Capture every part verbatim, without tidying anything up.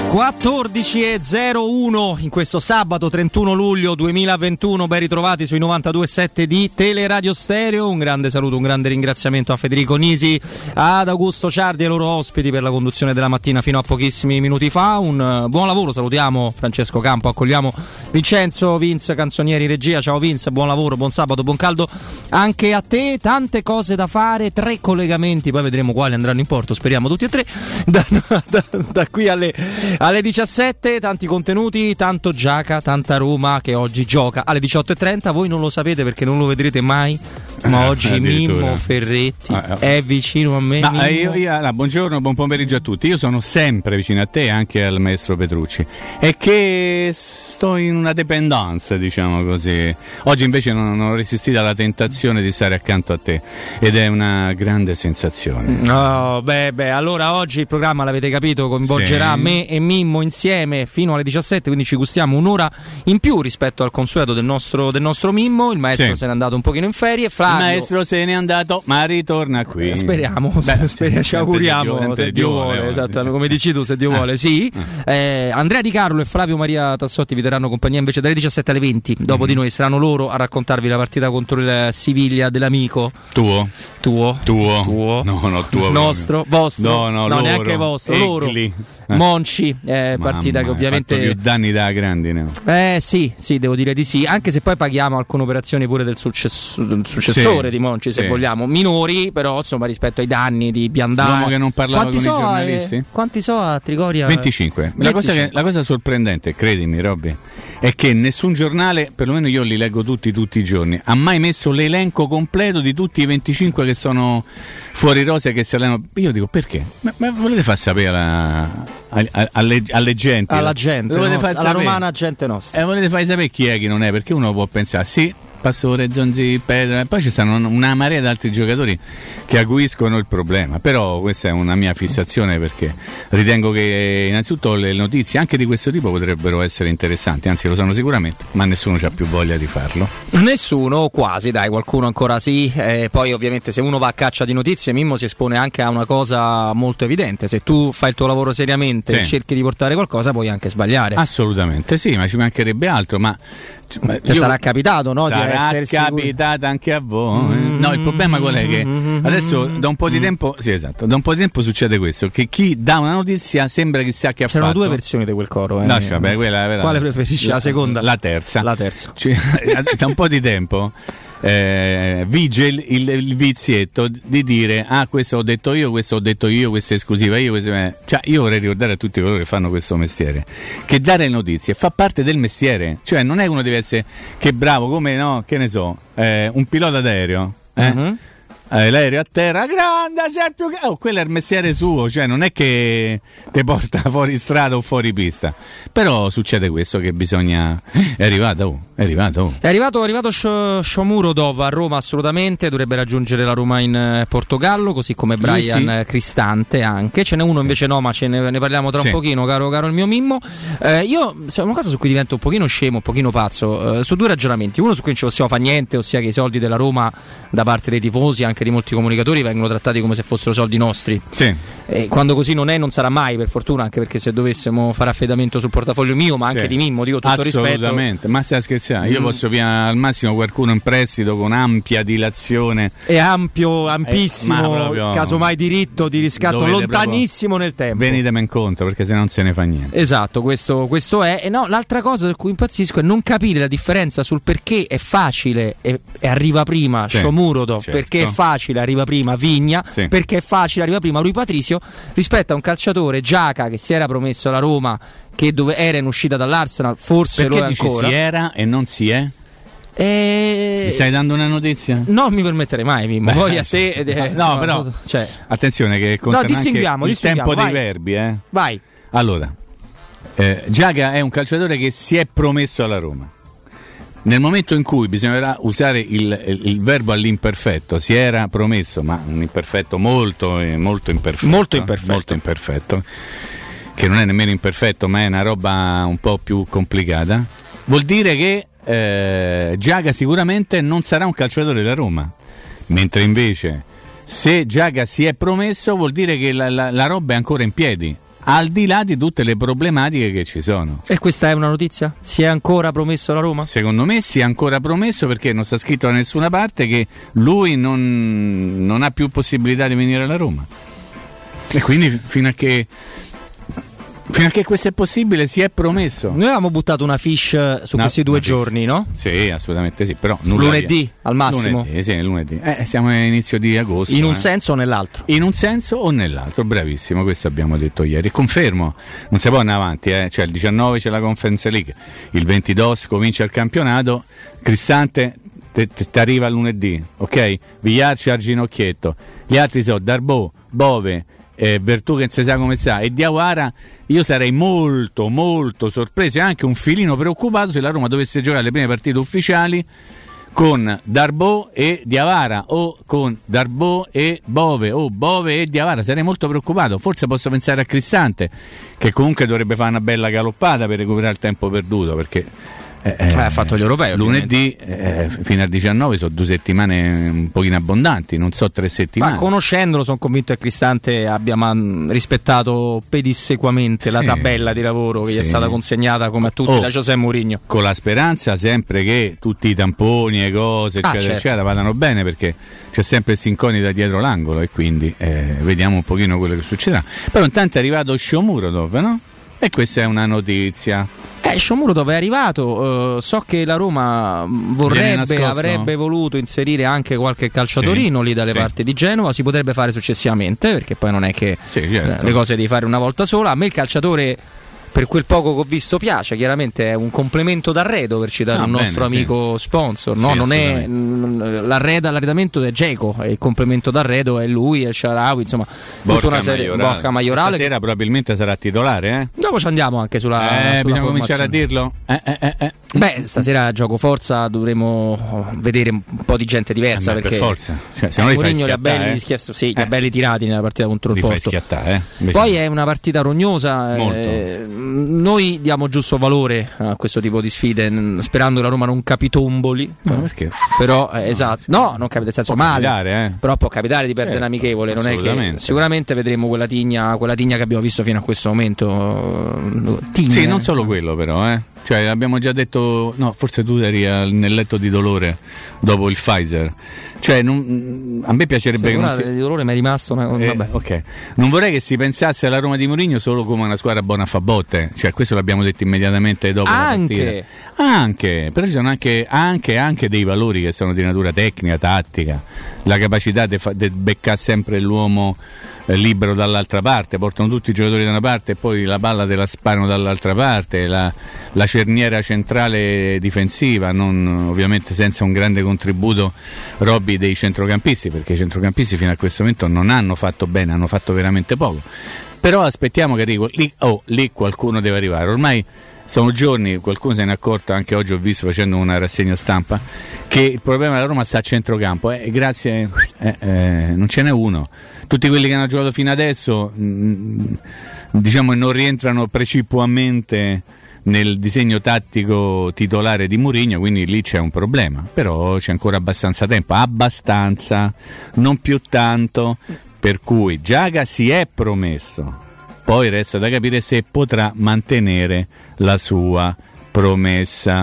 quattordici e zero uno in questo sabato trentuno luglio duemilaventuno, ben ritrovati sui novantadue virgola sette di Teleradio Stereo. Un grande saluto, un grande ringraziamento a Federico Nisi, ad Augusto Ciardi e ai loro ospiti per la conduzione della mattina fino a pochissimi minuti fa. Un buon lavoro, salutiamo Francesco Campo, accogliamo Vincenzo Vince Canzonieri in regia. Ciao Vince, buon lavoro, buon sabato, buon caldo anche a te. Tante cose da fare, tre collegamenti, poi vedremo quali andranno in porto, speriamo tutti e tre da, da, da qui alle alle diciassette, tanti contenuti, tanto Giaca, tanta Roma che oggi gioca alle diciotto e trenta. Voi non lo sapete perché non lo vedrete mai, ma oggi Mimmo Ferretti ah, è vicino a me. Ma io, io, allora, buongiorno, buon pomeriggio a tutti. Io sono sempre vicino a te e anche al maestro Petrucci. È che sto in una dipendenza, diciamo così. Oggi invece non, non ho resistito alla tentazione di stare accanto a te ed è una grande sensazione. Oh, beh, beh, allora oggi il programma, l'avete capito, coinvolgerà sì. me e Mimmo insieme fino alle diciassette, quindi ci gustiamo un'ora in più rispetto al consueto del nostro, del nostro Mimmo. Il maestro sì. se n'è andato un pochino in ferie. Flavio, il maestro se n'è andato, ma ritorna qui. Eh, speriamo, Beh, speriamo, ci auguriamo se Dio, se Dio vuole, vuole esatto, come dici tu, se Dio vuole, sì. Eh, Andrea Di Carlo e Flavio Maria Tassotti vi terranno compagnia invece dalle diciassette alle venti. Dopo mm-hmm. di noi saranno loro a raccontarvi la partita contro il Siviglia dell'amico tuo. Tuo. Tuo. Tuo. No, no, tuo. Nostro, vostro. No, no, no loro. neanche vostro, Egli. loro. Monci, eh, partita che ovviamente ha fatto più danni da grandine. Eh sì, sì, devo dire di sì, anche se poi paghiamo alcune operazioni pure del, successo, del successore sì, di Monci, se sì. vogliamo, minori, però insomma rispetto ai danni di Biandà. L'uomo che non parlava quanti con so, i giornalisti? Eh, quanti so a Trigoria? venticinque. La cosa, che, la cosa sorprendente, credimi Robby, è che nessun giornale, perlomeno io li leggo tutti tutti i giorni, ha mai messo l'elenco completo di tutti i venticinque che sono fuori rosa, che si allenano. Io dico perché? Ma, ma volete far sapere alla, alle, alle, alle gente? Alla gente, nostra, alla romana gente nostra. E eh, volete far sapere chi è, chi non è? Perché uno può pensare, sì, Pastore, Zonzi, Pedro, e poi ci stanno una marea di altri giocatori che acuiscono il problema. Però questa è una mia fissazione, perché ritengo che innanzitutto le notizie anche di questo tipo potrebbero essere interessanti, anzi lo sono sicuramente, ma nessuno ha più voglia di farlo. Nessuno, quasi, dai, qualcuno ancora sì. Eh, poi ovviamente se uno va a caccia di notizie, Mimmo si espone anche a una cosa molto evidente: se tu fai il tuo lavoro seriamente sì. e cerchi di portare qualcosa, puoi anche sbagliare. Assolutamente sì, ma ci mancherebbe altro. Ma ti sarà capitato, no? Sarà di capitato anche a voi. Mm-hmm. No, il problema qual è? Che adesso da un po' di tempo, sì, esatto, da un po' di tempo succede questo: che chi dà una notizia sembra che sia che ha C'erano fatto. due versioni di quel coro. Eh. No, cioè, beh, quella, quella, quale preferisci? La, la seconda? La terza. La terza. Cioè, da un po' di tempo. Eh, vige il, il, il vizietto di dire ah questo ho detto io, questo ho detto io, questa è esclusiva io, questo è... Cioè, io vorrei ricordare a tutti coloro che fanno questo mestiere che dare notizie fa parte del mestiere, cioè non è uno deve essere che bravo come no, che ne so, eh, un pilota d'aereo eh? Uh-huh. Eh, l'aereo a terra, grande, sei più oh, quello è il mestiere suo, cioè non è che ti porta fuori strada o fuori pista. Però succede questo, che bisogna è arrivato, oh, è arrivato. Oh. È arrivato, è arrivato Shomurodov a Roma, assolutamente, dovrebbe raggiungere la Roma in Portogallo, così come Brian sì. Cristante anche. Ce n'è uno invece no, ma ce ne, ne parliamo tra sì. un pochino, caro, caro il mio Mimmo. Eh, io c'è una cosa su cui divento un pochino scemo, un pochino pazzo, eh, su due ragionamenti. Uno su cui non ci possiamo fare niente, ossia che i soldi della Roma da parte dei tifosi, anche di molti comunicatori, vengono trattati come se fossero soldi nostri. Sì. E quando così non è, non sarà mai, per fortuna, anche perché se dovessimo fare affidamento sul portafoglio mio, ma anche sì. di Mimmo, dico tutto rispetto. Assolutamente, ma stai scherzando? Io mm. posso pigliare al massimo qualcuno in prestito con ampia dilazione. E ampio, ampissimo, eh, casomai diritto di riscatto lontanissimo nel tempo. Venitemi incontro, perché se no non se ne fa niente. Esatto, questo, questo è. E no, l'altra cosa per cui impazzisco è non capire la differenza sul perché è facile e, e arriva prima sì. Shomurodov, certo. perché è facile arriva prima Vigna, sì. perché è facile arriva prima Rui Patricio, rispetto a un calciatore Giaca che si era promesso alla Roma, che dove era in uscita dall'Arsenal, forse perché lo è dici ancora. Si era e non si è? E... Mi stai dando una notizia? Non mi permetterei mai, Mimmo. Poi a te eh, no, insomma, però cioè... attenzione che conta no, anche il tempo vai. dei verbi, eh. Vai. Allora, eh, Giaca è un calciatore che si è promesso alla Roma. Nel momento in cui bisognerà usare il, il, il verbo all'imperfetto, si era promesso, ma un imperfetto molto, molto imperfetto, molto imperfetto, molto imperfetto, che non è nemmeno imperfetto, ma è una roba un po' più complicata. Vuol dire che eh, Giaga sicuramente non sarà un calciatore da Roma, mentre invece se Giaga si è promesso vuol dire che la, la, la roba è ancora in piedi. al di là di tutte le problematiche che ci sono. E questa è una notizia? Si è ancora promesso la Roma? Secondo me si è ancora promesso, perché non sta scritto da nessuna parte che lui non, non ha più possibilità di venire alla Roma. E quindi fino a che fino a che questo è possibile si è promesso. Noi avevamo buttato una fiche su No, questi due una fiche. giorni, no? Sì, assolutamente sì, però nulla Lunedì via. al massimo? Lunedì, sì, lunedì. Eh, siamo all'inizio di agosto. In un eh. senso o nell'altro? In un senso o nell'altro, bravissimo, questo abbiamo detto ieri. Confermo, non si può andare avanti, eh. Cioè il diciannove c'è la Conference League, il ventidue comincia il campionato, Cristante ti arriva lunedì, ok? Vigliarci al ginocchietto, gli altri sono Darboe, Bove, eh, Vertù che non si sa come sta e Diawara. Io sarei molto molto sorpreso e anche un filino preoccupato se la Roma dovesse giocare le prime partite ufficiali con Darboe e Diawara o con Darboe e Bove o Bove e Diawara. Sarei molto preoccupato. Forse posso pensare a Cristante, che comunque dovrebbe fare una bella galoppata per recuperare il tempo perduto, perché Eh, eh, ha fatto gli europei lunedì eh, fino al diciannove sono due settimane un pochino abbondanti, non so tre settimane. Ma conoscendolo sono convinto che Cristante abbia man- rispettato pedissequamente sì. la tabella di lavoro che sì. gli è stata consegnata come a tutti oh, da José Mourinho, con la speranza sempre che tutti i tamponi e cose eccetera ah, certo. eccetera vadano bene, perché c'è sempre questa incognita dietro l'angolo e quindi eh, vediamo un pochino quello che succederà. Però intanto è arrivato Shomurodov, no? E questa è una notizia. Eh, Shomurodov è arrivato, uh, so che la Roma vorrebbe, avrebbe voluto inserire anche qualche calciatorino sì, lì dalle sì. parti di Genova, si potrebbe fare successivamente, perché poi non è che sì, certo. le cose devi fare una volta sola. A me il calciatore, per quel poco che ho visto, piace, chiaramente è un complemento d'arredo, per citare ah, un bene, nostro amico sì. sponsor, no? Sì, non è l'arreda, l'arredamento è Dzeko, il complemento d'arredo è lui, è il Shaarawy, insomma Borca tutta una serie Maiorale. Borca Maiorale stasera che... probabilmente sarà titolare, eh? Dopo ci andiamo anche sulla, eh, sulla bisogna cominciare a dirlo eh, eh, eh, eh. Beh, stasera a gioco forza dovremo vedere un po' di gente diversa, eh, perché per forza, cioè, se non li fai Mourinho li ha belli, eh. schiasso, sì, li ha belli tirati nella partita contro li il Porto. Fai schiattare, eh? Poi è una partita rognosa, eh, noi diamo giusto valore a questo tipo di sfide, sperando che la Roma non capitomboli. No, perché? Però eh, esatto, no, non capita nel senso può male, capitare, eh. però può capitare di perdere certo, un'amichevole, non è che sicuramente vedremo quella tigna, quella tigna che abbiamo visto fino a questo momento. Tigna, sì, non solo quello però, eh. Cioè abbiamo già detto, no, forse tu eri nel letto di dolore dopo il Pfizer. Cioè non, a me piacerebbe sì, che non si... di dolore mi è rimasto una... eh, vabbè. Okay. Non vorrei che si pensasse alla Roma di Mourinho solo come una squadra buona a fa botte. Cioè questo l'abbiamo detto immediatamente dopo anche. la partita. Anche, però ci sono anche, anche, anche dei valori che sono di natura tecnica, tattica, la capacità di fa- beccare sempre l'uomo eh, libero dall'altra parte, portano tutti i giocatori da una parte e poi la palla te la sparano dall'altra parte, la, la cerniera centrale difensiva, non, ovviamente senza un grande contributo Robby dei centrocampisti, perché i centrocampisti fino a questo momento non hanno fatto bene, hanno fatto veramente poco. Però aspettiamo che arrivi lì, oh, lì qualcuno deve arrivare. Ormai sono giorni, qualcuno se ne è accorto, anche oggi ho visto facendo una rassegna stampa, che il problema della Roma sta a centrocampo e eh, grazie eh, eh, non ce n'è uno. Tutti quelli che hanno giocato fino adesso mh, diciamo non rientrano precipuamente nel disegno tattico titolare di Mourinho, quindi lì c'è un problema, però c'è ancora abbastanza tempo, abbastanza, non più tanto, per cui Giaga si è promesso, poi resta da capire se potrà mantenere la sua promessa.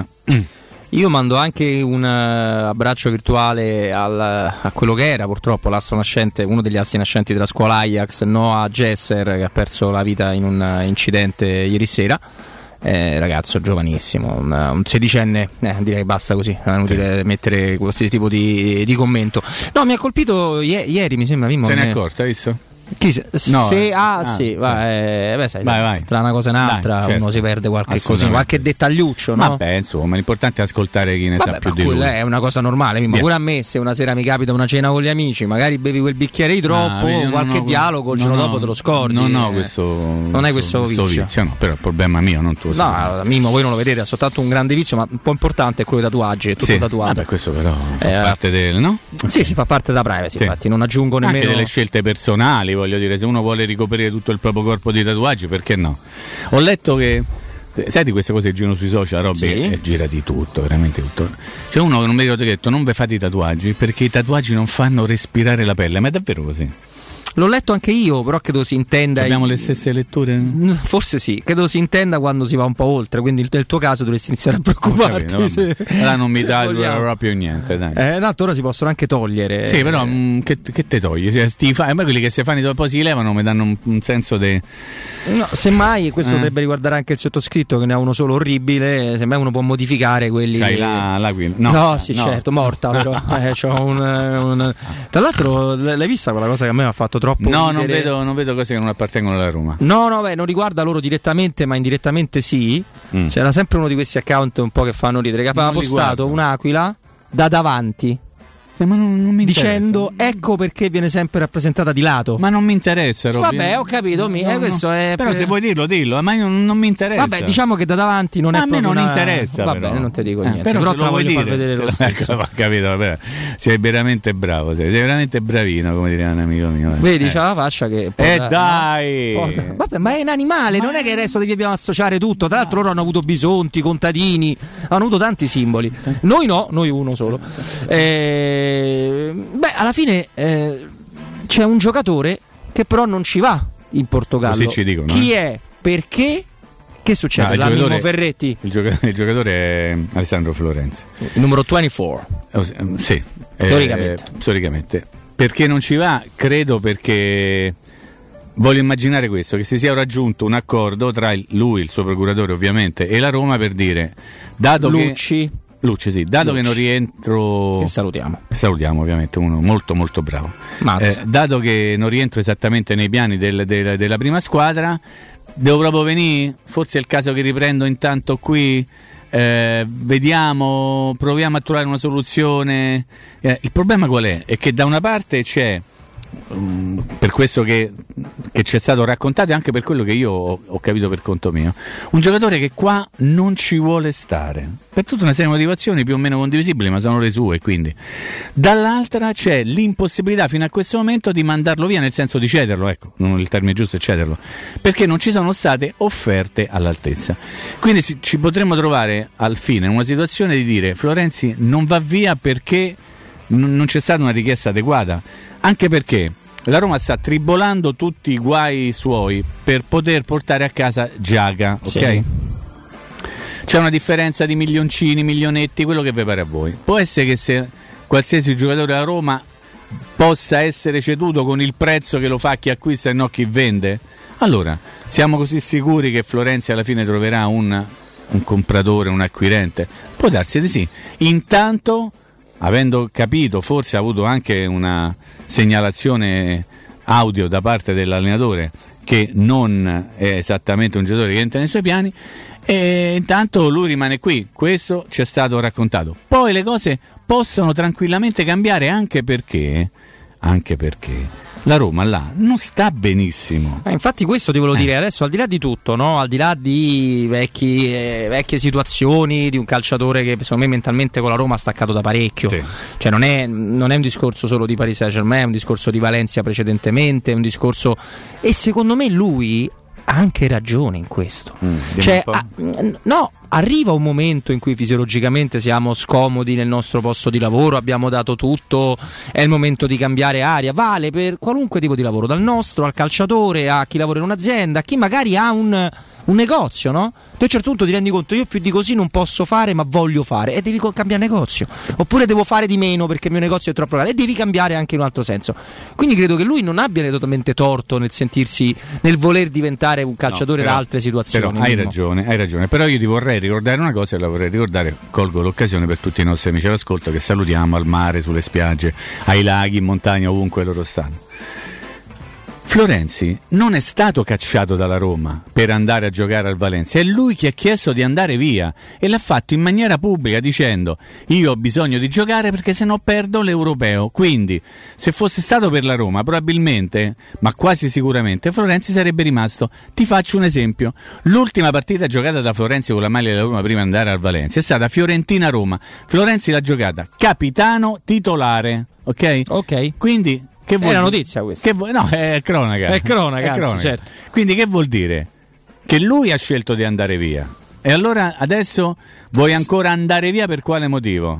Io mando anche un uh, abbraccio virtuale al, a quello che era purtroppo l'astro nascente, uno degli astri nascenti della scuola Ajax, Noah Gesser, che ha perso la vita in un uh, incidente ieri sera. Eh, ragazzo giovanissimo, un, un sedicenne, eh, direi basta così, è inutile sì. mettere questo tipo di, di commento. No, mi ha colpito i- ieri, mi sembra Mimmo, se ne è me... accorto, hai visto? Chi se, no, se eh. ah, ah sì, va, eh, beh, sai, vai, vai. tra una cosa e un'altra Dai, certo. uno si perde qualche cosino, qualche dettagliuccio, no? Vabbè, insomma, l'importante è ascoltare chi ne Vabbè, sa più di lui. Quella è una cosa normale, ma pure a me se una sera mi capita una cena con gli amici, magari bevi quel bicchiere di troppo, ah, qualche no, dialogo il giorno no, dopo te lo scordi. No, no, questo non è questo, questo vizio. vizio no, però il problema mio, non tuo. No, Mimmo, voi non lo vedete, ha soltanto un grande vizio, ma un po' importante è quello dei tatuaggi, è tutto sì. tatuato. Vabbè, questo però fa eh, parte del, no? Sì, si fa parte della privacy, sì. Infatti, non aggiungo nemmeno anche delle scelte personali, voglio dire, se uno vuole ricoprire tutto il proprio corpo di tatuaggi, perché no? Ho letto che, sai di queste cose che girano sui social, Robby, sì. E gira di tutto, veramente tutto. C'è uno che non mi ricordo che ha detto non vi fate i tatuaggi perché i tatuaggi non fanno respirare la pelle, ma è davvero così? L'ho letto anche io, però credo si intenda. Abbiamo le stesse letture? Forse sì, credo si intenda quando si va un po' oltre. Quindi nel tuo caso dovresti iniziare a preoccuparti. Capito, se, allora non mi dà proprio niente. Dai. Eh, tanto ora si possono anche togliere. Sì, però mh, che, che te togli? Cioè, ti fa, a me quelli che si fanno poi si levano mi danno un, un senso di. No, semmai questo eh. dovrebbe riguardare anche il sottoscritto, che ne ha uno solo orribile. Semmai uno può modificare quelli. C'hai che... la, l'aquila? No, no, sì, no. certo, morta però. eh, c'ho un, un... Tra l'altro, l'hai vista quella cosa che a me mi ha fatto troppo. No, ridere? non vedo, non vedo cose che non appartengono alla Roma. No, no, beh, non riguarda loro direttamente, ma indirettamente sì. Mm. C'era sempre uno di questi account un po' che fanno ridere, che aveva postato un'aquila da davanti. Ma non, non mi dicendo ecco perché viene sempre rappresentata di lato. Ma non mi interessa. Vabbè, ho capito. Mi, no, eh, questo no. è però per... se vuoi dirlo, dillo. Ma non, non mi interessa. Vabbè, diciamo che da davanti non ma è a me proprio non una... interessa. Vabbè, però. non ti dico eh, niente. Però, però te te la voglio dire, far vedere lo stesso. Ecco, capito, vabbè. Sei veramente bravo. Sei, sei veramente bravino, come direbbe un amico mio. Vedi, eh. c'ha la faccia che. Eh da... dai! No? Vabbè, ma è un animale, ma non è che adesso dobbiamo associare tutto. Tra l'altro, loro hanno avuto bisonti, contadini, hanno avuto tanti simboli. Noi no, noi uno solo. Eh, beh, alla fine. Eh, c'è un giocatore che però non ci va in Portogallo. Così ci dicono. Chi eh? è? Perché? Che succede? No, L'Amimo Ferretti. Il giocatore, il giocatore è Alessandro Florenzi. Il numero ventiquattro. Oh, sì. Storicamente. Eh, storicamente. Perché non ci va? Credo perché voglio immaginare questo, che si sia raggiunto un accordo tra lui, il suo procuratore ovviamente, e la Roma per dire, dato Lucci. che Lucci, sì, dato Lucci. Che non rientro. Che salutiamo. Salutiamo ovviamente, uno molto molto bravo. Eh, dato che non rientro esattamente nei piani del, del, della prima squadra, devo proprio venire? Forse è il caso che riprendo intanto qui. Eh, vediamo, proviamo a trovare una soluzione. Eh, il problema qual è? È che da una parte c'è. Um, per questo che, che ci è stato raccontato e anche per quello che io ho, ho capito per conto mio, un giocatore che qua non ci vuole stare per tutta una serie di motivazioni più o meno condivisibili, ma sono le sue, quindi dall'altra c'è l'impossibilità fino a questo momento di mandarlo via, nel senso di cederlo, ecco, non il termine giusto è cederlo, perché non ci sono state offerte all'altezza. Quindi si, ci potremmo trovare al fine in una situazione di dire Florenzi non va via perché non c'è stata una richiesta adeguata, anche perché la Roma sta tribolando tutti i guai suoi per poter portare a casa Giaga, ok? Sì. C'è una differenza di milioncini, milionetti, quello che vi pare a voi. Può essere che se qualsiasi giocatore della Roma possa essere ceduto con il prezzo che lo fa chi acquista e non chi vende? Allora, siamo così sicuri che Florenzi alla fine troverà un, un compratore, un acquirente? Può darsi di sì. Intanto, avendo capito, forse ha avuto anche una segnalazione audio da parte dell'allenatore che non è esattamente un giocatore che entra nei suoi piani, e intanto lui rimane qui. Questo ci è stato raccontato. Poi le cose possono tranquillamente cambiare, anche perché anche perché la Roma là non sta benissimo. Eh, infatti questo ti volevo eh. dire adesso, al di là di tutto, no? Al di là di vecchi, eh, vecchie situazioni di un calciatore che secondo me mentalmente con la Roma ha staccato da parecchio, sì. Cioè non è, non è un discorso solo di Paris Saint-Germain, è un discorso di Valencia precedentemente, è un discorso, e secondo me lui ha anche ragione in questo. Mm, cioè, a, no, arriva un momento in cui fisiologicamente siamo scomodi nel nostro posto di lavoro, abbiamo dato tutto, è il momento di cambiare aria, vale per qualunque tipo di lavoro, dal nostro al calciatore, a chi lavora in un'azienda, a chi magari ha un, un negozio, no? Tu a un certo punto ti rendi conto, io più di così non posso fare, ma voglio fare, e devi cambiare negozio, oppure devo fare di meno perché il mio negozio è troppo grande, e devi cambiare anche in un altro senso. Quindi credo che lui non abbia totalmente torto nel sentirsi, nel voler diventare un calciatore, no, però, da altre situazioni. Però hai ragione, hai ragione, però io ti vorrei ricordare una cosa, e la vorrei ricordare, colgo l'occasione per tutti i nostri amici all'ascolto che salutiamo, al mare, sulle spiagge, ai laghi, in montagna, ovunque loro stanno. Florenzi non è stato cacciato dalla Roma per andare a giocare al Valencia, è lui che ha chiesto di andare via e l'ha fatto in maniera pubblica dicendo: io ho bisogno di giocare perché se no perdo l'europeo. Quindi se fosse stato per la Roma probabilmente, ma quasi sicuramente, Florenzi sarebbe rimasto. Ti faccio un esempio: l'ultima partita giocata da Florenzi con la maglia della Roma prima di andare al Valencia è stata Fiorentina-Roma. Florenzi l'ha giocata capitano titolare, ok? Ok. Quindi che vuol è una dire? notizia questa. Che vuol... No, è cronaca. È cronaca, è cronaca. certo. Quindi che vuol dire? Che lui ha scelto di andare via. E allora adesso vuoi ancora andare via per quale motivo?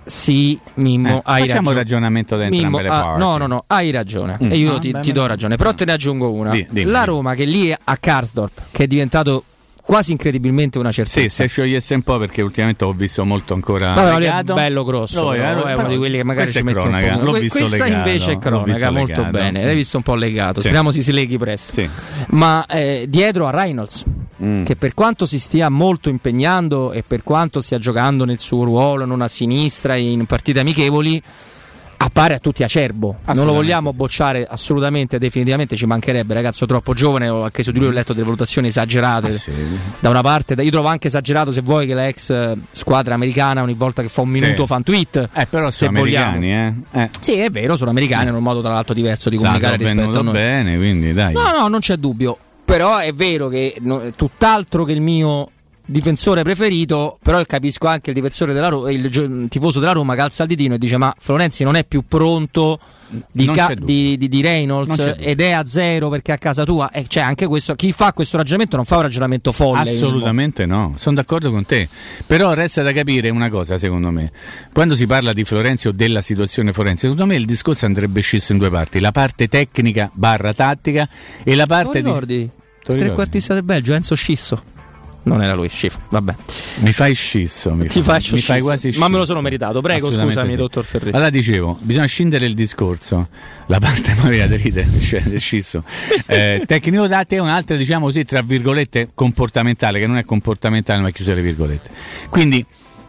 Sì, Mimmo, eh, hai facciamo ragione. un ragionamento da entrambe Mimmo, le ah, parti. no, no, no, hai ragione. Mm. E io Ah, ti, beh, ti do ragione. Però te ne aggiungo una. Di, dimmi, La dimmi. Roma che lì è a Karsdorp, che è diventato quasi incredibilmente una certezza. Sì, se sciogliesse un po', perché ultimamente ho visto molto ancora Vabbè, ma lui è legato. bello grosso, No, però, è uno di quelli che magari ci mette un cronaca, po'. l'ho Que- visto Questa legato, invece è l'ho cronaca, visto molto legato. bene. L'hai visto un po' legato. Sì. Speriamo si si leghi presto. Sì. Ma eh, dietro a Reynolds, mm. che per quanto si stia molto impegnando e per quanto stia giocando nel suo ruolo, non a sinistra, in partite amichevoli, appare a tutti acerbo. Non lo vogliamo bocciare assolutamente, definitivamente, ci mancherebbe, ragazzo troppo giovane. Anche su di lui ho letto delle valutazioni esagerate. Ah, sì. Da una parte, io trovo anche esagerato, se vuoi, che la ex squadra americana ogni volta che fa un minuto sì. fa un tweet. Eh, però se sono americani, eh. eh. Sì, è vero, sono americani, hanno un modo tra l'altro diverso di Sa, comunicare sono rispetto a venuto noi. bene, quindi dai. No, no, non c'è dubbio. Però è vero che no, tutt'altro che il mio difensore preferito, però capisco anche il difensore della Roma, il, il tifoso della Roma che alza il ditino e dice: ma Florenzi non è più pronto di, ca- di, di, di Reynolds ed è a zero perché è a casa tua. E c'è anche questo, chi fa questo ragionamento non fa un ragionamento folle. Assolutamente no, sono d'accordo con te. Però resta da capire una cosa, secondo me. Quando si parla di Florenzi o della situazione Florenzi, secondo me il discorso andrebbe scisso in due parti: la parte tecnica barra tattica e la parte di ricordi? Di... trequartista del Belgio, Enzo Scisso. Non era lui, schifo, vabbè. Mi fai scisso, mi, Ti fai, faccio mi fai quasi scisso. Ma me lo sono meritato, prego, scusami, sì. Dottor Ferri. Allora dicevo, bisogna scindere il discorso, la parte Maria del ride, cioè del scisso, eh, tecnico tattica e un'altra, diciamo così, tra virgolette, comportamentale, che non è comportamentale ma è chiusa le virgolette. Quindi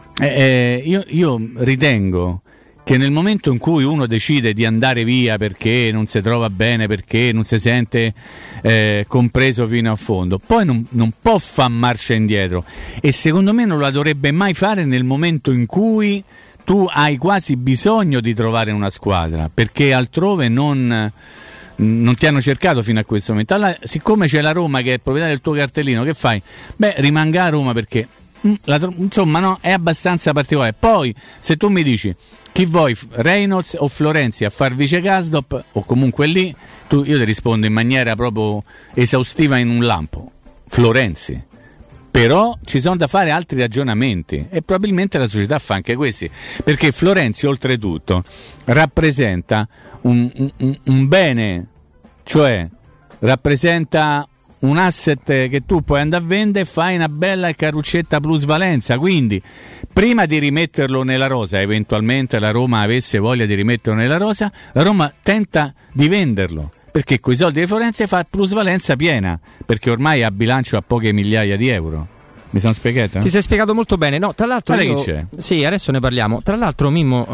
eh, io, io ritengo che nel momento in cui uno decide di andare via perché non si trova bene, perché non si sente eh, compreso fino a fondo, poi non, non può fare marcia indietro, e secondo me non la dovrebbe mai fare nel momento in cui tu hai quasi bisogno di trovare una squadra, perché altrove non, non ti hanno cercato fino a questo momento. Allora, siccome c'è la Roma che è proprietaria del tuo cartellino, che fai? Beh, rimanga a Roma perché la, insomma no, è abbastanza particolare. Poi se tu mi dici chi vuoi, Reynolds o Florenzi a far vice Karsdorp o comunque lì, tu, io ti rispondo in maniera proprio esaustiva in un lampo: Florenzi. Però ci sono da fare altri ragionamenti e probabilmente la società fa anche questi, perché Florenzi oltretutto rappresenta un, un, un bene, cioè rappresenta un asset che tu puoi andare a vendere e fai una bella carruccetta plusvalenza. Quindi prima di rimetterlo nella rosa, eventualmente la Roma avesse voglia di rimetterlo nella rosa, la Roma tenta di venderlo, perché coi soldi di Florenzi fa plusvalenza piena, perché ormai ha bilancio a poche migliaia di euro. Mi sono spiegato? Ti sei spiegato molto bene. No, tra l'altro io, chi c'è? Sì, adesso ne parliamo. Tra l'altro, Mimmo,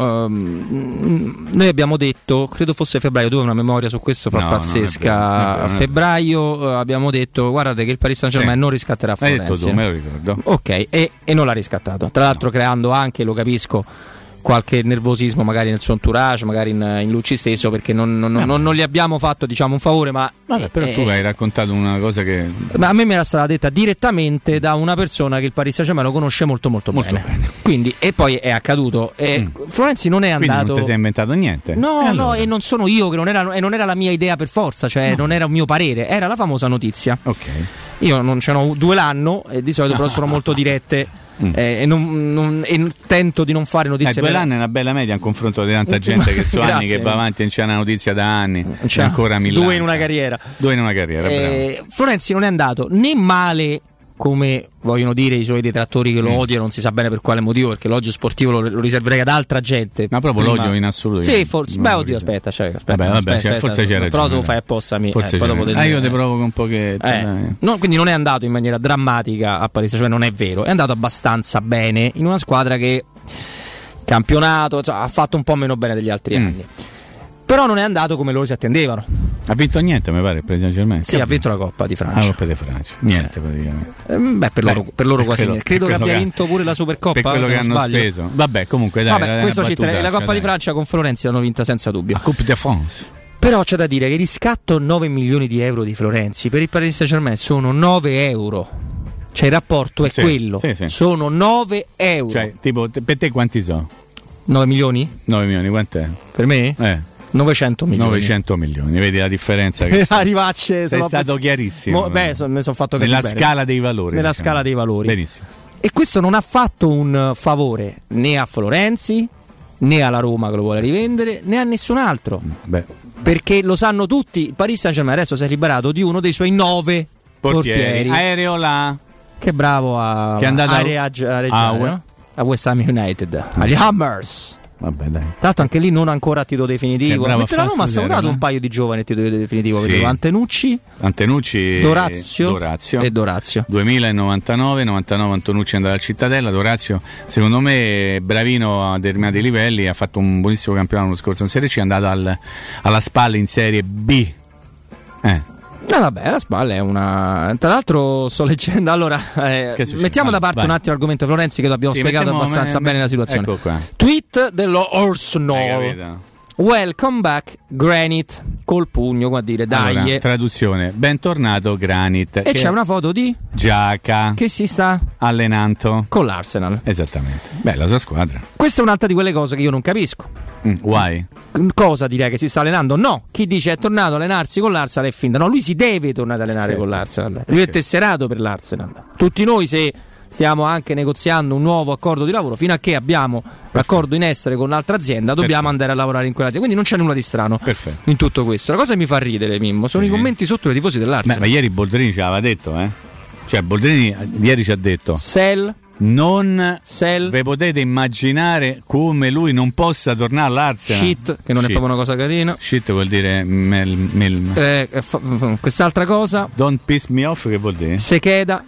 um, noi abbiamo detto, credo fosse febbraio, tu hai una memoria su questo fa no, pazzesca. Non è vero, non è vero. A febbraio uh, abbiamo detto: guardate che il Paris Saint-Germain sì. non riscatterà Florenzi. Hai detto tu, me lo ricordo. Ok, e, e non l'ha riscattato. Tra l'altro no. creando anche, lo capisco, qualche nervosismo magari nel suo entourage, magari in, in Lucci stesso, perché non, non, no. non, non gli abbiamo fatto, diciamo, un favore, ma vabbè, però eh, tu hai raccontato una cosa che ma a me mi era stata detta direttamente da una persona che il Paris Saint-Germain lo conosce molto molto, molto bene. bene quindi, e poi è accaduto e mm. Florenzi non è andato, quindi non ti sei inventato niente. No, e allora? no, e non sono io che non era, e non era la mia idea per forza, cioè no. non era un mio parere, era la famosa notizia. Ok. Io non ce n'ho due l'anno e di solito però sono molto dirette. Mm. Eh, e, non, non, e tento di non fare notizie. Eh, due per... anni è una bella media in confronto di tanta gente che so anni che va avanti e c'è una notizia da anni, c'è ancora mille due anni. in una carriera. Due in una carriera. Eh, Florenzi non è andato né male, come vogliono dire i suoi detrattori che lo mm. odiano, non si sa bene per quale motivo, perché l'odio sportivo lo, lo riserverei ad altra gente. Ma proprio prima. L'odio in assoluto. Sì, forse. Beh, oddio, aspetta, cioè, aspetta, vabbè, vabbè, aspetta, cioè, aspetta, forse c'è ragione. Però tu fai apposta a me. Forse eh, poi dopo ah, io ti provo con un pochetto. Eh, no, quindi non è andato in maniera drammatica a Paris, cioè non è vero, è andato abbastanza bene in una squadra che campionato, cioè, ha fatto un po' meno bene degli altri mm. anni. Però non è andato come loro si attendevano. Ha vinto niente, mi pare, il Paris Saint-Germain. Sì, ha vinto la Coppa di Francia. La Coppa di Francia, niente eh. praticamente. Eh, beh, per loro, per loro quasi quello, niente. Credo che abbia che vinto pure la Supercoppa. Per quello che hanno sbaglio. speso. Vabbè, comunque dai. Vabbè, dai questo ci battuta, la Coppa dai. di Francia con Florenzi l'hanno vinta senza dubbio. La Coupe de France. Però c'è da dire che il riscatto nove milioni di euro di Florenzi per il Paris Saint-Germain sono nove euro. Cioè il rapporto è sì, quello. Sì, sì. Sono nove euro. Cioè, tipo, per te quanti sono? nove milioni? nove milioni, quant'è? Per me? Eh. novecento milioni. novecento milioni, vedi la differenza che Arrivacce, sei stato pezz... chiarissimo. Mo, beh, so, mi sono fatto capire nella bene. scala dei valori. Nella diciamo. scala dei valori. Benissimo. E questo non ha fatto un favore né a Florenzi né alla Roma che lo vuole rivendere, né a nessun altro. Beh. Perché lo sanno tutti, il Paris Saint-Germain adesso si è liberato di uno dei suoi nove portieri. portieri. Areola. Che bravo a, che è andato a, a, reag- a reggere, ah, no? A West Ham United, agli Hammers. Vabbè, dai. Tra l'altro anche lì non ancora a titolo definitivo. Mentre la Roma ha salutato un paio di giovani a titolo definitivo, sì. Vedevo Antenucci, Antenucci Dorazio, Dorazio e Dorazio. duemilanovantanove novantanove Antenucci è andato al Cittadella. Dorazio secondo me è bravino a determinati livelli, ha fatto un buonissimo campionato l'anno scorso in Serie C, è andato al, alla Spalla in Serie B. Eh No, vabbè, la Spalla è una. Tra l'altro sto leggendo. Allora, eh, mettiamo da parte vai. un attimo l'argomento Florenzi, che lo abbiamo sì, spiegato abbastanza me, bene me, la situazione. Ecco qua. Tweet dello Arsenal. Welcome back Granit, col pugno, qua a dire dai. Allora, traduzione: bentornato Granit. E c'è una foto di Giaca che si sta allenando con l'Arsenal. Esattamente. Beh, la sua squadra. Questa è un'altra di quelle cose che io non capisco. Mm, why? Cosa direi che si sta allenando? No, chi dice è tornato a allenarsi con l'Arsenal è finta. No, lui si deve tornare ad allenare certo. con l'Arsenal. Lui è tesserato per l'Arsenal. Tutti noi, se stiamo anche negoziando un nuovo accordo di lavoro, fino a che abbiamo l'accordo in essere con l'altra azienda, dobbiamo Perfetto. andare a lavorare in quell'azienda. Quindi non c'è nulla di strano Perfetto. in tutto questo. La cosa che mi fa ridere, Mimmo, sono sì. i commenti sotto dei tifosi dell'Arsenal. Beh, ma ieri Boldrini ci aveva detto, eh? Cioè Boldrini ieri ci ha detto Sell non Sell. ve potete immaginare come lui non possa tornare all'Arsenal. Shit, che non Shit. è proprio una cosa carina. Shit vuol dire mel, mel. Eh, fa, quest'altra cosa Don't piss me off, che vuol dire? Secheda.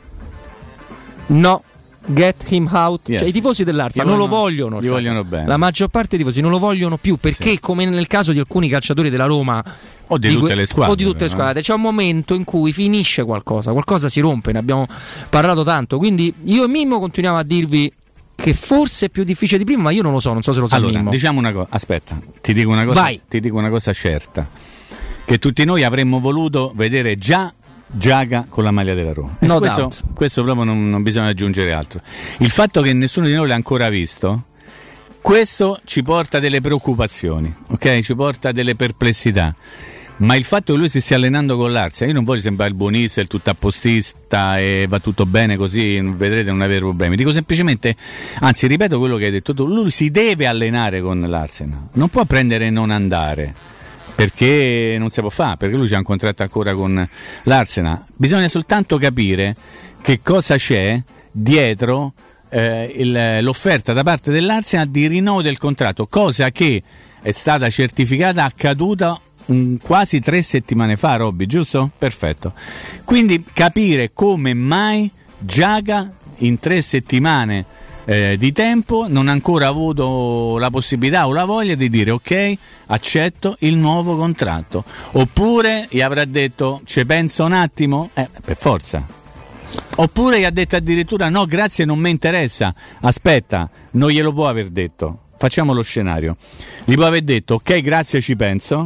No, get him out. Yes. Cioè i tifosi dell'Arsenal non lo vogliono. Gli cioè, vogliono bene. La maggior parte dei tifosi non lo vogliono più, perché sì. come nel caso di alcuni calciatori della Roma o di, di tutte le squadre, o di tutte però, le squadre, c'è un momento in cui finisce qualcosa, qualcosa si rompe, ne abbiamo parlato tanto. Quindi io e Mimmo continuiamo a dirvi che forse è più difficile di prima, ma io non lo so, non so se lo sa allora, Mimmo. Diciamo una cosa, aspetta, ti dico una cosa, Vai. ti dico una cosa certa, che tutti noi avremmo voluto vedere già Giaga con la maglia della Roma. No questo, questo proprio non, non bisogna aggiungere altro. Il fatto che nessuno di noi l'ha ancora visto, questo ci porta delle preoccupazioni, ok? Ci porta delle perplessità. Ma il fatto che lui si stia allenando con l'Arsenal, io non voglio sembrare il buonista, il tutto appostista e va tutto bene così, vedrete, non avere problemi. Dico semplicemente, anzi ripeto quello che hai detto tu, lui si deve allenare con l'Arsenal, non può prendere e non andare, perché non si può fare, perché lui c'ha un contratto ancora con l'Arsenal. Bisogna soltanto capire che cosa c'è dietro eh, il, l'offerta da parte dell'Arsenal di rinnovo del contratto, cosa che è stata certificata accaduta un, quasi tre settimane fa, Robby, giusto? Perfetto. Quindi capire come mai Giaga in tre settimane eh, di tempo non ha ancora avuto la possibilità o la voglia di dire ok, accetto il nuovo contratto, oppure gli avrà detto ci penso un attimo, eh, per forza, oppure gli ha detto addirittura no grazie non mi interessa, aspetta, non glielo può aver detto. Facciamo lo scenario, gli può aver detto ok grazie ci penso,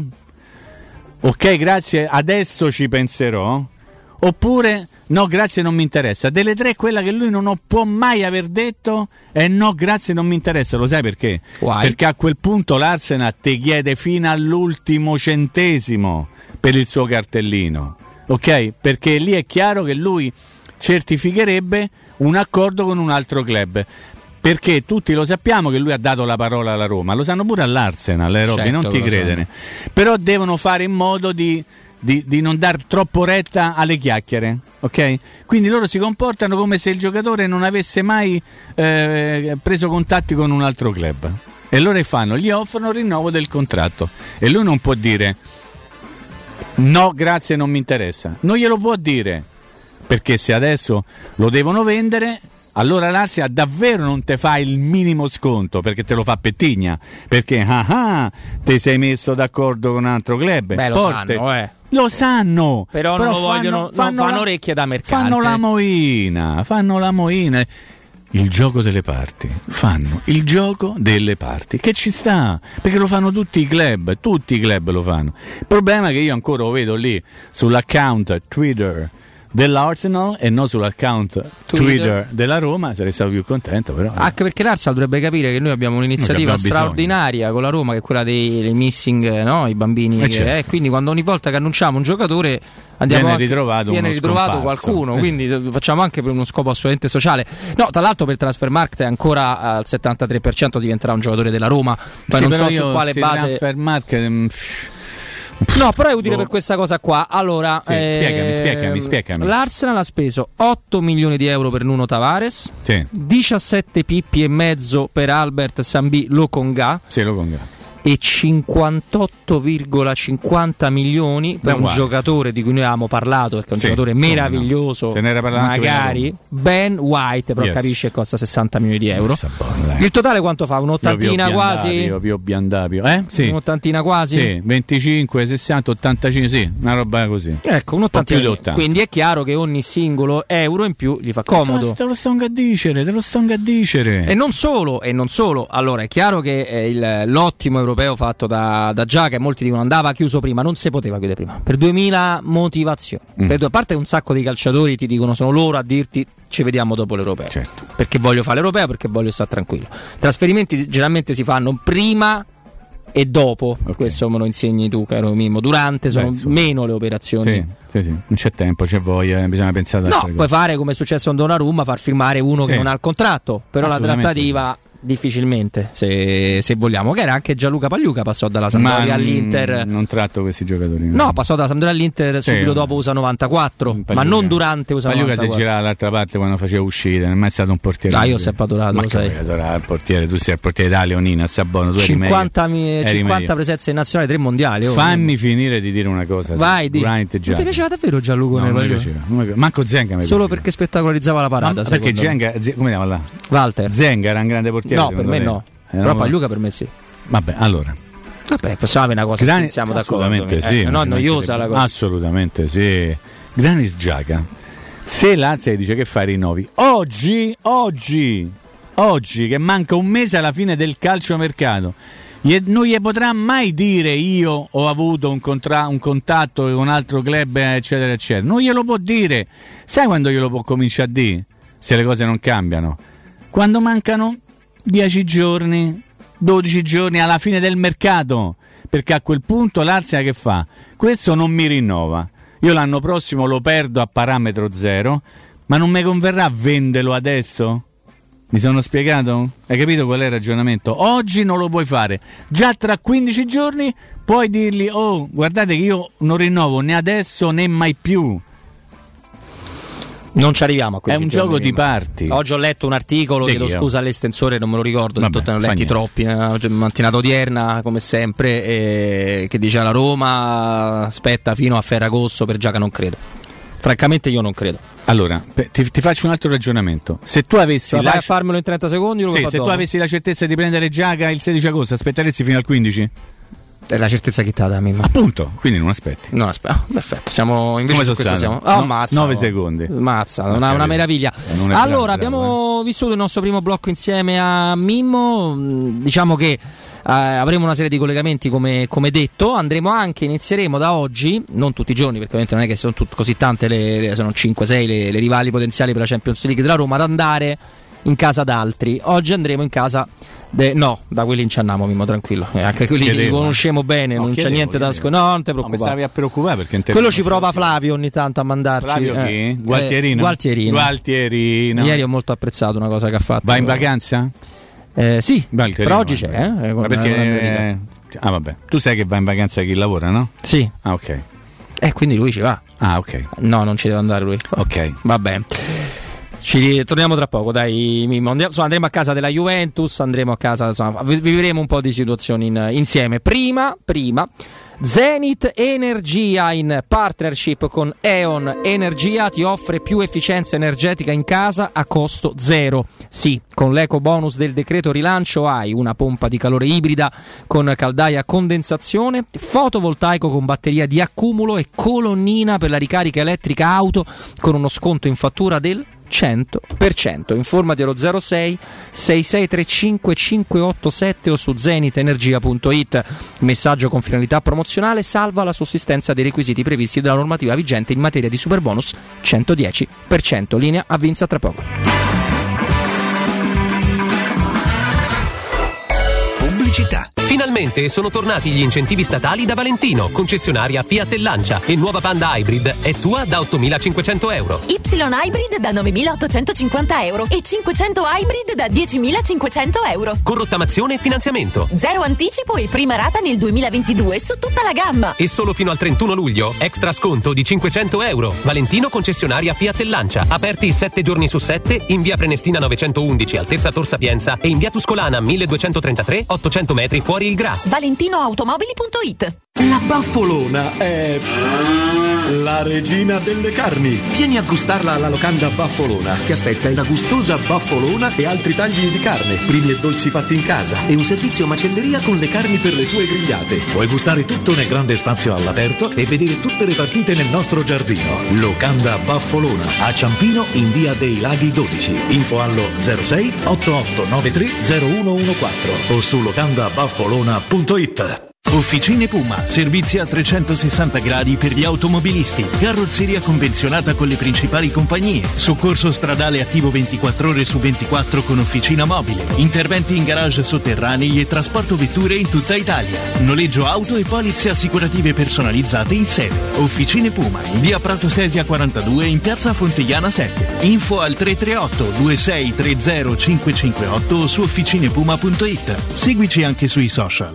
ok grazie adesso ci penserò, oppure no grazie non mi interessa. Delle tre quella che lui non può mai aver detto è no grazie non mi interessa. Lo sai perché? Why? Perché a quel punto l'Arsenal ti chiede fino all'ultimo centesimo per il suo cartellino, ok? Perché lì è chiaro che lui certificherebbe un accordo con un altro club, perché tutti lo sappiamo che lui ha dato la parola alla Roma, lo sanno pure all'Arsenal, eh, Robby, certo, non ti credere, però devono fare in modo di, di, di non dar troppo retta alle chiacchiere, ok? Quindi loro si comportano come se il giocatore non avesse mai eh, preso contatti con un altro club, e loro fanno, gli offrono il rinnovo del contratto e lui non può dire no grazie non mi interessa, non glielo può dire, perché se adesso lo devono vendere allora l'Arsenal davvero non te fa il minimo sconto, perché te lo fa Pettigna, perché ah ah te sei messo d'accordo con un altro club. Beh, lo Porte. sanno, eh. Lo sanno, però, però non lo vogliono, fanno, fanno, fanno la, orecchie da mercante. Fanno la moina, fanno la moina. Il gioco delle parti, fanno il gioco delle parti, che ci sta, perché lo fanno tutti i club, tutti i club lo fanno. Il problema è che io ancora lo vedo lì sull'account Twitter dell'Arsenal e non sull'account Twitter, Twitter della Roma, sarei stato più contento. Però anche perché l'Arsenal dovrebbe capire che noi abbiamo un'iniziativa abbiamo straordinaria bisogno. con la Roma, che è quella dei, dei missing, no? I bambini, eh che, certo. eh, quindi quando ogni volta che annunciamo un giocatore andiamo viene anche, ritrovato, viene uno ritrovato scomparso. qualcuno, quindi lo facciamo anche per uno scopo assolutamente sociale. No, tra l'altro per Transfermarkt è ancora al settantatré per cento diventerà un giocatore della Roma, poi sì, non so io su quale base. Transfermarkt, No, però è utile boh. per questa cosa qua. Allora, sì, eh, spiegami, spiegami, spiegami. l'Arsenal ha speso otto milioni di euro per Nuno Tavares, sì. diciassette pippi e mezzo per Albert Sambi Lokonga, sì, Lokonga. e cinquantotto virgola cinquanta milioni per Ben un White. giocatore di cui noi avevamo parlato, perché è un sì, giocatore meraviglioso, no. Se ne era parlato anche magari Ben White, però yes. capisce che costa sessanta milioni di euro. Buona, il totale quanto fa? Un'ottantina quasi? Pio Biandapio, eh? Sì. Un'ottantina quasi? Sì, venticinque, sessanta, ottantacinque, sì, una roba così. Ecco, un'ottantina. Quindi è chiaro che ogni singolo euro in più gli fa comodo. Te lo sto a dicere, te lo sto a dicere. E non solo, e non solo. Allora, è chiaro che eh, il, l'ottimo europeo fatto da, da Giaca, e molti dicono andava chiuso prima, non si poteva chiudere prima per duemila motivazioni. Mm. Per, a parte un sacco di calciatori ti dicono sono loro a dirti ci vediamo dopo l'europeo, certo. perché voglio fare l'europeo, perché voglio stare tranquillo. Trasferimenti generalmente si fanno prima e dopo, okay. Questo me lo insegni tu, caro Mimmo. Durante sono Beh, meno le operazioni. Sì, sì, sì. Non c'è tempo, c'è voglia, bisogna pensare. No, puoi fare come è successo a Donnarumma, far firmare uno sì. che non ha il contratto, però la trattativa difficilmente, se, se vogliamo, che era anche Gianluca Pagliuca, passò dalla Sampdoria all'Inter. Non tratto questi giocatori. No, passò dalla Sampdoria all'Inter sì, subito dopo U S A novantaquattro, Pagliuca. Ma non durante U S A Pagliuca novantaquattro. Si girava dall'altra parte quando faceva uscire, non è mai stato un portiere. Ah, io ho sempre adorato, lo sai. Il portiere, tu sei il portiere da Leonina, Sabbono, tu cinquanta, eri cinquanta presenze in nazionale, tre mondiali. Oh, Fammi oh. finire di dire una cosa. Vai, di. Non ti piaceva davvero Gianluca? No, non mi piaceva, non mi piaceva. Manco Zenga mi Solo perché spettacolarizzava la parata. Ma perché Zenga, come chiama là? Walter. Zenga era un grande portiere. No, per me no. Eh, però Pagliuca per me sì. Vabbè, allora. Vabbè, facciamo una cosa, Grani... siamo d'accordo. Assolutamente sì. Eh, no, è noiosa la cosa. Assolutamente sì. Granit Xhaka. Se Lazio dice che fa i rinnovi oggi, oggi, oggi che manca un mese alla fine del calciomercato, non gli potrà mai dire io ho avuto un, contra- un contatto con un altro club, eccetera, eccetera. Non glielo può dire. Sai quando glielo può cominciare a dire? Se le cose non cambiano. Quando mancano dieci giorni, dodici giorni alla fine del mercato, perché a quel punto l'Arsenal che fa? Questo non mi rinnova, io l'anno prossimo lo perdo a parametro zero, ma non mi converrà venderlo adesso? Mi sono spiegato? Hai capito qual è il ragionamento? Oggi non lo puoi fare, già tra quindici giorni puoi dirgli oh guardate che io non rinnovo né adesso né mai più. Non ci arriviamo a questo. È un gioco di parti. Oggi ho letto un articolo, chiedo scusa all'estensore, non me lo ricordo, Vabbè, ne ho letti niente. troppi, eh, mattinata odierna come sempre, eh, che diceva la Roma aspetta fino a Ferragosto per Giaca, non credo. Francamente io non credo. Allora, ti, ti faccio un altro ragionamento. Se tu avessi la... vai a farmelo in trenta secondi, lo sì, se se dopo. tu avessi la certezza di prendere Giaca il sedici agosto, aspetteresti fino al quindici? È la certezza che t'ha da Mimmo. Appunto, quindi non aspetti. Non aspetta, oh, perfetto. Siamo invece Come su questo siamo. Oh, no, mazza. nove secondi. Mazza, una, una meraviglia. Allora, bravo, abbiamo bravo, eh. vissuto il nostro primo blocco insieme a Mimmo. Diciamo che eh, avremo una serie di collegamenti come, come detto. Andremo anche, inizieremo da oggi, non tutti i giorni, perché ovviamente non è che sono tut, così tante, le, le, sono cinque sei le, le rivali potenziali per la Champions League della Roma, ad andare in casa d'altri. Oggi andremo in casa De, no, da quelli non ci andiamo, Mimmo, tranquillo. Eh, anche quelli chiedevo, li conosciamo bene, no, non chiedevo, c'è niente chiedevo. da nascondere. No, non ti preoccupare. No, mi stavi a preoccupare perché quello ci prova Flavio ogni tanto a mandarci. Flavio chi? Eh, Gualtierino? Gualtierino. Gualtierino. Ieri ho molto apprezzato una cosa che ha fatto. Va in vacanza? Eh, sì, Gualtierino, però oggi c'è. Eh, Ma perché? Eh, ah, vabbè. Tu sai che va in vacanza chi lavora, no? Sì. Ah, ok. E eh, quindi lui ci va. Ah, ok. No, non ci deve andare lui. Ok. Va bene. Ci torniamo tra poco, dai Mimmo. Insomma, andremo a casa della Juventus, andremo a casa, insomma, vivremo un po' di situazioni in, insieme. Prima, prima, Zenith Energia in partnership con E.ON Energia ti offre più efficienza energetica in casa a costo zero. Sì, con l'eco bonus del decreto rilancio hai una pompa di calore ibrida con caldaia a condensazione, fotovoltaico con batteria di accumulo e colonnina per la ricarica elettrica auto con uno sconto in fattura del cento per cento. Informati allo zero sei sei sei tre cinque cinque otto sette o su zenith energia punto it. Messaggio con finalità promozionale: salva la sussistenza dei requisiti previsti dalla normativa vigente in materia di superbonus centodieci per cento. Linea a Vinza tra poco. Pubblicità. Finalmente sono tornati gli incentivi statali da Valentino, concessionaria Fiat e Lancia, e nuova Panda Hybrid è tua da ottomilacinquecento euro. Y Hybrid da novemilaottocentocinquanta euro e cinquecento Hybrid da diecimilacinquecento euro. Con rottamazione e finanziamento. Zero anticipo e prima rata nel duemilaventidue su tutta la gamma. E solo fino al trentuno luglio, extra sconto di cinquecento euro. Valentino concessionaria Fiat e Lancia, aperti sette giorni su sette in via Prenestina novecentoundici altezza Tor Sapienza e in via Tuscolana milleduecentotrentatré ottocento metri fuori il Gra. valentinoautomobili punto it. La Baffolona è la regina delle carni. Vieni a gustarla alla locanda Baffolona. Ti aspetta una gustosa baffolona e altri tagli di carne, primi e dolci fatti in casa e un servizio macelleria con le carni per le tue grigliate. Puoi gustare tutto nel grande spazio all'aperto e vedere tutte le partite nel nostro giardino. Locanda Baffolona a Ciampino in via dei Laghi dodici. Info allo zero sei otto otto nove tre zero uno uno quattro o su locanda baffolona punto it. Officine Puma, servizi a trecentosessanta gradi per gli automobilisti, carrozzeria convenzionata con le principali compagnie, soccorso stradale attivo ventiquattro ore su ventiquattro con officina mobile, interventi in garage sotterranei e trasporto vetture in tutta Italia, noleggio auto e polizze assicurative personalizzate in sede. Officine Puma, in via Prato Sesia quarantadue in piazza Fontegliana sette. Info al tre tre otto due sei tre zero cinque cinque otto o su officinepuma punto it. Seguici anche sui social.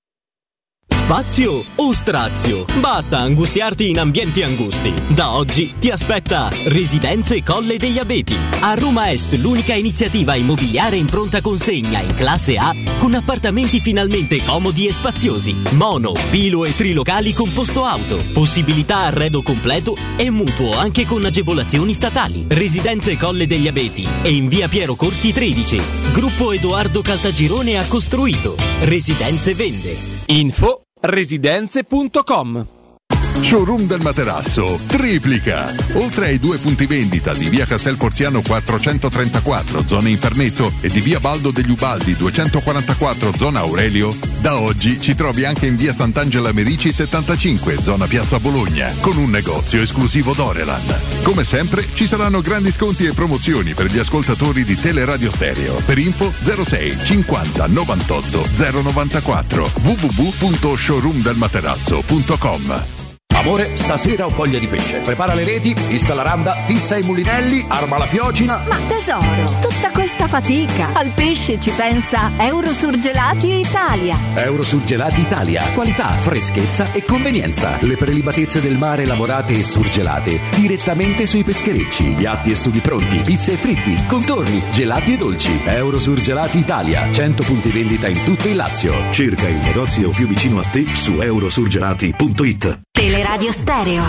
Spazio o strazio? Basta angustiarti in ambienti angusti. Da oggi ti aspetta Residenze Colle degli Abeti. A Roma Est l'unica iniziativa immobiliare in pronta consegna in classe A con appartamenti finalmente comodi e spaziosi. Mono, bilo e trilocali con posto auto. Possibilità arredo completo e mutuo anche con agevolazioni statali. Residenze Colle degli Abeti e in via Piero Corti tredici. Gruppo Edoardo Caltagirone ha costruito. Residenze vende. Info residenze punto com. Showroom del Materasso triplica. Oltre ai due punti vendita di via Castel Porziano quattrocentotrentaquattro, zona Infernetto, e di via Baldo degli Ubaldi duecentoquarantaquattro, zona Aurelio, da oggi ci trovi anche in via Sant'Angela Merici settantacinque, zona Piazza Bologna, con un negozio esclusivo Dorelan. Come sempre ci saranno grandi sconti e promozioni per gli ascoltatori di Teleradio Stereo. Per info zero sei cinquanta novantotto zero novantaquattro w w w punto showroom del materasso punto com. Amore, stasera ho voglia di pesce. Prepara le reti, fissa la randa, fissa i mulinelli, arma la fiocina. Ma tesoro, tutta questa fatica. Al pesce ci pensa Eurosurgelati Italia. Eurosurgelati Italia. Qualità, freschezza e convenienza. Le prelibatezze del mare lavorate e surgelate direttamente sui pescherecci. Piatti e sughi pronti, pizze e fritti, contorni, gelati e dolci. Eurosurgelati Italia. cento punti vendita in tutto il Lazio. Cerca il negozio più vicino a te su eurosurgelati punto it. Teleradio Stereo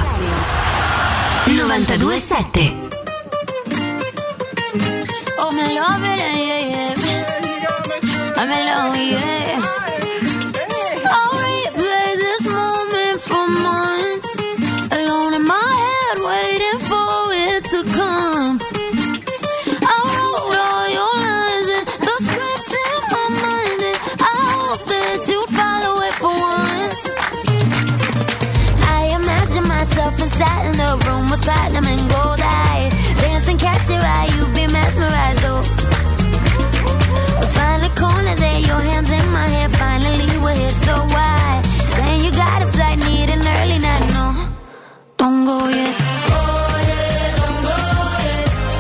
novantadue sette. Oh, me love it, yeah, yeah. I'm alone, yeah. I'll replay this moment for months, alone in my head, waiting for it to come. I wrote all your lines and the scripts in my mind, and I hope that you follow it for once. Myself inside in the room with platinum and gold eyes, dancing, catch your eye, you be mesmerized. Oh, find the corner there, your hands in my hair. Finally we're here, so why? Saying you got a flight, need an early night. No, don't go yet. Oh yeah, don't go yet.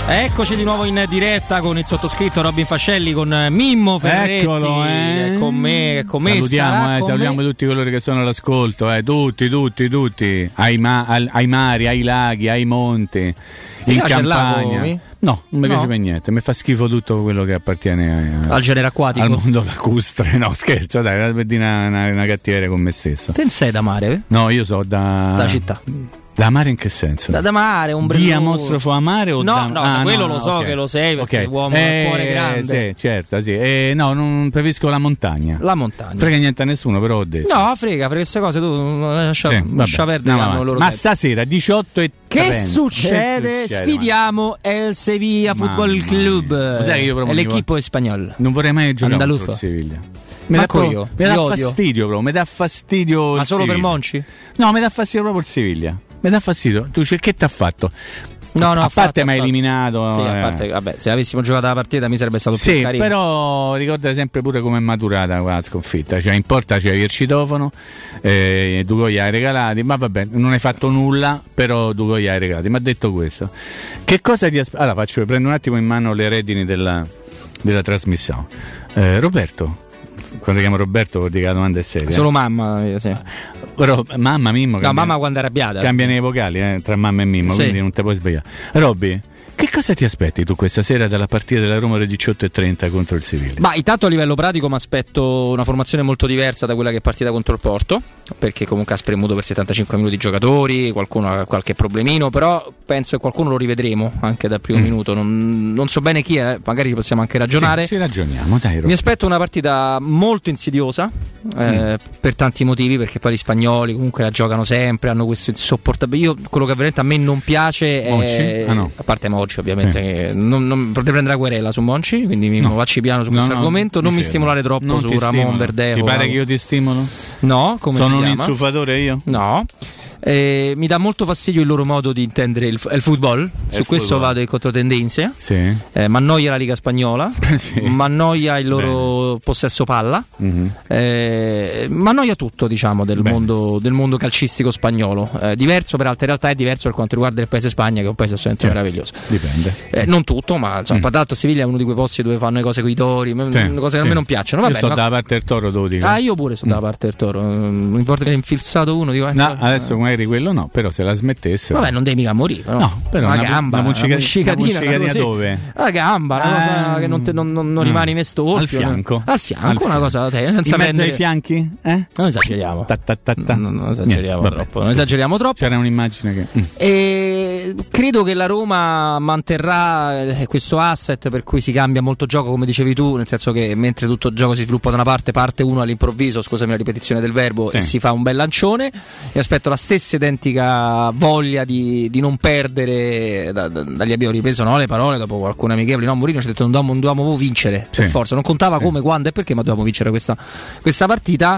Eccoci di nuovo in diretta con il sottoscritto Robin Fascelli, con Mimmo Ferretti. Eccolo, eh. Con me, con me salutiamo, eh, con salutiamo me. tutti coloro che sono all'ascolto, eh, tutti, tutti, tutti, ai, ma- al- ai mari, ai laghi, ai monti, Ti in piace il lago, campagna. mi? No, non mi No? piace per niente, mi fa schifo tutto quello che appartiene a- Al genere acquatico. al mondo lacustre. No, scherzo, dai, per dire una, una, una cattiveria con me stesso. Te ne sei da mare? Eh? No, io so da... Da città. Da mare in che senso? Da, da mare, ombrellone. Di amostrofo a mare o no, da... no, ah, no, quello no, lo so okay. che lo sei perché Okay. uomo eh, ha cuore grande. Sì, certo, sì. Eh, no, non preferisco la montagna. La montagna. Frega niente a nessuno, però ho detto. No, frega, frega queste cose tu lascia, Sì, lascia vabbè, perdere andiamo hanno avanti. loro Ma senso. stasera diciotto e Che trenta. succede? Che succede, Sfidiamo El Sevilla Mamma Football Club. Lo sai che io proprio e mi l'equipo spagnolo. Non vorrei mai giocare Andaluzo. contro il Siviglia. Mi dà, Manco proprio- io. mi dà Io odio. fastidio proprio, mi dà fastidio. Ma il solo per Siviglia. Monci? No, mi dà fastidio proprio il Siviglia. Mi dà fastidio. Tu dici, che ti ha fatto? No, no, a ha parte fatto, mi ha ha fatto. eliminato. Sì, a eh. parte, vabbè, se avessimo giocato la partita mi sarebbe stato più Sì, carino. però ricorda sempre pure come è maturata qua la sconfitta. Cioè, in porta c'era il citofono, eh, Duco gli ha regalati, ma vabbè, non hai fatto nulla, però Duco gli ha regalati. Ma detto questo, che cosa ti aspetta? Allora faccio, prendo un attimo in mano le redini della, della trasmissione. Eh, Roberto, quando chiamo Roberto vuol dire che la domanda è seria. Solo mamma, eh, sì. Ro- mamma Mimmo. No, cambia- mamma quando è arrabbiata. Cambiano i vocali eh, tra mamma e Mimmo, Sì. quindi non ti puoi sbagliare. Robby, che cosa ti aspetti tu questa sera dalla partita della Roma alle diciotto e trenta contro il Siviglia? Ma intanto a livello pratico mi aspetto una formazione molto diversa da quella che è partita contro il Porto, perché comunque ha spremuto per settantacinque minuti i giocatori, qualcuno ha qualche problemino, però penso che qualcuno lo rivedremo anche dal primo Mm. minuto. Non, non so bene chi è, magari ci possiamo anche ragionare. Sì, ci ragioniamo, dai, Robby. Mi aspetto una partita molto insidiosa eh, Mm. per tanti motivi, perché poi gli spagnoli comunque la giocano sempre, hanno questo insopportabile. Io quello che veramente a me non piace Monchi? è Ah, no. a parte Monchi ovviamente, Sì. che non, non potrei prendere la querela su Monchi, quindi mi No. vacci piano su No, questo no, argomento, non mi mi fermo. stimolare troppo Non su ti Ramon stimolo. Verdejo. Ti pare che io ti stimolo? No, come Sono si un chiama? insufatore io? No. Eh, mi dà molto fastidio il loro modo di intendere il, il football. Su il questo football. vado in controtendenza. Sì. Eh, m'annoia la Liga Spagnola, Sì. m'annoia il loro possesso palla, Mhm. eh, m'annoia tutto, diciamo, del mondo, del mondo calcistico spagnolo. Eh, diverso per altre realtà, è diverso per quanto riguarda il paese Spagna, che è un paese assolutamente Certo. meraviglioso. Dipende. Eh, non tutto, ma insomma, Mm. tanto Siviglia è uno di quei posti dove fanno le cose con i tori, m- Sì, cose che sì. a me non piacciono. Io Vabbè, sto ma- dalla parte del toro, te lo dico. Ah, io pure sono dalla parte del toro. Non mi importa che è infilzato uno. Dico, eh, No, adesso magari quello no, però se la smettesse. Vabbè, non devi mica morire, però. No, però una una- gamba, una muccica- una muccicatina, una muccicatina così. dove? La gamba, una cosa Ah. che non, te- non- non- non rimane in storpio. Al fianco. Al fianco, Al una fianco. cosa da te, senza In mezzo prendere- ai fianchi? Eh? Non esageriamo. Ta ta ta ta. Non, non esageriamo Niente, vabbè, troppo. Non scusa. esageriamo troppo. C'era un'immagine che. Mm. E credo che la Roma manterrà eh, questo asset per cui si cambia molto gioco, come dicevi tu, nel senso che mentre tutto il gioco si sviluppa da una parte, parte uno all'improvviso, scusami la ripetizione del verbo, Sì. e si fa un bel lancione. E aspetto la stessa identica voglia di, di non perdere. Da, da, dagli abbiamo ripreso no, le parole dopo alcune amichevoli. No, Mourinho ci ha detto non dovevamo, non dovevamo vincere per Sì. forza, non contava Sì. come, quando e perché, ma dovevamo vincere questa, questa partita.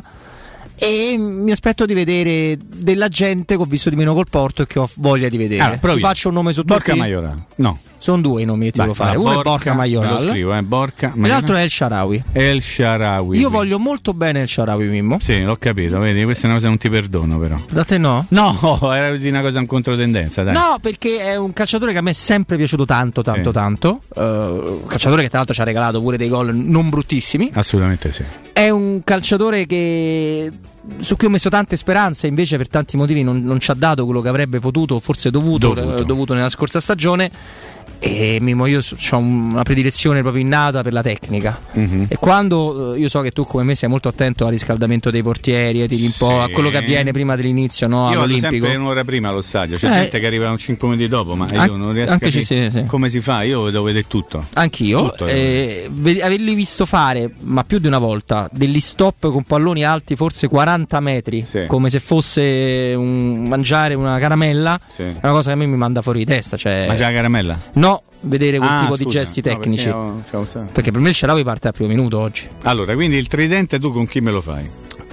E mi aspetto di vedere della gente che ho visto di meno col Porto e che ho voglia di vedere. Allora, proviamo. Ti faccio un nome su Borca tutti. Maioral. No. Sono due i nomi che ti Vai, devo fare. va, Uno è Borca me Maioral lo scrivo, eh. Borca e l'altro è El Shaarawy. El Shaarawy. Io voglio molto bene El Shaarawy, Mimmo. Sì, l'ho capito, vedi, questa è una cosa che non ti perdono però. Da te no? No, era di una cosa in controtendenza, dai. No, perché è un calciatore che a me è sempre piaciuto tanto, tanto, Sì. tanto. Uh, un calciatore che tra l'altro ci ha regalato pure dei gol non bruttissimi. Assolutamente sì. È un calciatore che su cui ho messo tante speranze, invece per tanti motivi non, non ci ha dato quello che avrebbe potuto, forse dovuto, Dovuto. eh, dovuto nella scorsa stagione. E Mimmo, io ho una predilezione proprio innata per la tecnica. Mhm. E quando eh, io so che tu come me sei molto attento al riscaldamento dei portieri, ai tiri un po', a quello che avviene prima dell'inizio, no, Io vado all'Olimpico. sempre un'ora prima allo stadio, c'è Eh. gente che arriva cinque minuti dopo, ma io An- non riesco anche a ci- capire sì, sì. come si fa, io devo vedere tutto. Anch'io, Tutto, eh, ve- averli visto fare, ma più di una volta, degli stop con palloni alti forse quaranta metri, Sì. come se fosse un, mangiare una caramella, Sì. è una cosa che a me mi manda fuori di testa. Cioè, Mangia la caramella? no, vedere quel Ah, tipo di scusa. gesti No, tecnici. perché ho- c'ho un sacco. Perché per me il Shaarawy parte al primo minuto oggi. Allora, quindi il tridente tu con chi me lo fai?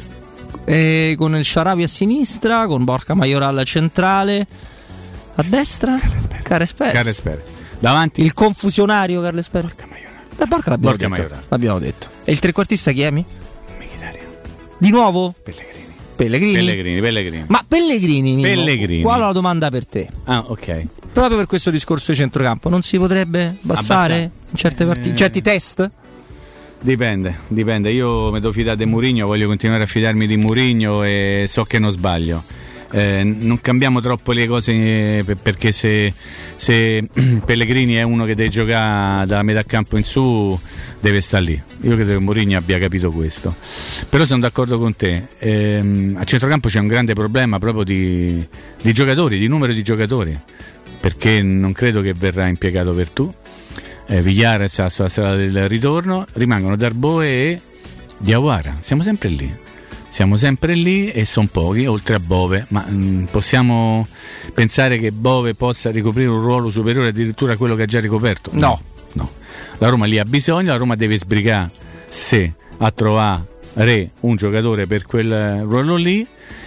E con il Shaarawy a sinistra, con Borca Maioral centrale, a destra Carles Perez. Carles Perez. Davanti Il confusionario Carles Perez. Da Borca l'abbiamo Borca detto. Maioral. L'abbiamo detto. E il trequartista chi è? Mi? Mkhitaryan. Di nuovo? Pellegrini. Pellegrini? Pellegrini, Pellegrini. Ma Pellegrini, Mimmo, Pellegrini. qua ho la domanda per te. Ah, ok. Proprio per questo discorso di centrocampo, non si potrebbe abbassare Abbassa. in certe partite, in certi test? Dipende, dipende. Io mi devo fidare di Mourinho, voglio continuare a fidarmi di Mourinho e so che non sbaglio. Eh, non cambiamo troppo le cose eh, perché se, se Pellegrini è uno che deve giocare da metà campo in su deve stare lì. Io credo che Mourinho abbia capito questo, però sono d'accordo con te. Eh, a centrocampo c'è un grande problema proprio di, di giocatori, di numero di giocatori, perché non credo che verrà impiegato Vertù. eh, Villar sta sulla strada del ritorno, rimangono Darboe e Diawara, siamo sempre lì. Siamo sempre lì e sono pochi, oltre a Bove, ma mh, possiamo pensare che Bove possa ricoprire un ruolo superiore addirittura a quello che ha già ricoperto? No. No. La Roma lì ha bisogno, la Roma deve sbrigare se a trovare un giocatore per quel ruolo lì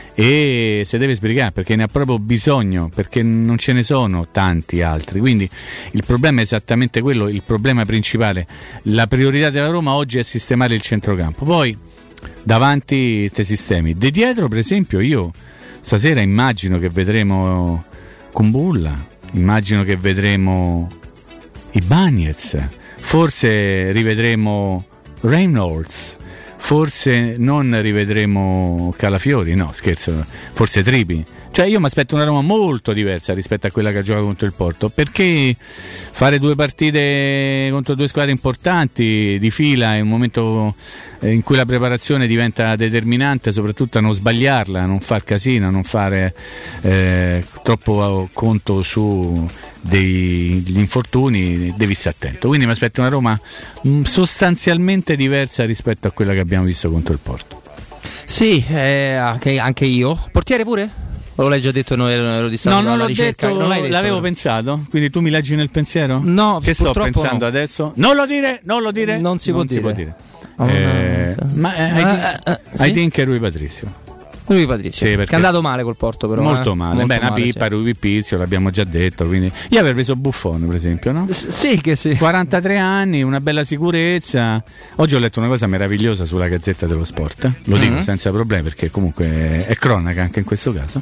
e se deve sbrigare perché ne ha proprio bisogno, perché non ce ne sono tanti altri. Quindi il problema è esattamente quello, il problema principale. La priorità della Roma oggi è sistemare il centrocampo. Poi davanti questi sistemi di dietro, per esempio, io stasera immagino che vedremo Kumbulla, immagino che vedremo Ibañez, forse rivedremo Reynolds, forse non rivedremo Calafiori, no scherzo, forse Tripi. Cioè io mi aspetto una Roma molto diversa rispetto a quella che ha giocato contro il Porto, perché fare due partite contro due squadre importanti di fila in un momento in cui la preparazione diventa determinante, soprattutto a non sbagliarla, a non far casino, a non fare eh, troppo conto su degli infortuni, devi stare attento. Quindi mi aspetto una Roma mh, sostanzialmente diversa rispetto a quella che abbiamo visto contro il Porto. Sì, eh, anche, anche io. Portiere pure? O l'hai già detto? No, ero distratto no, non dalla l'ho ricerca, detto, non l'hai detto, l'avevo però. pensato, quindi tu mi leggi nel pensiero? No, che sto purtroppo pensando no. adesso? Non lo dire, non lo dire. Non si può non dire. Si può dire. Oh, eh, no, ma eh, uh, uh, uh, I sì? think è Rui Patrizio. Rui Patrizio, sì, che è andato male col Porto, però molto eh? male. Molto Beh, una male, pippa, sì. Rui Pizio, l'abbiamo già detto. Quindi io avrei preso Buffon, per esempio, no? S- sì, che sì. quarantatré anni, una bella sicurezza. Oggi ho letto una cosa meravigliosa sulla Gazzetta dello Sport. Lo dico Mm-hmm. senza problemi perché comunque è cronaca anche in questo caso.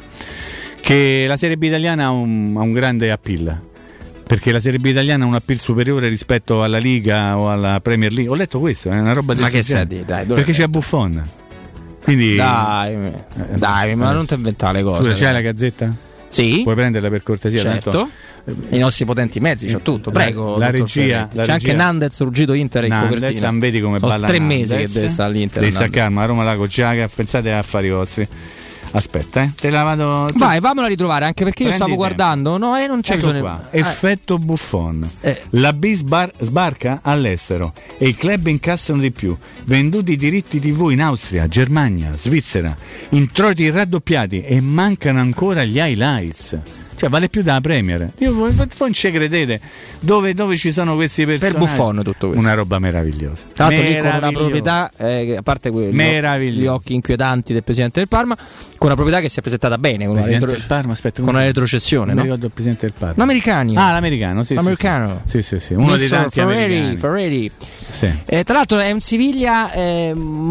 Che la Serie B italiana ha un, ha un grande appeal, perché la Serie B italiana ha un appeal superiore rispetto alla Liga o alla Premier League. Ho letto questo, è una roba del Ma che genere. sei, dai, dove perché l'hai c'è Buffon. Quindi Dai, eh, dai, ma non ti inventare le cose. Scusa, c'hai dai. la Gazzetta? Sì. Puoi prenderla per cortesia? Certo. Tanto, I nostri potenti mezzi, c'ho tutto. La- Prego. la dottor regia- Ferretti. la C'è anche regia- Nandez, ruggito Inter in Nandez, copertina. non vedi come Sono balla tre Nandez. mesi che deve stare all'Inter. Devi stare Nandez. calma, a Roma la Cogiaca, pensate a affari vostri. Aspetta, eh. Te la vado. Vai, vammela ritrovare, anche perché io Prendi stavo tempo. guardando. No, eh, non c'è Ecco bisogno. qua, Eh, effetto Buffon. Eh. La B sbar- sbarca all'estero e i club incassano di più. Venduti i diritti tivù in Austria, Germania, Svizzera, introiti raddoppiati e mancano ancora gli highlights. Cioè vale più della Premier. Io, voi voi non ci credete dove, dove ci sono questi personaggi. Per Buffon tutto questo. Una roba meravigliosa. Tra l'altro lì con una Meravigliosa. proprietà, eh, che, a parte quelli, Meraviglioso. gli occhi inquietanti del presidente del Parma, con una proprietà che si è presentata bene, con una, Presidente retro- del Parma, aspetta, con come una si- retrocessione, non no? mi ricordo il presidente del Parma. L'americano. Ah, l'americano, sì, L'americano. Sì, sì, sì, sì. Uno dei mister tanti Ferreri, americani. Ferreri. Sì. Eh, tra l'altro è un Siviglia eh,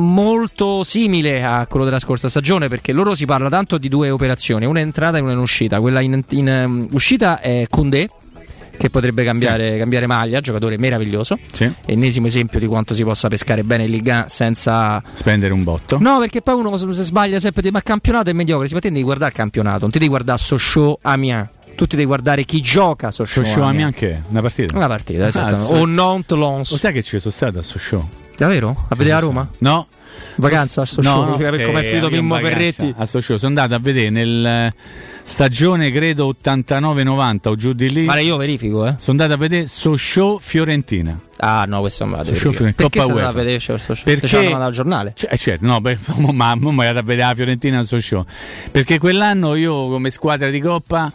molto simile a quello della scorsa stagione, perché loro si parla tanto di due operazioni, una in entrata e una in uscita. Quella in, in um, uscita è Koundé, che potrebbe cambiare, Sì. cambiare maglia, giocatore meraviglioso. Sì. Ennesimo esempio di quanto si possa pescare bene in Liga uno senza Spendere un botto. No, perché poi uno se se sbaglia sempre di ma il campionato è mediocre, si ma te devi guardare il campionato, non ti devi guardare Sochaux Amiens. Tu ti devi guardare chi gioca a Sochaux Sochaux Amiens. Amiens che? Una partita? Una partita, esattamente. Ah, so- O Nantes Lens. Lo sai che ci sono stato a Sochaux? Davvero? A vedere a Roma? No. Vacanza a Sochaux? No, no, per come è che finito io in Mimmo vacanza Ferretti. a Sochaux. Sono andato a vedere nel eh, stagione credo ottantanove novanta o giù di lì. Ma io verifico, eh. Sono andato a vedere Sochaux Fiorentina. Ah, no, questo non me la devo Sochaux verificare. Fiorentina, Perché Coppa se non la UEFA. vedevi c'è Sochaux? Perché- Te ce l'hanno mandato al giornale. Cioè, eh, certo, no, beh, ma mi vado a vedere la Fiorentina a Sochaux. Perché quell'anno io come squadra di Coppa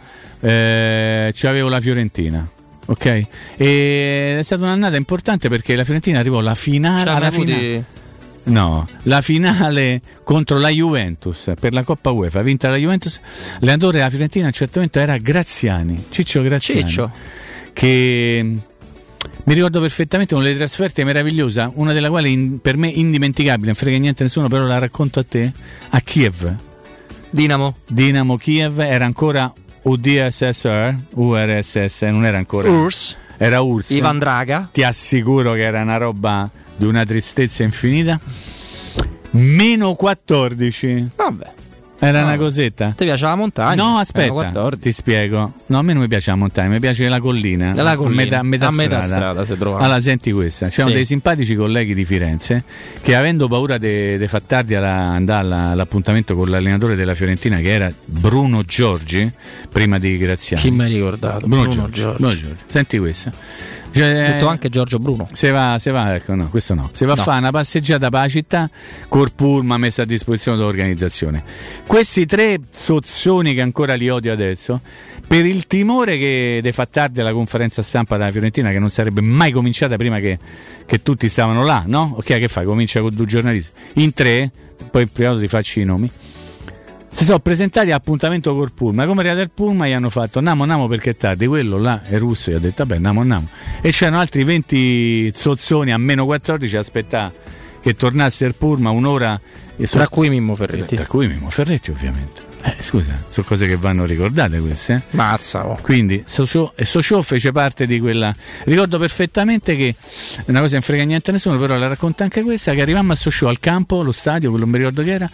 eh, c'avevo la Fiorentina. Ok? E è stata un'annata importante perché la Fiorentina arrivò alla finale. Cioè, alla hai avuti- finale. No, la finale contro la Juventus per la Coppa UEFA, vinta la Juventus. L'allenatore della Fiorentina a un certo momento era Graziani, Ciccio Graziani. Ciccio. Che mm, mi ricordo perfettamente una delle trasferte meravigliosa, una della quale in- per me indimenticabile, non frega niente a nessuno, però la racconto a te, a Kiev, Dinamo. Dinamo Kiev, era ancora U D S S R, U R S S, non era ancora U R S S, era U R S S. Ivan Draga. Ti assicuro che era una roba di una tristezza infinita. Meno quattordici. Vabbè. Era no. una cosetta. Ti piace la montagna? No, aspetta, ti spiego. No, a me non mi piace la montagna, mi piace la collina. La collina. A metà, a metà, a metà strada. strada si trova. Allora, senti questa. C'erano sì. dei simpatici colleghi di Firenze che, avendo paura di far tardi alla, andare alla, all'appuntamento con l'allenatore della Fiorentina, che era Bruno Giorgi, prima di Graziani. Chi mi ha ricordato? Bruno, Bruno Giorgi. Giorgi. Bruno Giorgi. Senti questa. Cioè, detto anche Giorgio Bruno. Se va, se va, ecco, no, questo no. Se va no. a fare una passeggiata per la città, col pullman messa a disposizione dell'organizzazione. Questi tre sozzoni che ancora li odio adesso, per il timore che de fa tardi alla conferenza stampa della Fiorentina, che non sarebbe mai cominciata prima che, che tutti stavano là, no? Ok, che fai? Comincia con due giornalisti. In tre, poi in privato ti faccio i nomi. Si sono presentati all'appuntamento col pullman, come arrivati al pullman gli hanno fatto andiamo andiamo perché è tardi, quello là è russo, gli ha detto vabbè andiamo andiamo, e c'erano altri venti zozzoni a meno quattordici a aspettare che tornasse il pullman un'ora, e so... tra cui Mimmo Ferretti tra cui Mimmo Ferretti ovviamente. Eh, scusa, sono cose che vanno ricordate queste, eh? Mazza, oh. Quindi Socio fece parte di quella. Ricordo perfettamente che una cosa non frega niente a nessuno, però la racconta anche questa, che arrivammo a Socio al campo, lo stadio, quello non mi ricordo che era,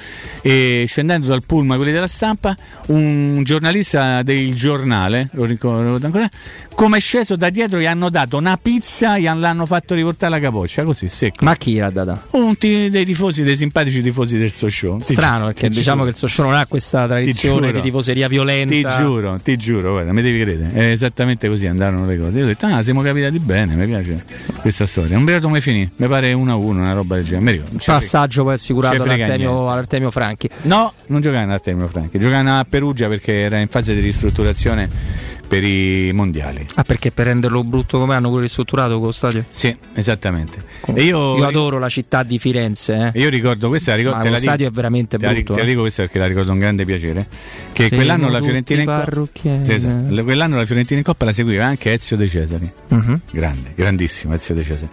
e scendendo dal pullman, quelli della stampa, un giornalista del giornale, lo ricordo ancora, come è sceso da dietro gli hanno dato una pizza, gli l'hanno fatto riportare la capoccia, così secco. Ma chi l'ha data? Un t- dei tifosi, dei simpatici tifosi del Socio. Strano, perché diciamo che il Socio non ha questa tradizione di tifoseria violenta. Ti giuro, ti giuro, guarda, mi devi credere, è esattamente così andarono le cose. Io ho detto, ah, siamo capitati bene, mi piace questa storia. Non mi ricordo come finì, mi pare uno a uno, una roba del genere. Passaggio poi assicurato all'Artemio, all'Artemio Franchi. No, non giocavano all'Artemio Franchi, giocavano a Perugia perché era in fase di ristrutturazione per i mondiali. Ah, perché per renderlo brutto come hanno pure ristrutturato quello stadio? Sì, esattamente. E io, io adoro la città di Firenze, eh. Io ricordo questa, la ricordo, ma lo stadio dico, è veramente te brutto. La, te la dico questa perché la ricordo con grande piacere. Che Siamo quell'anno la Fiorentina in Coppa, esatto, quell'anno la Fiorentina in Coppa la seguiva anche Ezio De Cesari. Uh-huh. Grande, grandissimo Ezio De Cesari.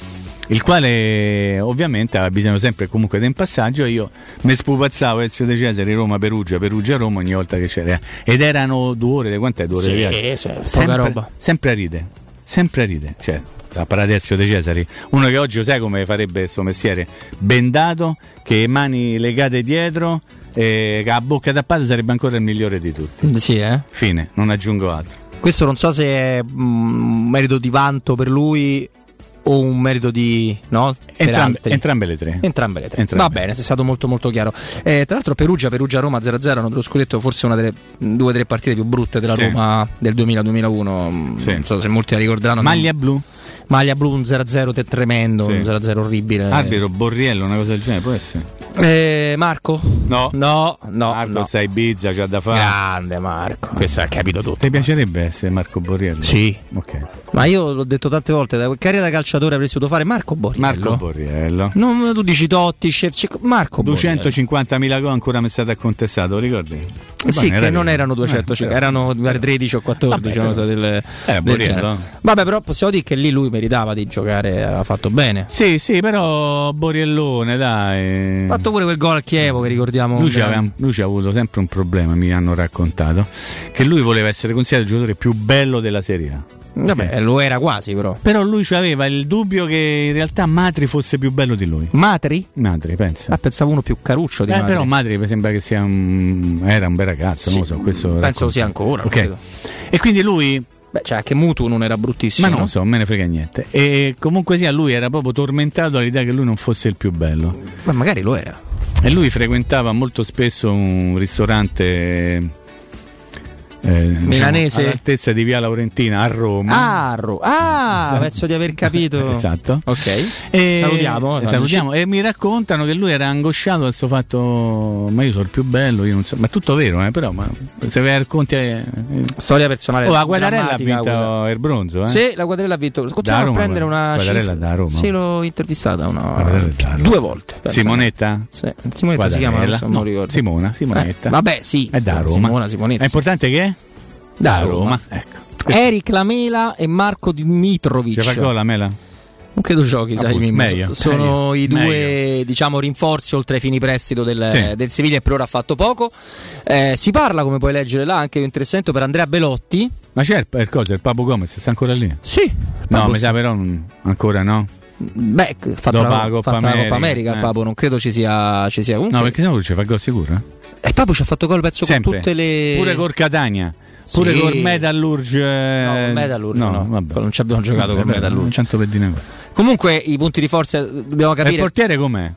Il quale ovviamente aveva bisogno sempre comunque di un passaggio, e io mi spupazzavo Ezio De Cesari, Roma Perugia, Perugia Roma ogni volta che c'era, ed erano due ore, quant'è due ore sì, di viaggio? Sì, sempre, poca roba. Sempre a ride, sempre a ride, cioè a parlare Ezio De Cesari, uno che oggi sai come farebbe il suo mestiere, bendato, che mani legate dietro, eh, che a bocca tappata sarebbe ancora il migliore di tutti. Sì, eh? Fine, non aggiungo altro. Questo non so se è un merito di vanto per lui o un merito di no? Entrambe, entrambe le tre. Entrambe le tre. Entrambe. Va bene, sei stato molto molto chiaro. Eh, tra l'altro Perugia, Perugia Roma zero a zero hanno dello scudetto, forse una delle due o tre partite più brutte della sì. Roma del duemila duemilauno. Sì. Non so se molti la ricorderanno. Maglia blu. Maglia blu, un zero a zero tremendo, sì. Un zero a zero orribile. Arbitro Borriello, una cosa del genere, può essere. Eh, Marco? No. No, no. Marco no. sta a Ibiza, c'ha da fare. Grande Marco. Questo ha capito tutto. Ti piacerebbe essere Marco Borriello? Sì. Ok. Ma io l'ho detto tante volte, da carriera da calciatore avresti dovuto fare Marco Borriello. Marco Borriello. Non tu dici Totti, Chef, Marco Borriello. duecentocinquantamila gol ancora mi è stato contestato, ricordi? Eh sì, che non erano duecentocinquanta, eh, erano tredici o quattordici. Vabbè, però, delle, eh, Borriello. Vabbè, però possiamo dire che lì lui meritava di giocare, ha fatto bene. Sì, sì, però Borriellone, dai. Ha fatto pure quel gol al Chievo che ricordiamo. Lui, aveva, lui ci ha avuto sempre un problema, mi hanno raccontato, che lui voleva essere considerato il giocatore più bello della Serie A. Vabbè, okay. Lo era quasi però. Però lui aveva il dubbio che in realtà Matri fosse più bello di lui. Matri? Matri, pensa. Ah, pensavo uno più caruccio di eh, Matri. Però Matri mi sembra che sia un... era un bel ragazzo, sì, non lo so, questo penso sia ancora. Okay. E quindi lui... Beh, cioè anche Mutu non era bruttissimo. Ma non lo so, me ne frega niente. E comunque sia, lui era proprio tormentato dall'idea che lui non fosse il più bello. Ma magari lo era. E lui frequentava molto spesso un ristorante... Eh, milanese, diciamo, all'altezza di Via Laurentina a Roma. Ah, Ro- ah esatto. Penso di aver capito. Esatto. Ok. E salutiamo. E, salutiamo. E mi raccontano che lui era angosciato da questo fatto. Ma io sono il più bello, io non so. Ma è tutto vero, eh, però. Ma se vi racconti. Eh, storia personale. Oh, la Quadarella ha vinto quella. Il bronzo. Eh? Sì, la Quadarella ha vinto. Continuiamo a prendere una. Quadarella da Roma. Sì, l'ho intervistata una. Due volte. Simonetta? Sì. Simonetta si chiama, non, so, non ricordo. Simona, Simonetta. Eh, vabbè, sì. È da Roma. Simona, Simonetta. È importante che è? Da Roma, Roma. Ecco. Eric Lamela e Marco Dimitrovic. C'è fa gol la Mela? Non credo giochi, sai, Mimmo. meglio, sono meglio, i due meglio. diciamo rinforzi oltre ai fini prestito del, Sì. del Siviglia, e per ora ha fatto poco. Eh, si parla, come puoi leggere là, anche interessante per Andrea Belotti. Ma c'è il, il cosa, il Papu Gomez, sta ancora lì? Sì. No, Papu mi sì. sa però non- ancora no. Beh, ha fatto Dopo la, la Coppa fatto la America, Coppa America eh. il Papu, non credo ci sia, ci sia comunque. No, perché sennò lui ci fa gol sicuro. Eh? E il Papu ci ha fatto gol pezzo con Sempre. tutte le. Pure col Catania. Pure Sì. col Metallurg. eh, No, col Metallurg no, no, vabbè. non ci abbiamo giocato Vabbè, col Metallurg. cento per dire cose. Comunque i punti di forza dobbiamo E capire. il portiere com'è?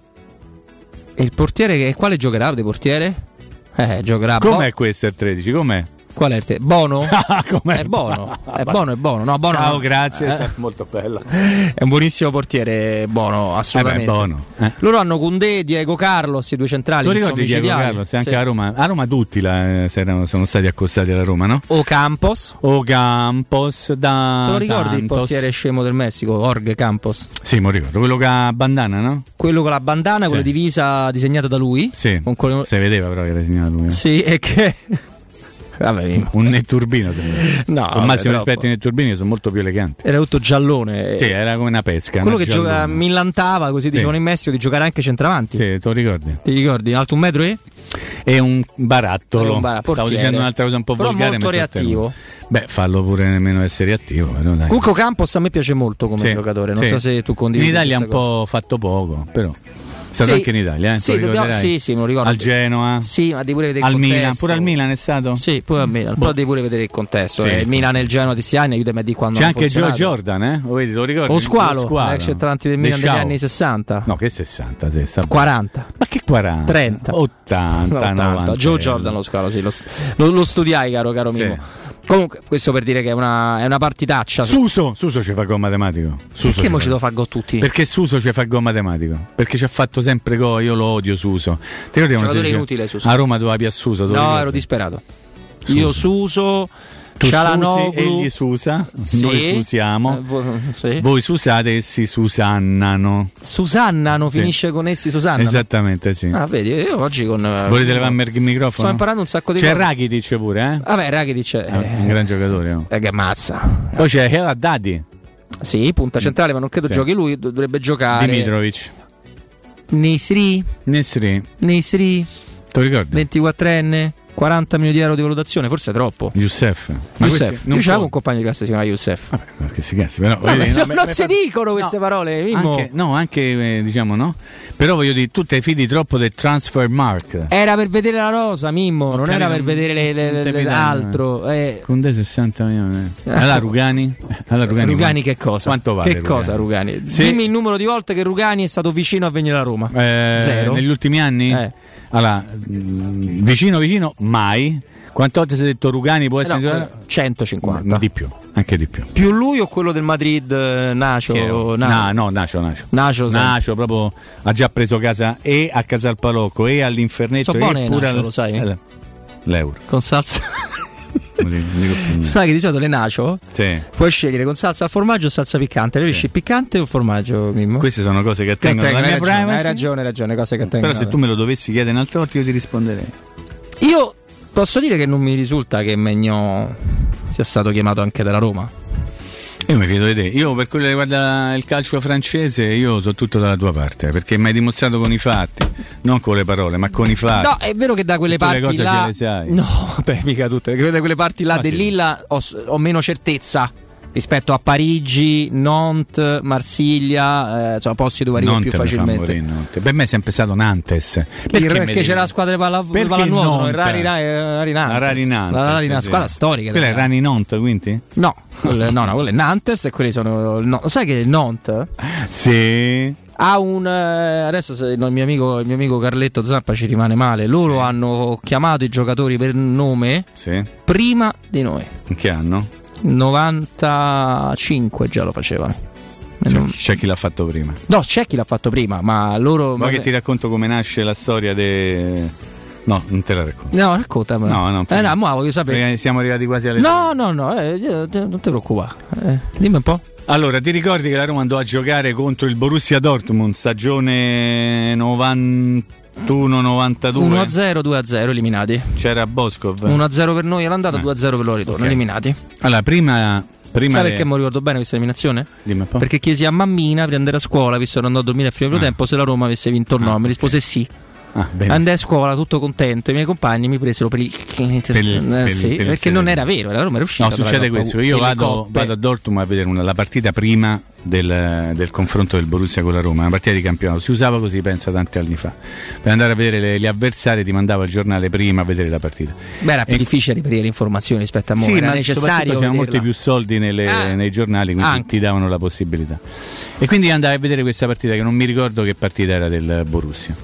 E il portiere che quale giocherà di portiere? Eh, giocherà Com'è Bo- questo il tredici? Com'è? Qual è il te? Bono? Com'è? È Bono. È Bono, è Bono. No, Bono Ciao, no. grazie, Eh, è molto bella. È un buonissimo portiere, Bono, assolutamente. Eh beh, Bono, eh. Loro hanno Koundé, Diego Carlos, i due centrali. Tu che sono ricordi Diego micidiali. Carlos? Anche Sì. a Roma, a Roma tutti la, si erano- sono stati accostati alla Roma, no? O Campos. O Campos da Te lo ricordi il Santos. portiere scemo del Messico, Jorge Campos? Sì, mi ricordo, quello che ha bandana, no? Quello con la bandana, con Sì. le divisa disegnata da lui. Sì. Con quelle- Si vedeva però che era segnato lui. eh. Sì, e che. Vabbè, Mimmo. Un netturbino. No, Con massimo vabbè, rispetto ai netturbini che sono molto più eleganti. Era tutto giallone. Sì, era come una pesca. Quello una che gioca, giallone. millantava, così dicevano in Messico, di giocare anche centravanti. Sì, te lo ricordi? Ti ricordi? Alto un metro e? È un barattolo. È un bara- Stavo portiere. dicendo un'altra cosa un po' Però volgare. molto ma sono reattivo. tenuto. Beh, fallo pure nemmeno essere reattivo. Però dai. Comunque Campos a me piace molto come Sì, giocatore. Non sì. so se tu condividi. In Italia ha un questa cosa. po' fatto poco, però. È stato Sì. anche in Italia, eh? Sì, te lo dobbiamo- ricorderai? sì, sì, me lo ricordo. Al Genoa. Sì, ma devi pure vedere Al il Milan, contesto. pure al Milan è stato? Sì, pure al Milan. Però devi pure vedere il contesto. Sì. eh. Il Milan e il Genoa di questi anni, aiutami a dire quando C'è hanno anche Joe funzionato. Jordan, eh? Lo vedi, te lo ricordi? O Squalo, Lo Squalo. l'ex centravanti del Milan degli Deschao. anni sessanta. No, che sessanta, sì, sta bene. quaranta. Ma che quaranta? trenta. ottanta, ottanta. novanta. Joe Jordan lo Scalo, sì, lo, lo, lo studiai, caro, caro Sì. Mimo. Comunque, questo per dire che è una, è una partitaccia. Suso, Suso ci fa gol matematico. Suso Perché ci mo fa- ci devo fare gol tutti? Perché Suso ci fa gol matematico. Perché ci ha fatto sempre gol. Io lo odio Suso. Ti ricordi quando Giocatore si dice- inutile, Suso. A Roma tu avevi a Suso. te lo No, ricordi? ero disperato. Io Suso, Tu Cialanoglu, susi, egli susa, Sì. noi susiamo, Eh, vo- sì. voi susate, essi susannano. Susanna non Sì. finisce con essi Susanna. Esattamente, sì. Ah, vedi, io oggi con eh, Volete levarmi il microfono? sto imparando un sacco di C'è cose. Rakitic pure, eh? Vabbè, Rakitic è È un gran giocatore. Oh. eh, che ammazza. Poi c'è El Haddadi, Sì, punta centrale, ma non credo Sì. giochi lui, do- dovrebbe giocare. Dimitrovic, Nesri, Nesri, Nesri, te lo ricordi? ventiquattrenne, quaranta milioni di euro di valutazione, forse è troppo. Youssef. Ma Youssef, questi non io c'avevo può- un compagno di classe che si chiama Youssef. Vabbè, ma che si cazzi, però Vabbè, vedi, non me- non me si fa- dicono queste parole, Mimmo. Anche, no, anche eh, diciamo no. Però voglio dire, tu ti fidi troppo del transfer mark. Era per vedere la rosa, Mimmo, non era per vedere le, le- Non te le- mi dai, altro. Eh. Con dei sessanta milioni. Allora Rugani? Allora Rugani, Rugani quanto- che cosa? Quanto vale? Che cosa Rugani? Sì. Dimmi il numero di volte che Rugani è stato vicino a venire a Roma. Eh, Zero. negli ultimi anni? Eh. Allora, mh, vicino vicino mai. Quante volte si è detto Rugani può Eh essere no, giocato? centocinquanta. Ma di più, anche di più. Più lui o quello del Madrid, eh, Nacio? Che- Na- no, no, Nacio, Nacio. Nacio, sì. Nacio proprio ha già preso casa e a Casalpalocco e all'Infernetto So e buone pure Nacio, al- lo sai? eh, l'euro. Con salsa. Non dico- non dico più niente. Sai che di solito le Nacio Sì. puoi scegliere con salsa al formaggio o salsa piccante. Preferisci piccante o formaggio, Mimmo? Queste sono cose che Che attengono alla attengono, mia hai ragione, hai privacy. ragione, hai ragione, cose che attengono. Però se tu me lo dovessi chiedere un'altra volta io ti risponderei. Io posso dire che non mi risulta che Maignan sia stato chiamato anche dalla Roma. Io mi fido di te. Io per quello che riguarda il calcio francese, io sono tutto dalla tua parte, perché mi hai dimostrato con i fatti, non con le parole, ma con i fatti. No, è vero che da quelle Tutte le parti cose là ce le sai. No, beh, mica tutte, perché da quelle parti là Ma sì. dell'Illa ho, ho meno certezza rispetto a Parigi, Nantes, Marsiglia, eh, insomma posti dove arrivo Non più te me fa facilmente. morire, non te- Per me è sempre stato Nantes. Perché, mi perché devi- c'era la squadra di palla- Perché pallanuoto, no? Nantes? il Rari, Rari Nantes. La Rari Nantes, La Rari- una sì, squadra sì. storica. Quella è della- Rani Nantes, quindi? No, quello- no, no, quello è Nantes e quelli sono il no- sai che il Nantes Sì. ha un eh, adesso se no, il mio amico il mio amico Carletto Zappa ci rimane male. Loro hanno chiamato i giocatori per nome Sì. prima di noi. In che anno? novantacinque già lo facevano. E C'è, non- c'è chi l'ha fatto prima. No, c'è chi l'ha fatto prima, ma loro. Ma che ti racconto come nasce la storia de... No, non te la racconto. No, raccontamela. No, no. Eh, no, ma voglio sapere. Perché siamo arrivati quasi alle... No, no, no, eh, eh, non ti preoccupare. Eh, dimmi un po'. Allora, ti ricordi che la Roma andò a giocare contro il Borussia Dortmund, stagione novantuno novantadue? uno a zero, due a zero eliminati. C'era Boscov. uno a zero per noi all'andata, Eh. due a zero per loro ritorno, Ok. eliminati. Allora, prima prima sai le... perché mi ricordo bene questa eliminazione? Dimmi un po'. Perché chiesi a mammina prima di andare a scuola, visto che andò a dormire a fine primo Ah. tempo, se la Roma avesse vinto o no. Ah, Mi rispose sì. Ah, Andai a scuola tutto contento, i miei compagni mi presero per il, Per il- eh, per il- sì, per il perché non era vero, la Roma era uscita. No, succede dalla questo. Coppa- Io delle vado, coppe. vado a Dortmund a vedere una, la partita prima del, del confronto del Borussia con la Roma, una partita di campionato. Si usava così, pensa, tanti anni fa. Per andare a vedere le, gli avversari ti mandava il giornale prima a vedere la partita. Beh, era più E- difficile reperire le informazioni rispetto a mo', Sì, era ma necessario soprattutto c'erano molti vederla. più soldi nelle- Ah, nei giornali, quindi anche. ti davano la possibilità. E quindi andai a vedere questa partita che non mi ricordo che partita era del Borussia.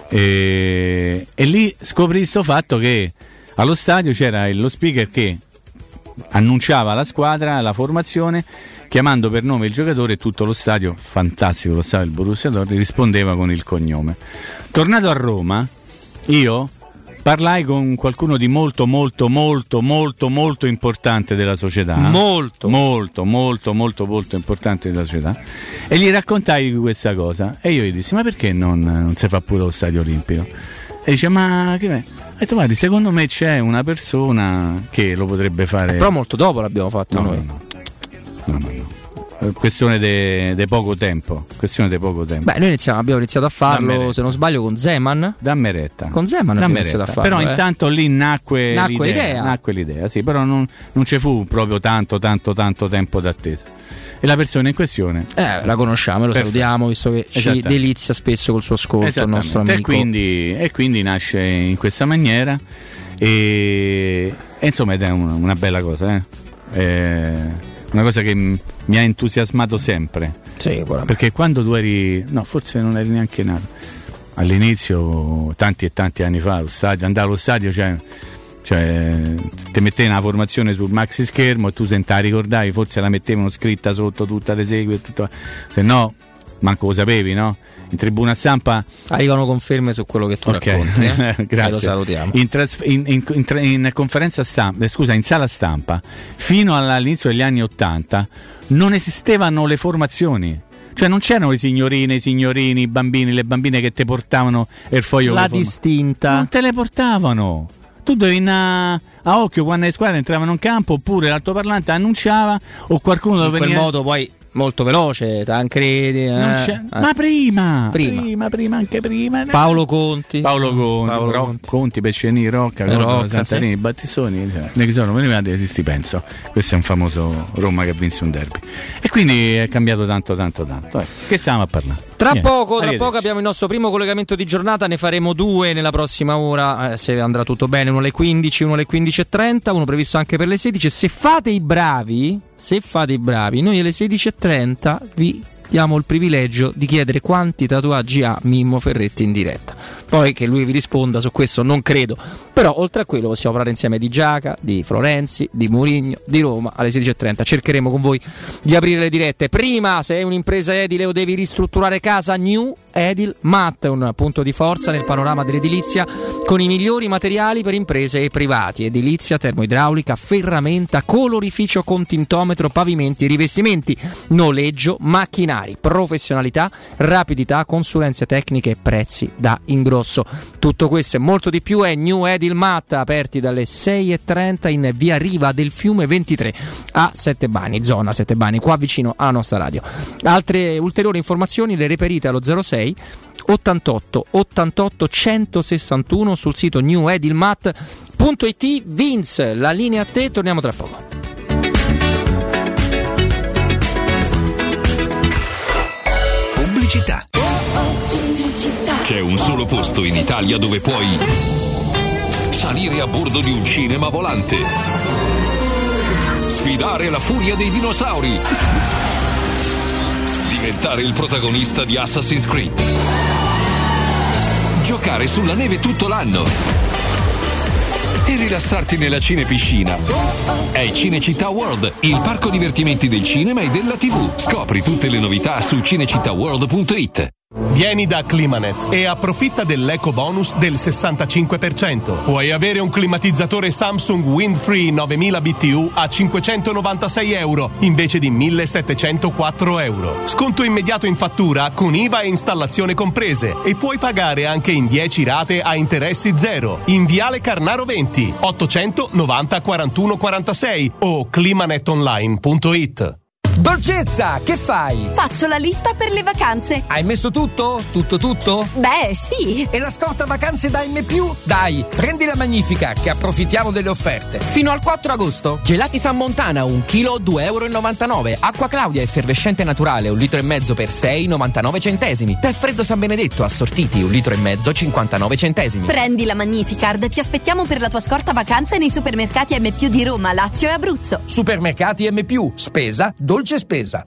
E, e lì scopri questo fatto che allo stadio c'era lo speaker che annunciava la squadra, la formazione, chiamando per nome il giocatore, e tutto lo stadio, fantastico lo stadio del Borussia Dortmund, rispondeva con il cognome. Tornato a Roma, io parlai con qualcuno di molto molto molto molto molto importante della società, Molto. molto molto molto molto importante della società, e gli raccontai di questa cosa e io gli dissi: ma perché non, non si fa pure lo stadio olimpico? E dice: ma che è? Ho detto: guardi, secondo me c'è una persona che lo potrebbe fare. Però molto dopo l'abbiamo fatto No, noi. no, no, no, no. Eh, Questione di poco tempo. Questione di poco tempo. Beh, noi iniziamo, abbiamo iniziato a Dammi farlo, retta. se non sbaglio, con Zeman. Dammi retta. Con Zeman abbiamo Dammi iniziato retta. a farlo. Però eh. intanto lì nacque, Nacque l'idea, l'idea. nacque l'idea, sì, però non, non ci fu proprio tanto tanto tanto tempo d'attesa. E la persona in questione Eh, la conosciamo, lo Perfetto. salutiamo, visto che ci Esattamente. delizia spesso col suo ascolto, il Esattamente. nostro amico. E quindi, e quindi nasce in questa maniera e, e insomma ed è una, una bella cosa, eh? È una cosa che m- mi ha entusiasmato sempre. Sì, guarda. Perché quando tu eri, no, forse non eri neanche nato all'inizio, tanti e tanti anni fa, allo stadio, andavo allo stadio, cioè, cioè ti mettevi una formazione sul maxi schermo e tu se non te la ricordavi, forse la mettevano scritta sotto tutta le segui e tutto, se no manco lo sapevi, no? In tribuna stampa arrivano conferme su quello che tu Ok, racconti, eh? grazie. E lo salutiamo. In, tras- in- in- in tra- in conferenza stampa, eh, scusa, in sala stampa, fino all'inizio degli anni Ottanta non esistevano le formazioni. Cioè non c'erano i signorini, i signorini, i bambini, le bambine che te portavano il foglio La con le forma- distinta. Non te le portavano. Tu dovevi andare a occhio quando le squadre entravano in campo, oppure l'altoparlante annunciava o qualcuno In doveva quel venire. modo poi molto veloce, Tancredi, eh, Non c'è- eh. Ma prima, Prima. prima, prima, anche prima. Paolo Conti. Paolo Conti, Paolo Ro- Conti. Conti, Pescenini, Rocca, Eh, Rocca, Rocca, Santarini, sì. Battistoni, cioè, ne sono venivano dei esisti, penso. Questo è un famoso Roma che vinse un derby. E quindi è cambiato tanto, tanto, tanto. Eh, che stiamo a parlare? Tra Niente. poco, tra Arrivederci. poco abbiamo il nostro primo collegamento di giornata, ne faremo due nella prossima ora, eh, se andrà tutto bene, uno alle quindici, uno alle quindici e trenta, uno previsto anche per le sedici. Se fate i bravi, se fate i bravi, noi alle sedici e trenta vi diamo il privilegio di chiedere quanti tatuaggi ha Mimmo Ferretti in diretta. Poi che lui vi risponda su questo non credo, però oltre a quello possiamo parlare insieme di Giaca, di Florenzi, di Mourinho, di Roma. Alle sedici e trenta cercheremo con voi di aprire le dirette. Prima, se è un'impresa edile o devi ristrutturare casa, New Edil Mat è un punto di forza nel panorama dell'edilizia con i migliori materiali per imprese e privati: edilizia, termoidraulica, ferramenta, colorificio con tintometro, pavimenti e rivestimenti, noleggio, macchinari, professionalità, rapidità, consulenze tecniche e prezzi da ingrosso. Tutto questo e molto di più è New Edil Mat, aperti dalle sei e trenta in via Riva del Fiume ventitré a Sette Bani, zona Sette Bani, qua vicino alla nostra radio. Altre ulteriori informazioni le reperite allo zero sei ottantotto ottantotto centosessantuno sul sito new edilmat punto it. Vince, la linea a te, torniamo tra poco. Pubblicità. C'è un solo posto in Italia dove puoi salire a bordo di un cinema volante, sfidare la furia dei dinosauri, diventare il protagonista di Assassin's Creed, giocare sulla neve tutto l'anno e rilassarti nella cinepiscina. È Cinecittà World, il parco divertimenti del cinema e della tivù. Scopri tutte le novità su cinecittà world punto it. Vieni da Climanet e approfitta dell'eco bonus del sessantacinque per cento. Puoi avere un climatizzatore Samsung Windfree novemila B T U a cinquecentonovantasei euro invece di millesettecentoquattro euro. Sconto immediato in fattura con I V A e installazione comprese e puoi pagare anche in dieci rate a interessi zero. In Viale Carnaro venti, ottocento novanta quarantuno quarantasei o climanetonline punto it. Dolcezza, che fai? Faccio la lista per le vacanze. Hai messo tutto? Tutto tutto? Beh, sì. E la scorta vacanze da M più? Dai, prendi la Magnifica, che approfittiamo delle offerte. Fino al quattro agosto. Gelati San Montana, un chilo, due e novantanove euro. Acqua Claudia effervescente naturale, un litro e mezzo per sei e novantanove centesimi. Tè freddo San Benedetto, assortiti, un litro e mezzo, cinquantanove centesimi. Prendi la Magnificard, ti aspettiamo per la tua scorta vacanze nei supermercati M più di Roma, Lazio e Abruzzo. Supermercati M più, spesa, dolce spesa.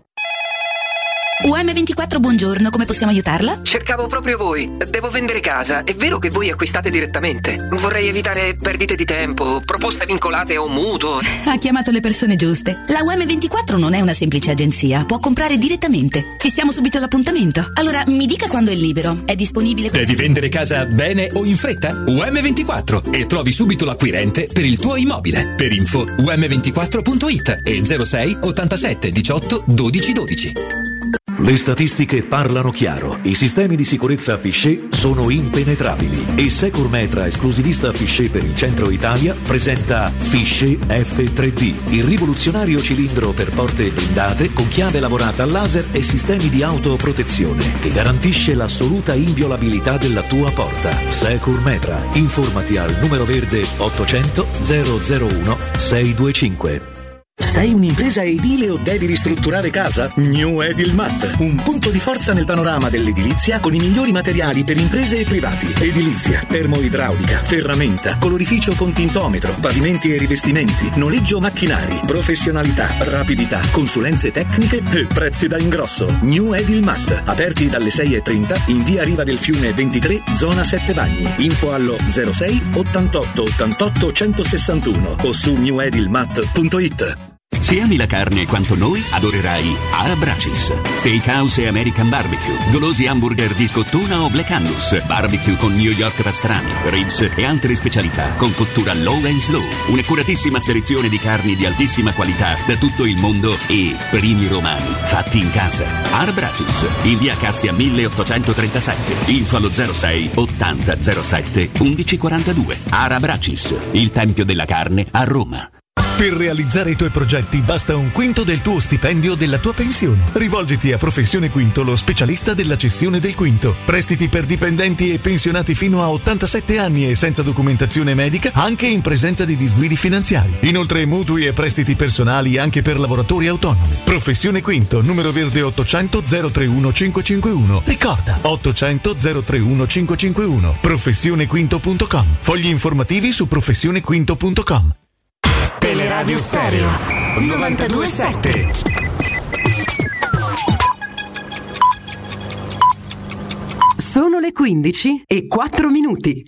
U M ventiquattro, buongiorno, come possiamo aiutarla? Cercavo proprio voi. Devo vendere casa. È vero che voi acquistate direttamente? Vorrei evitare perdite di tempo, proposte vincolate o mutuo. Ha chiamato le persone giuste. La U M ventiquattro non è una semplice agenzia, può comprare direttamente. Fissiamo subito l'appuntamento. Allora, mi dica quando è libero. È disponibile? Devi vendere casa bene o in fretta? U M ventiquattro e trovi subito l'acquirente per il tuo immobile. Per info u m ventiquattro punto it e zero sei ottantasette diciotto dodici dodici. Le statistiche parlano chiaro, i sistemi di sicurezza Fichet sono impenetrabili e Securmetra, esclusivista Fichet per il centro Italia, presenta Fichet F tre D, il rivoluzionario cilindro per porte blindate con chiave lavorata a laser e sistemi di autoprotezione che garantisce l'assoluta inviolabilità della tua porta. Securmetra, informati al numero verde ottocento zero zero uno sei due cinque. Sei un'impresa edile o devi ristrutturare casa? New Edilmat, un punto di forza nel panorama dell'edilizia con i migliori materiali per imprese e privati. Edilizia, termoidraulica, ferramenta, colorificio con tintometro, pavimenti e rivestimenti, noleggio macchinari, professionalità, rapidità, consulenze tecniche e prezzi da ingrosso. New Edilmat, aperti dalle sei e trenta in via Riva del Fiume ventitré, zona Sette Bagni. Info allo zero sei ottantotto ottantotto centosessantuno o su new edilmat punto it. Se ami la carne quanto noi, adorerai Arabracis. Steakhouse e American Barbecue, golosi hamburger di scottuna o Black Angus, barbecue con New York pastrami, ribs e altre specialità con cottura low and slow. Un'accuratissima selezione di carni di altissima qualità da tutto il mondo e primi romani fatti in casa. Arabracis, in via Cassia milleottocentotrentasette. Info allo zero sei ottanta zero sette undici quarantadue. Arabracis, il tempio della carne a Roma. Per realizzare i tuoi progetti basta un quinto del tuo stipendio della tua pensione. Rivolgiti a Professione Quinto, lo specialista della cessione del quinto. Prestiti per dipendenti e pensionati fino a ottantasette anni e senza documentazione medica, anche in presenza di disguidi finanziari. Inoltre mutui e prestiti personali anche per lavoratori autonomi. Professione Quinto, numero verde ottocento zero trentuno cinquecentocinquantuno. Ricorda, ottocento zero trentuno cinquecentocinquantuno. professione quinto punto com. Fogli informativi su professione quinto punto com. Teleradio Stereo novantadue sette. Sono le quindici e quattro minuti.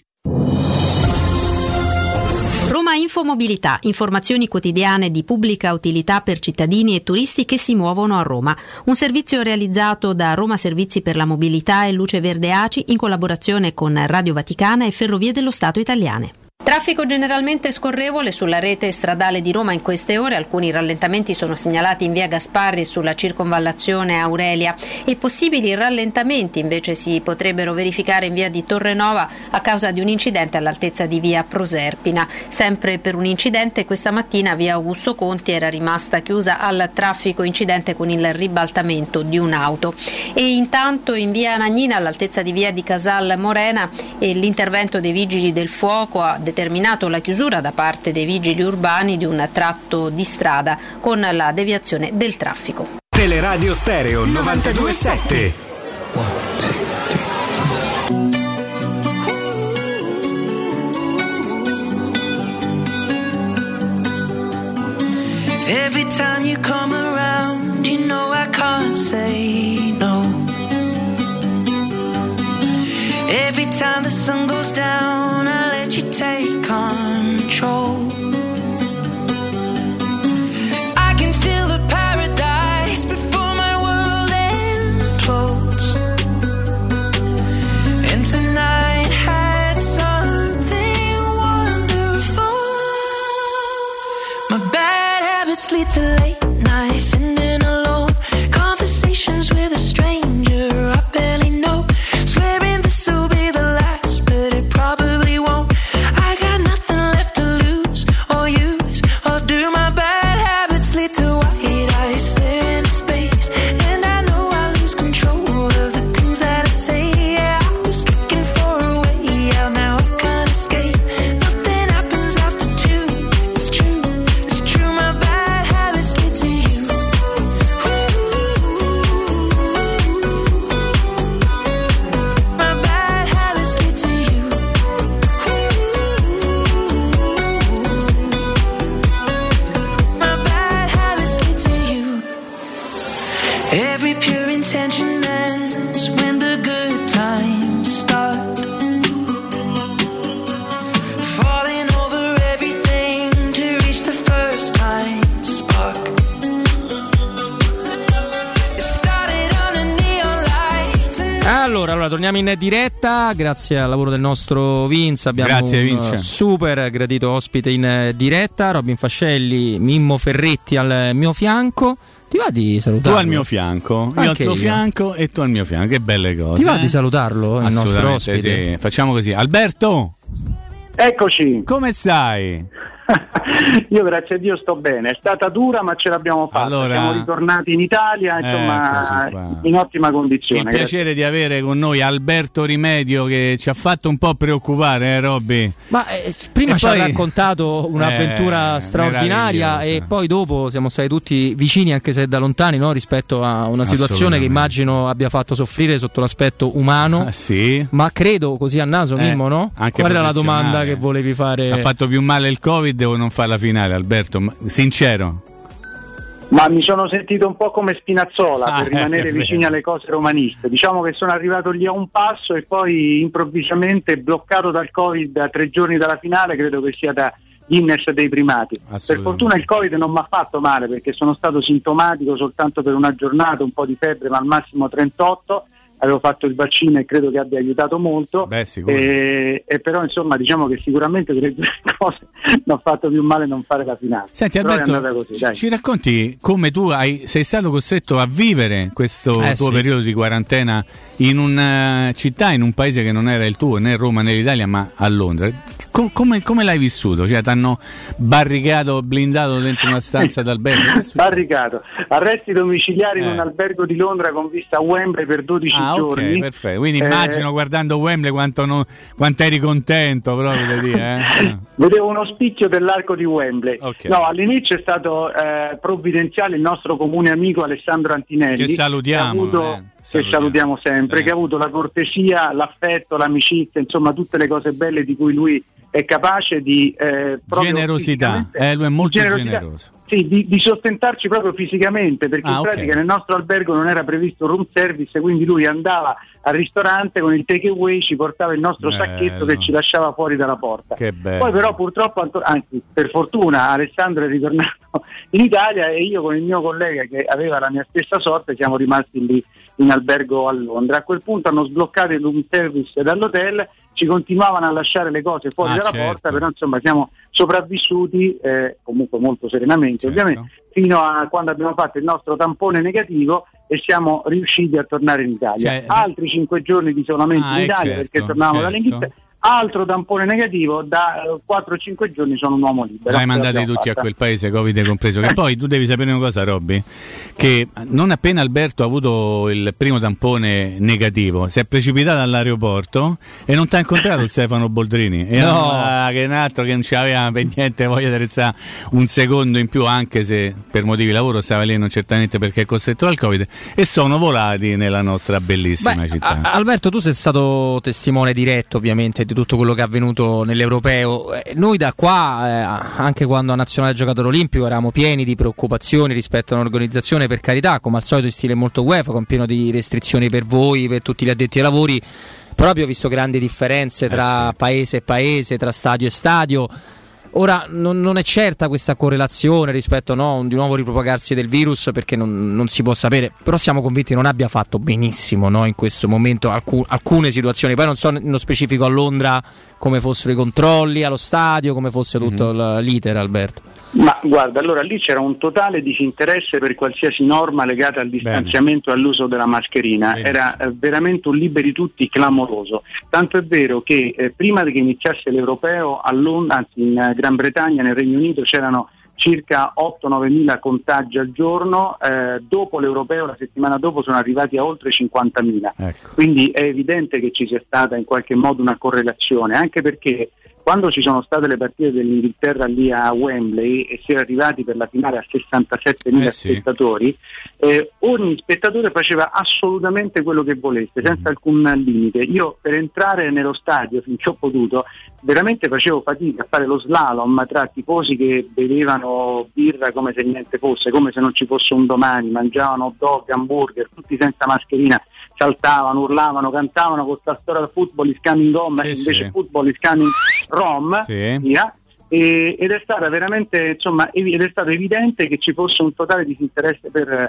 Roma Infomobilità, informazioni quotidiane di pubblica utilità per cittadini e turisti che si muovono a Roma. Un servizio realizzato da Roma Servizi per la Mobilità e Luce Verde A C I in collaborazione con Radio Vaticana e Ferrovie dello Stato italiane. Traffico generalmente scorrevole sulla rete stradale di Roma in queste ore, alcuni rallentamenti sono segnalati in via Gasparri e sulla circonvallazione Aurelia e possibili rallentamenti invece si potrebbero verificare in via di Torrenova a causa di un incidente all'altezza di via Proserpina. Sempre per un incidente questa mattina via Augusto Conti era rimasta chiusa al traffico, incidente con il ribaltamento di un'auto. E intanto in via Anagnina all'altezza di via di Casal Morena e l'intervento dei vigili del fuoco ha determinato la chiusura da parte dei vigili urbani di un tratto di strada con la deviazione del traffico. Teleradio Stereo novantadue sette. Every time you come around, you know I can't say no. Every time the sun goes down, I let you take control. I can feel the paradise before my world implodes. Allora, allora, torniamo in diretta, grazie al lavoro del nostro Vince, abbiamo grazie, un Vince. super gradito ospite in diretta, Robin Fascelli, Mimmo Ferretti al mio fianco. Ti va di salutarlo? Tu al mio fianco, Anche io al tuo io. fianco e tu al mio fianco, che belle cose. Ti va eh? di salutarlo, il nostro ospite? Sì. Facciamo così. Alberto! Eccoci. Come stai? Io grazie a Dio sto bene, è stata dura ma ce l'abbiamo fatta, allora, siamo ritornati in Italia insomma eh, in ottima condizione. Il piacere di avere con noi Alberto Rimedio che ci ha fatto un po' preoccupare, eh Robby? Ma eh, prima e ci poi... ha raccontato un'avventura eh, straordinaria e poi dopo siamo stati tutti vicini anche se da lontani, no? Rispetto a una situazione che immagino abbia fatto soffrire sotto l'aspetto umano. Ah, sì. Ma credo così a naso, Eh, Mimmo, no? anche Qual era la domanda che volevi fare? Ha fatto più male il Covid o non fa la finale, Alberto? Ma, sincero. Ma mi sono sentito un po' come Spinazzola Ah, per rimanere è vicini vero. alle cose romaniste. Diciamo che sono arrivato lì a un passo e poi improvvisamente bloccato dal Covid a tre giorni dalla finale, credo che sia da Guinness dei primati. Per fortuna il Covid non mi ha fatto male perché sono stato sintomatico soltanto per una giornata, un po' di febbre ma al massimo trentotto. Avevo fatto il vaccino e credo che abbia aiutato molto. Beh, sicuro. e, e però insomma diciamo che sicuramente per le due cose mi ha fatto più male non fare la finale. Senti Però Alberto, è andata così, ci, dai. ci racconti come tu hai, sei stato costretto a vivere questo Eh, tuo sì. periodo di quarantena in una città, in un paese che non era il tuo, né Roma né l'Italia, ma a Londra. Com- come, come l'hai vissuto? Cioè ti hanno barricato, blindato dentro una stanza d'albergo? Che è successo? Barricato, arresti domiciliari in Eh. un albergo di Londra con vista a Wembley per dodici Ah, giorni. ok, perfetto. Quindi Eh, immagino guardando Wembley quanto, non, quanto eri contento proprio di dire, eh? Vedevo uno spicchio dell'arco di Wembley. Ok. No, all'inizio è stato eh, provvidenziale il nostro comune amico Alessandro Antinelli. Che salutiamo, che ha avuto- eh, che salutiamo. salutiamo sempre, Sì. che ha avuto la cortesia, l'affetto, l'amicizia, insomma tutte le cose belle di cui lui è capace di eh, proprio Generosità, fisicamente- eh, lui è molto generosità. generoso. Sì, di, di sostentarci proprio fisicamente, perché Ah, in ok. pratica nel nostro albergo non era previsto room service, quindi lui andava al ristorante con il take away, ci portava il nostro Bello. sacchetto che ci lasciava fuori dalla porta. Che bello. Poi però purtroppo, anto- anzi per fortuna, Alessandro è ritornato in Italia e io con il mio collega che aveva la mia stessa sorte siamo rimasti lì in albergo a Londra. A quel punto hanno sbloccato il room service dall'hotel, ci continuavano a lasciare le cose fuori Ah, dalla certo. porta, però insomma siamo sopravvissuti eh, comunque molto serenamente Certo. ovviamente, fino a quando abbiamo fatto il nostro tampone negativo e siamo riusciti a tornare in Italia. Cioè, altri cinque giorni di isolamento Ah, in eh, Italia certo, perché tornavamo certo. dall'Inghilterra, altro tampone negativo, da eh, quattro cinque giorni sono un uomo libero. L'hai Ce mandati l'abbiamo tutti fatta. a quel paese, Covid compreso. Che poi tu devi sapere una cosa, Robby, che non appena Alberto ha avuto il primo tampone negativo, si è precipitato all'aeroporto e non ti ha incontrato il Stefano Boldrini. E No. ah, che un altro che non ci aveva per niente voglia di restare un secondo in più, anche se per motivi di lavoro stava lì, non certamente perché è costretto dal Covid, e sono volati nella nostra bellissima Beh, città. a- Alberto, tu sei stato testimone diretto ovviamente di tutto quello che è avvenuto nell'Europeo. Eh, Noi da qua, eh, anche quando a Nazionale Giocatore Olimpico, eravamo pieni di preoccupazioni rispetto a un'organizzazione, per carità, come al solito in stile molto UEFA, con pieno di restrizioni per voi, per tutti gli addetti ai lavori, proprio visto grandi differenze tra sì. paese e paese, tra stadio e stadio. Ora non, non è certa questa correlazione rispetto, no, di nuovo ripropagarsi del virus, perché non, non si può sapere, però siamo convinti non abbia fatto benissimo, no, in questo momento alcu- alcune situazioni. Poi non so nello specifico a Londra come fossero i controlli allo stadio, come fosse tutto Mm-hmm. l- l'iter, Alberto. Ma guarda, allora lì c'era un totale disinteresse per qualsiasi norma legata al distanziamento e all'uso della mascherina. Benissimo. Era eh, veramente un liberi tutti clamoroso. Tanto è vero che eh, prima che iniziasse l'Europeo a Londra, anzi in eh, Gran Bretagna, nel Regno Unito, c'erano circa otto nove mila contagi al giorno, eh, dopo l'Europeo, la settimana dopo, sono arrivati a oltre cinquantamila. Ecco. Quindi è evidente che ci sia stata in qualche modo una correlazione, anche perché quando ci sono state le partite dell'Inghilterra lì a Wembley e si è arrivati per la finale a sessantasettemila Eh sì. spettatori, eh, ogni spettatore faceva assolutamente quello che volesse, senza Mm. alcun limite. Io per entrare nello stadio, finché ho potuto, veramente facevo fatica a fare lo slalom tra tifosi che bevevano birra come se niente fosse, come se non ci fosse un domani, mangiavano hot dog, hamburger, tutti senza mascherina, saltavano, urlavano, cantavano con sta storia del football is coming home, Sì, invece sì. football is coming Rome, Sì. via. E, ed è stata veramente, insomma, evi- ed è stato evidente che ci fosse un totale disinteresse per,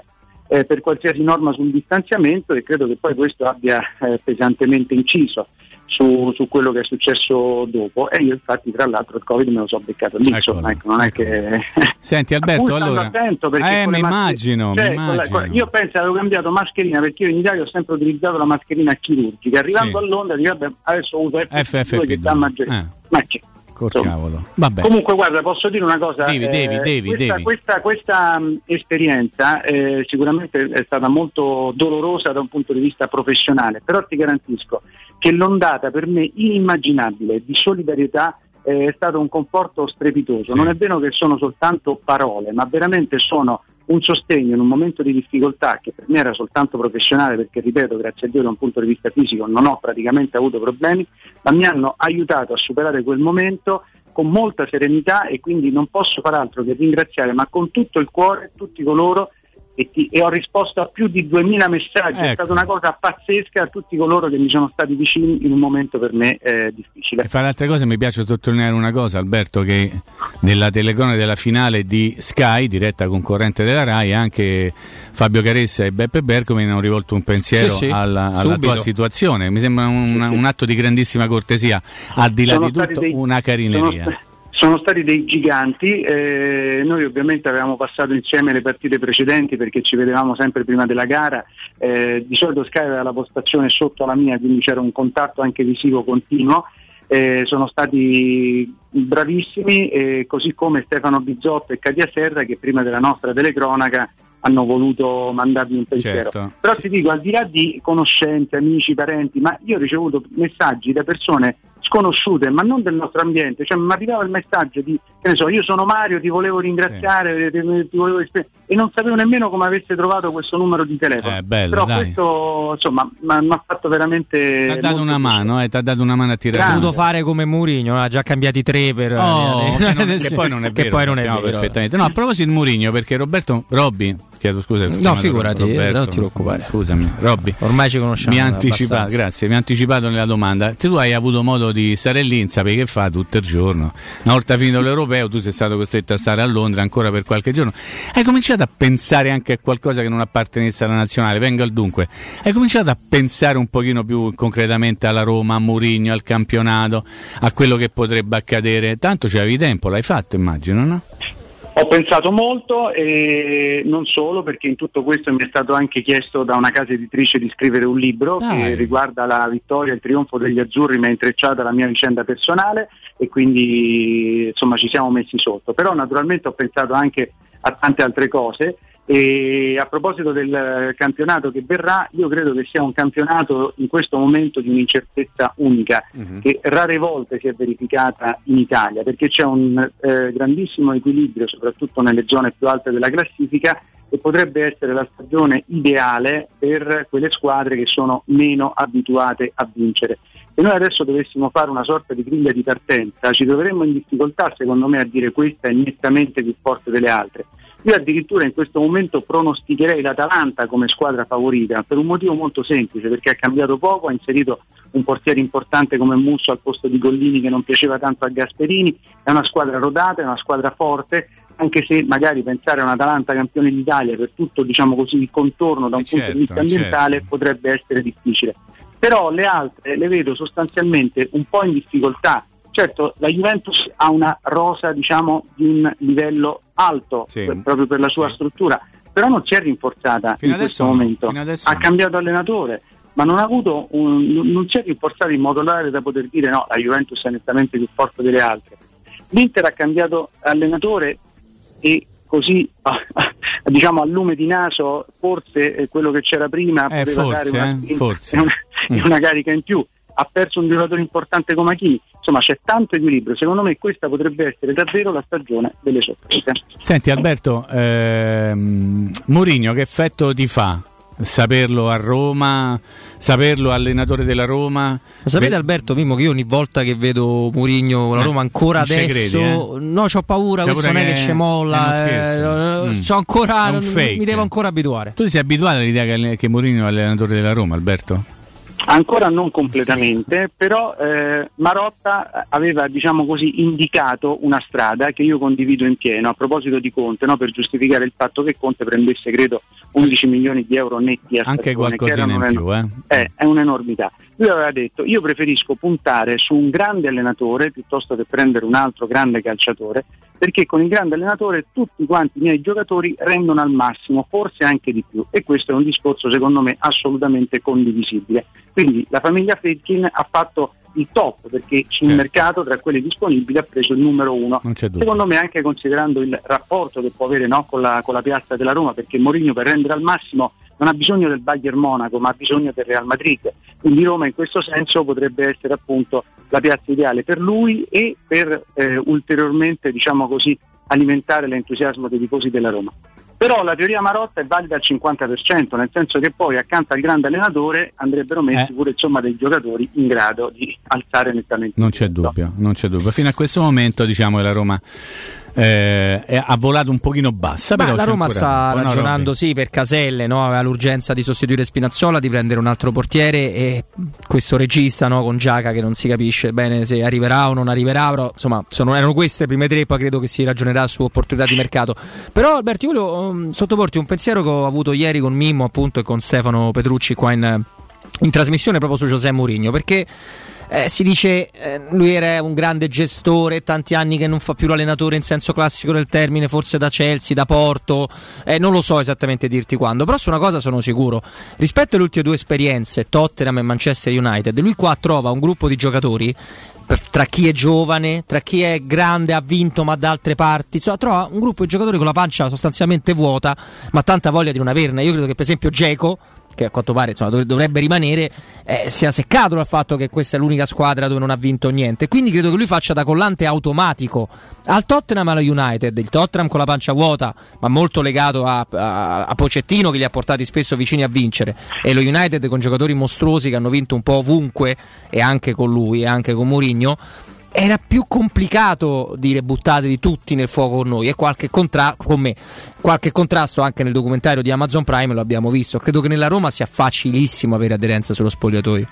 eh, per qualsiasi norma sul distanziamento, e credo che poi questo abbia eh, pesantemente inciso Su, su quello che è successo dopo, e io infatti tra l'altro il Covid me lo so beccato lì, insomma, ecco, non è che senti Alberto, allora attento perché eh, mi immagino, cioè, mi immagino. La, io penso avevo cambiato mascherina, perché io in Italia ho sempre utilizzato la mascherina chirurgica, arrivando sì. a Londra dico vabbè, adesso uso F F P due che sta maggiore, eh. ma che col cavolo. Vabbè. Comunque guarda, posso dire una cosa, devi, eh, devi, devi, questa, devi. questa, questa mh, esperienza eh, sicuramente è stata molto dolorosa da un punto di vista professionale, però ti garantisco che l'ondata per me inimmaginabile di solidarietà eh, è stato un conforto strepitoso. Sì. Non è vero che sono soltanto parole, ma veramente sono un sostegno in un momento di difficoltà che per me era soltanto professionale, perché ripeto, grazie a Dio da un punto di vista fisico non ho praticamente avuto problemi, ma mi hanno aiutato a superare quel momento con molta serenità, e quindi non posso far altro che ringraziare, ma con tutto il cuore, tutti coloro. E, ti, e ho risposto a più di duemila messaggi, ecco. È stata una cosa pazzesca a tutti coloro che mi sono stati vicini in un momento per me eh, difficile. E fra le altre cose mi piace sottolineare una cosa, Alberto, che nella telecronaca della finale di Sky, diretta concorrente della Rai, anche Fabio Caressa e Beppe Bergomi hanno rivolto un pensiero sì, sì. alla, alla tua situazione. Mi sembra un, un atto di grandissima cortesia, al di là sono di tutto dei, una carineria. Sono, sono stati dei giganti, eh, noi ovviamente avevamo passato insieme le partite precedenti perché ci vedevamo sempre prima della gara, eh, di solito Sky aveva la postazione sotto la mia, quindi c'era un contatto anche visivo continuo, eh, sono stati bravissimi, eh, così come Stefano Bizzotto e Katia Serra, che prima della nostra telecronaca hanno voluto mandarmi un pensiero. Certo. Però sì. ti dico, al di là di conoscenze, amici, parenti, ma io ho ricevuto messaggi da persone sconosciute, ma non del nostro ambiente, cioè mi arrivava il messaggio di, che ne so, io sono Mario, ti volevo ringraziare, sì. ti, ti volevo esprim- e non sapevo nemmeno come avesse trovato questo numero di telefono. Eh, bello, però dai. Questo insomma mi ha fatto veramente, ti ha dato una mano, eh, ti ha dato una mano a tirare. Ha dovuto fare come Mourinho, ha già cambiati tre per oh, che, non, che poi non è vero, che poi non è vero perfettamente. No, a proposito di Mourinho, perché Roberto Robby chiedo scusa, no figurati, Roberto, non ti preoccupare, scusami Robby, ormai ci conosciamo, mi ha anticipato, grazie, mi ha anticipato nella domanda. Tu hai avuto modo di stare lì, sapere che fa tutto il giorno, una volta finito l'Europeo tu sei stato costretto a stare a Londra ancora per qualche giorno, hai cominciato a pensare anche a qualcosa che non appartenesse alla nazionale, venga al dunque, hai cominciato a pensare un pochino più concretamente alla Roma, a Mourinho, al campionato, a quello che potrebbe accadere, tanto c'avevi tempo, l'hai fatto immagino, no? Ho pensato molto, e non solo, perché in tutto questo mi è stato anche chiesto da una casa editrice di scrivere un libro Dai. che riguarda la vittoria e il trionfo degli azzurri, ma è intrecciata la mia vicenda personale, e quindi insomma ci siamo messi sotto. Però naturalmente ho pensato anche a tante altre cose, e a proposito del campionato che verrà, io credo che sia un campionato in questo momento di un'incertezza unica, uh-huh. che rare volte si è verificata in Italia, perché c'è un eh, grandissimo equilibrio soprattutto nelle zone più alte della classifica, e potrebbe essere la stagione ideale per quelle squadre che sono meno abituate a vincere. Se noi adesso dovessimo fare una sorta di griglia di partenza, ci troveremmo in difficoltà secondo me a dire questa è nettamente più forte delle altre. Io addirittura in questo momento pronosticherei l'Atalanta come squadra favorita, per un motivo molto semplice, perché ha cambiato poco, ha inserito un portiere importante come Musso al posto di Gollini, che non piaceva tanto a Gasperini, è una squadra rodata, è una squadra forte, anche se magari pensare a un'Atalanta campione d'Italia per tutto, diciamo così, il contorno da un certo, punto di vista ambientale certo. potrebbe essere difficile. Però le altre le vedo sostanzialmente un po' in difficoltà. Certo, la Juventus ha una rosa, diciamo, di un livello alto, sì. per, proprio per la sua sì. struttura, però non si è rinforzata fino in questo momento, ha cambiato allenatore, ma non ha avuto un, non si è rinforzata in modo tale da poter dire no, la Juventus è nettamente più forte delle altre. L'Inter ha cambiato allenatore, e così diciamo a lume di naso forse quello che c'era prima eh, poteva forse, dare una, eh, forse. una, mm. una carica in più. Ha perso un giocatore importante come Achini, insomma c'è tanto equilibrio. Secondo me questa potrebbe essere davvero la stagione delle sorprese. Senti Alberto, ehm, Mourinho che effetto ti fa? Saperlo a Roma, saperlo allenatore della Roma. Lo sapete Alberto Mimmo che io ogni volta che vedo Mourinho con la Roma ancora adesso credi, eh? no c'ho paura, c'ho questo non è che scemolla, eh, mm. c'ho ancora non, mi devo ancora abituare. Tu ti sei abituato all'idea che, che Mourinho è allenatore della Roma, Alberto? Ancora non completamente, però eh, Marotta aveva, diciamo così, indicato una strada che io condivido in pieno a proposito di Conte, no? Per giustificare il fatto che Conte prendesse, credo, undici milioni di euro netti a anche stagione, qualcosina in più, eh? È, è un'enormità. Lui aveva detto: io preferisco puntare su un grande allenatore piuttosto che prendere un altro grande calciatore, perché con il grande allenatore tutti quanti i miei giocatori rendono al massimo, forse anche di più, e questo è un discorso secondo me assolutamente condivisibile. Quindi la famiglia Friedkin ha fatto il top, perché il certo. mercato tra quelli disponibili ha preso il numero uno, secondo me anche considerando il rapporto che può avere, no, con, la, con la piazza della Roma, perché Mourinho per rendere al massimo non ha bisogno del Bayern Monaco ma ha bisogno del Real Madrid, quindi Roma in questo senso potrebbe essere appunto la piazza ideale per lui e per eh, ulteriormente, diciamo così, alimentare l'entusiasmo dei tifosi della Roma. Però la teoria Marotta è valida al cinquanta per cento, nel senso che poi accanto al grande allenatore andrebbero messi eh. pure, insomma, dei giocatori in grado di alzare nettamente. Non c'è dubbio, non c'è dubbio. Fino a questo momento, diciamo, che la Roma eh, è, ha volato un pochino bassa. Beh, però la Roma sta no, ragionando sì per Caselle, no? Aveva l'urgenza di sostituire Spinazzola, di prendere un altro portiere, e questo regista, no, con Giaca, che non si capisce bene se arriverà o non arriverà, però insomma sono, erano queste le prime tre, poi credo che si ragionerà su opportunità di mercato. Però Alberto, io volevo um, sottoporti un pensiero che ho avuto ieri con Mimmo, appunto, e con Stefano Petrucci qua in, in trasmissione proprio su José Mourinho, perché Eh, si dice eh, lui era un grande gestore, tanti anni che non fa più l'allenatore in senso classico del termine, forse da Chelsea, da Porto, eh, non lo so esattamente dirti quando, però su una cosa sono sicuro: rispetto alle ultime due esperienze, Tottenham e Manchester United, lui qua trova un gruppo di giocatori, per, tra chi è giovane, tra chi è grande, ha vinto ma da altre parti, insomma, trova un gruppo di giocatori con la pancia sostanzialmente vuota ma tanta voglia di non averne. Io credo che per esempio Dzeko, che a quanto pare, insomma, dovrebbe rimanere, eh, sia seccato dal fatto che questa è l'unica squadra dove non ha vinto niente, quindi credo che lui faccia da collante automatico al Tottenham e allo United. Il Tottenham con la pancia vuota ma molto legato a, a, a Pochettino, che li ha portati spesso vicini a vincere, e lo United con giocatori mostruosi che hanno vinto un po' ovunque, e anche con lui e anche con Mourinho. Era più complicato dire buttatevi tutti nel fuoco con noi, e qualche contra- con me qualche contrasto anche nel documentario di Amazon Prime lo abbiamo visto. Credo che nella Roma sia facilissimo avere aderenza sullo spogliatoio.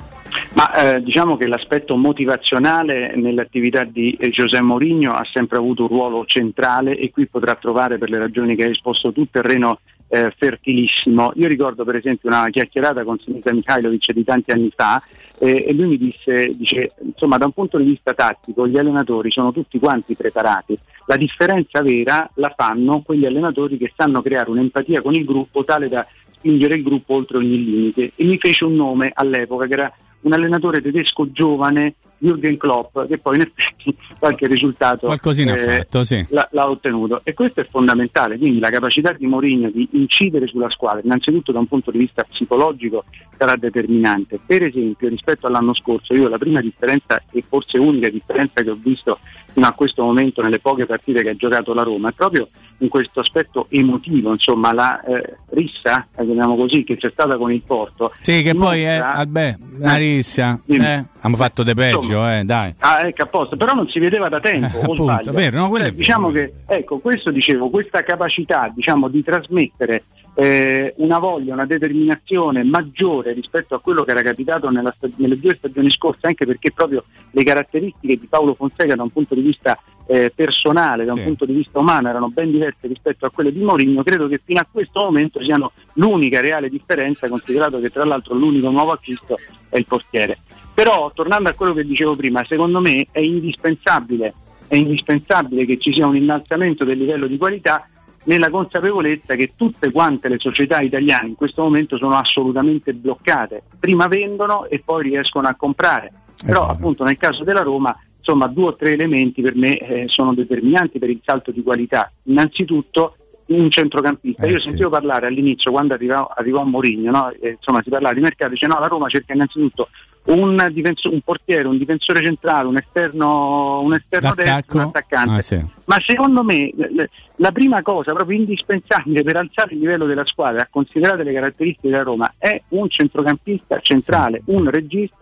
Ma eh, diciamo che l'aspetto motivazionale nell'attività di eh, José Mourinho ha sempre avuto un ruolo centrale, e qui potrà trovare, per le ragioni che hai esposto tu, terreno eh, fertilissimo. Io ricordo per esempio una chiacchierata con Sinisa Mihajlovic di tanti anni fa, eh, e lui mi disse, dice, insomma, da un punto di vista tattico gli allenatori sono tutti quanti preparati, la differenza vera la fanno quegli allenatori che sanno creare un'empatia con il gruppo tale da spingere il gruppo oltre ogni limite. E mi fece un nome all'epoca che era un allenatore tedesco giovane, Jürgen Klopp, che poi in effetti qualche risultato qualcosina eh, ha fatto, sì. l'ha, l'ha ottenuto, e questo è fondamentale. Quindi la capacità di Mourinho di incidere sulla squadra, innanzitutto da un punto di vista psicologico, sarà determinante. Per esempio, rispetto all'anno scorso, io la prima differenza, e forse unica differenza che ho visto fino a questo momento nelle poche partite che ha giocato la Roma, è proprio in questo aspetto emotivo, insomma la eh, rissa, la chiamiamo così, che c'è stata con il Porto. Sì, che poi è, vabbè, una rissa, eh, eh, abbiamo fatto de peggio, eh, dai. Ah, ecco, a posto, però non si vedeva da tempo, eh, o appunto, sbaglio. Vero, no, eh, diciamo che, ecco, questo dicevo, questa capacità, diciamo, di trasmettere eh, una voglia, una determinazione maggiore rispetto a quello che era capitato nella, nelle due stagioni scorse, anche perché proprio le caratteristiche di Paulo Fonseca da un punto di vista eh, personale, da un sì. punto di vista umano, erano ben diverse rispetto a quelle di Mourinho. Credo che fino a questo momento siano l'unica reale differenza, considerato che tra l'altro l'unico nuovo acquisto è il portiere. Però, tornando a quello che dicevo prima, secondo me è indispensabile, è indispensabile che ci sia un innalzamento del livello di qualità, nella consapevolezza che tutte quante le società italiane in questo momento sono assolutamente bloccate. Prima vendono e poi riescono a comprare. Però appunto nel caso della Roma, insomma, due o tre elementi per me eh, sono determinanti per il salto di qualità. Innanzitutto un centrocampista. Eh, Io sì. sentivo parlare all'inizio, quando arrivò, arrivò Mourinho, no? eh, insomma si parlava di mercato, dice no, la Roma cerca innanzitutto un, difenso- un portiere, un difensore centrale, un esterno, un esterno destro, un attaccante. Ah, sì. Ma secondo me la prima cosa proprio indispensabile per alzare il livello della squadra, a considerare le caratteristiche della Roma, è un centrocampista centrale, un regista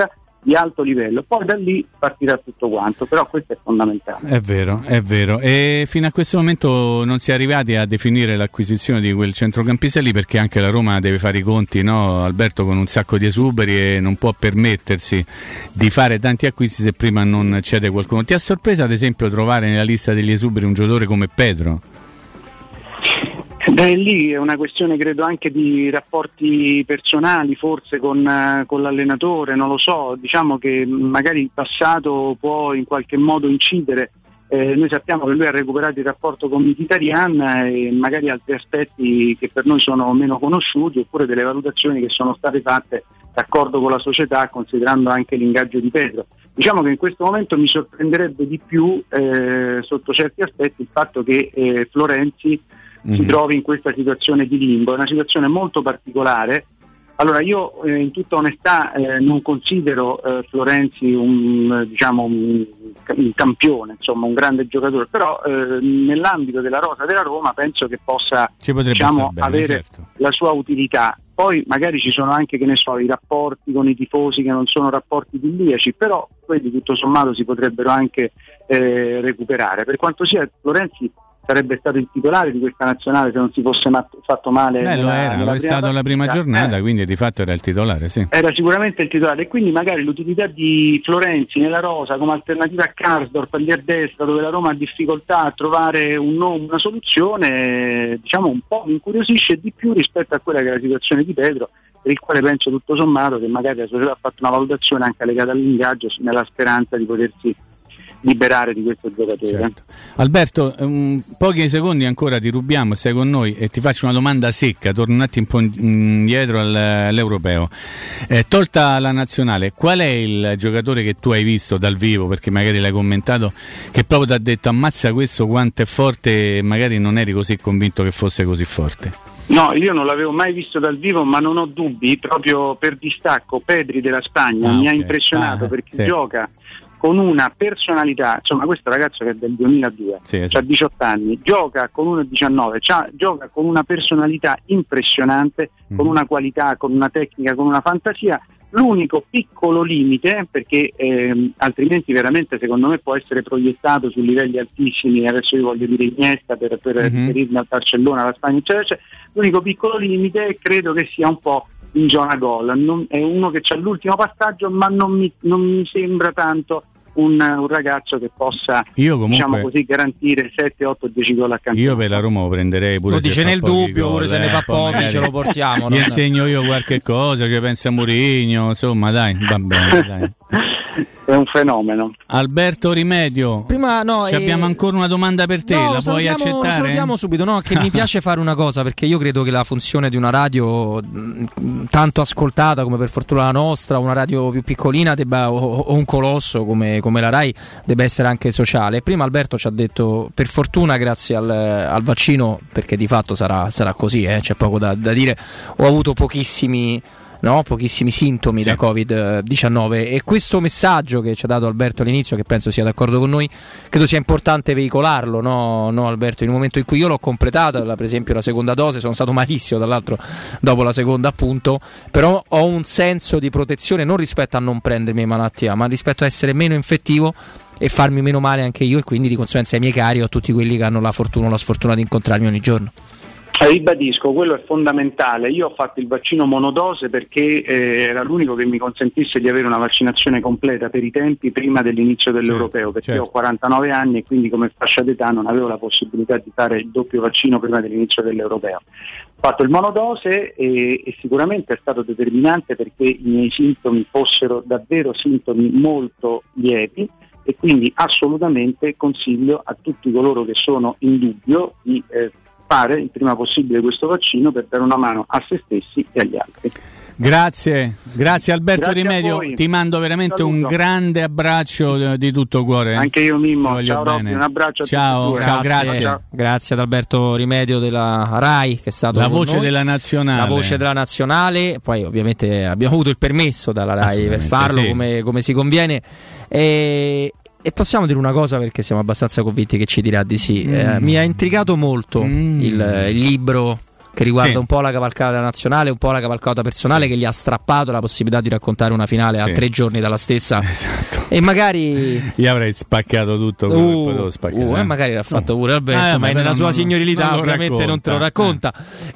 di alto livello, poi da lì partirà tutto quanto, però questo è fondamentale. È vero, è vero. E fino a questo momento non si è arrivati a definire l'acquisizione di quel centrocampista lì, perché anche la Roma deve fare i conti, no, Alberto, con un sacco di esuberi e non può permettersi di fare tanti acquisti se prima non cede qualcuno. Ti ha sorpreso ad esempio trovare nella lista degli esuberi un giocatore come Pedro? Beh, lì è una questione credo anche di rapporti personali, forse con, con l'allenatore, non lo so, diciamo che magari il passato può in qualche modo incidere. Eh, noi sappiamo che lui ha recuperato il rapporto con Mkhitaryan e magari altri aspetti che per noi sono meno conosciuti, oppure delle valutazioni che sono state fatte d'accordo con la società, considerando anche l'ingaggio di Pedro. Diciamo che in questo momento mi sorprenderebbe di più eh, sotto certi aspetti il fatto che eh, Florenzi si trovi in questa situazione di limbo. È una situazione molto particolare. Allora io eh, in tutta onestà eh, non considero eh, Florenzi un, diciamo, un, un campione, insomma un grande giocatore, però eh, nell'ambito della rosa della Roma penso che possa, diciamo, bene, avere certo. la sua utilità. Poi magari ci sono anche, che ne so, i rapporti con i tifosi che non sono rapporti idilliaci, però quelli tutto sommato si potrebbero anche eh, recuperare. Per quanto sia, Florenzi sarebbe stato il titolare di questa nazionale se non si fosse mat- fatto male. Beh, lo era, lo è stato la prima giornata, eh. quindi di fatto era il titolare, sì. Era sicuramente il titolare, e quindi magari l'utilità di Florenzi nella rosa come alternativa a Karsdorp agli a destra, dove la Roma ha difficoltà a trovare un nome, una soluzione, diciamo un po' mi incuriosisce di più rispetto a quella che è la situazione di Pedro, per il quale penso tutto sommato che magari la società ha fatto una valutazione anche legata all'ingaggio nella speranza di potersi liberare di questo giocatore. Certo. Alberto, um, pochi secondi ancora ti rubiamo, stai con noi e ti faccio una domanda secca, torno un attimo un po' indietro al, all'europeo. Eh, tolta la nazionale, qual è il giocatore che tu hai visto dal vivo, perché magari l'hai commentato, che proprio ti ha detto ammazza questo quanto è forte e magari non eri così convinto che fosse così forte? No, io non l'avevo mai visto dal vivo, ma non ho dubbi, proprio per distacco. Pedri della Spagna ah, mi okay. ha impressionato ah, perché sì. gioca con una personalità, insomma questo ragazzo che è del duemiladue, sì, esatto. ha diciotto anni, gioca con uno diciannove, gioca con una personalità impressionante, mm. con una qualità, con una tecnica, con una fantasia. L'unico piccolo limite, perché ehm, altrimenti veramente secondo me può essere proiettato su livelli altissimi, adesso io voglio dire Iniesta per, per mm-hmm. riferirmi al Barcellona, alla Spagna, eccetera, eccetera. L'unico piccolo limite credo che sia un po' in zona gol, non, è uno che c'ha l'ultimo passaggio, ma non mi, non mi sembra tanto Un, un ragazzo che possa io comunque, diciamo così, garantire sette, otto, dieci gol a campionato. Io per la Roma lo prenderei pure lo se dice fa nel dubbio, gol, pure se eh, ne fa pochi ce lo portiamo. Gli insegno io qualche cosa, cioè pensa a Mourinho, insomma dai, va bene, dai. È un fenomeno. Alberto Rimedio, prima no, eh, abbiamo ancora una domanda per te, no, la puoi accettare? Salutiamo subito, no, che mi piace fare una cosa, perché io credo che la funzione di una radio mh, tanto ascoltata come per fortuna la nostra, una radio più piccolina debba, o, o un colosso come, come la Rai, debba essere anche sociale. Prima Alberto ci ha detto per fortuna grazie al, al vaccino, perché di fatto sarà, sarà così, eh, c'è poco da, da dire, ho avuto pochissimi No, pochissimi sintomi sì. da covid diciannove, e questo messaggio che ci ha dato Alberto all'inizio, che penso sia d'accordo con noi, credo sia importante veicolarlo, no, no Alberto, in un momento in cui io l'ho completata, per esempio la seconda dose, sono stato malissimo tra l'altro dopo la seconda appunto, però ho un senso di protezione non rispetto a non prendermi malattia, ma rispetto a essere meno infettivo e farmi meno male anche io, e quindi di conseguenza ai miei cari o a tutti quelli che hanno la fortuna o la sfortuna di incontrarmi ogni giorno. Ribadisco, quello è fondamentale. Io ho fatto il vaccino monodose perché eh, era l'unico che mi consentisse di avere una vaccinazione completa per i tempi prima dell'inizio dell'europeo, perché certo. io ho quarantanove anni e quindi come fascia d'età non avevo la possibilità di fare il doppio vaccino prima dell'inizio dell'europeo. Ho fatto il monodose e, e sicuramente è stato determinante perché i miei sintomi fossero davvero sintomi molto lievi, e quindi assolutamente consiglio a tutti coloro che sono in dubbio di eh, fare il prima possibile questo vaccino per dare una mano a se stessi e agli altri. Grazie, grazie Alberto grazie Rimedio, ti mando veramente un grande abbraccio di tutto cuore. Anche io Mimmo, ciao Robby, un abbraccio a ciao, tutti. Ciao, grazie. Grazie. Ciao. Grazie ad Alberto Rimedio della Rai, che è stato la voce noi. della nazionale. La voce della nazionale, poi ovviamente abbiamo avuto il permesso dalla Rai per farlo sì. come, come si conviene. E E possiamo dire una cosa, perché siamo abbastanza convinti che ci dirà di sì. Mm. Eh, mi ha intrigato molto mm. il, il libro che riguarda Sì. un po' la cavalcata nazionale, un po' la cavalcata personale, sì. che gli ha strappato la possibilità di raccontare una finale Sì. a tre giorni dalla stessa. Esatto. E magari io avrei spaccato tutto quello Uh, che potevo spaccare. uh, eh. e magari l'ha fatto pure Alberto, Ah, ma però nella sua non- signorilità non lo ovviamente racconta. non te lo racconta.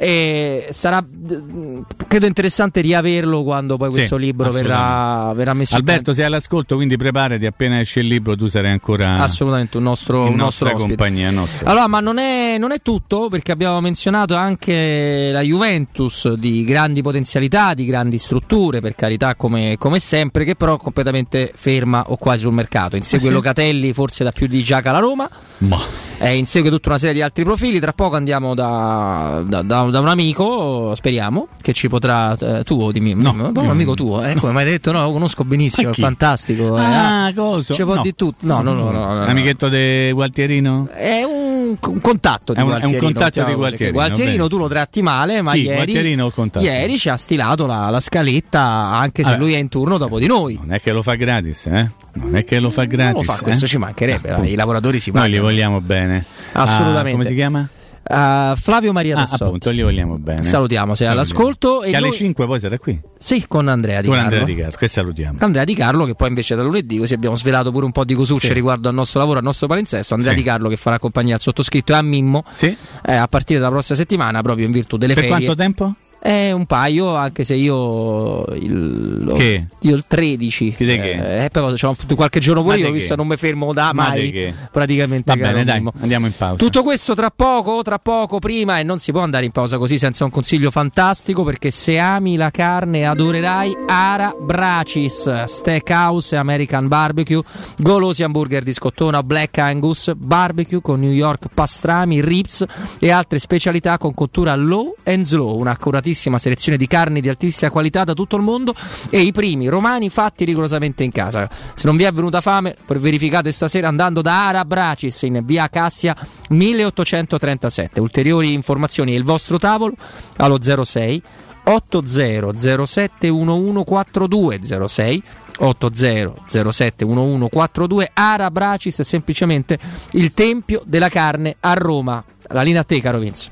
E sarà d- credo interessante riaverlo quando poi questo Sì, libro verrà, verrà messo in Alberto, sei all'ascolto, quindi preparati, appena esce il libro tu sarai ancora assolutamente un nostro, in un nostro nostra ospite. compagnia. Nostra. Allora, ma non è, non è tutto, perché abbiamo menzionato anche la Juventus di grandi potenzialità, di grandi strutture, per carità, come, come sempre, che però è completamente ferma o quasi sul mercato. Insegue Ah, sì? Locatelli, forse da più di Giaca la Roma. Ma. Eh, insegue tutta una serie di altri profili. Tra poco andiamo da, da, da, da un amico, speriamo, che ci potrà. Eh, tuo, dimmi, no, un io- amico tuo, eh, come mi hai detto, no, lo conosco benissimo, Ma è chi? fantastico. eh, Ah, coso? Ci può No. di tutto. No, no, no, no, no, no. Amichetto di Gualtierino? È un, un contatto di È un- è un Gualtierino. contatto diciamo di così, Gualtierino, che Gualtierino tu benissimo. lo tratti male, ma Chi, ieri, Gualtierino o contatto? ieri ci ha stilato la, la scaletta, anche se Allora, lui è in turno dopo di noi. Non è che lo fa gratis, eh? Non è che lo fa gratis. Non lo fa, questo eh? ci mancherebbe, Appunto. i lavoratori si Noi pagano. li vogliamo bene. Assolutamente. Ah, come si chiama? Uh, Flavio Maria Ah, Tassotti. appunto, li vogliamo bene. Salutiamo, sei Salutiamo. all'ascolto. E Che alle noi- cinque poi sarà qui. Sì, con Andrea Di Con Carlo. Andrea Di Carlo, che salutiamo. Andrea Di Carlo, che poi invece da lunedì, così abbiamo svelato pure un po' di cosucce Sì. riguardo al nostro lavoro, al nostro palinsesto. Andrea Sì. Di Carlo che farà compagnia al sottoscritto e a Mimmo Sì. eh, a partire dalla prossima settimana, proprio in virtù delle Per ferie. quanto tempo? Eh, un paio, anche se io il, lo- Che? io il tredici. Che di che? Eh, però c'ho fatto qualche giorno pure Ma io, di ho visto che? non mi fermo da Ma mai. di che? Praticamente Va caro bene, dai, Mimmo. andiamo in pausa. Tutto questo tra poco, tra poco, prima, e non si può andare in pausa così senza un consiglio fantastico, perché se ami la carne adorerai Ara Bracis, Steakhouse e American Barbecue, golosi hamburger di scottona, Black Angus, barbecue con New York pastrami, ribs e altre specialità con cottura low and slow, un'accuratissima selezione di carni di altissima qualità da tutto il mondo e i primi romani fatti rigorosamente in casa. Se non vi è venuta fame, verificate stasera andando da Ara Bracis in via Cassia milleottocentotrentasette. Ulteriori informazioni e il vostro tavolo allo zero sei otto zero zero sette uno uno quattro due zero sei otto zero zero sette uno uno quattro due. Ara Bracis è semplicemente il tempio della carne a Roma. La linea a te, caro Vince.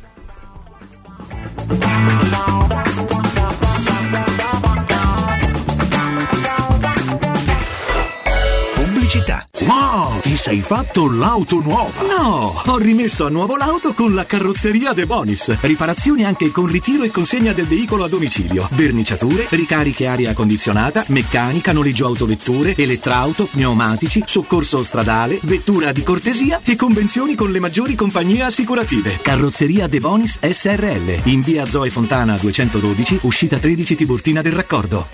Pubblicità. Wow, ti sei fatto l'auto nuova? No, ho rimesso a nuovo l'auto con la carrozzeria De Bonis. Riparazioni anche con ritiro e consegna del veicolo a domicilio. Verniciature, ricariche aria condizionata, meccanica, noleggio autovetture, elettrauto, pneumatici, soccorso stradale, vettura di cortesia e convenzioni con le maggiori compagnie assicurative. Carrozzeria De Bonis S R L in via Zoe Fontana duecentododici, uscita tredici Tiburtina del Raccordo.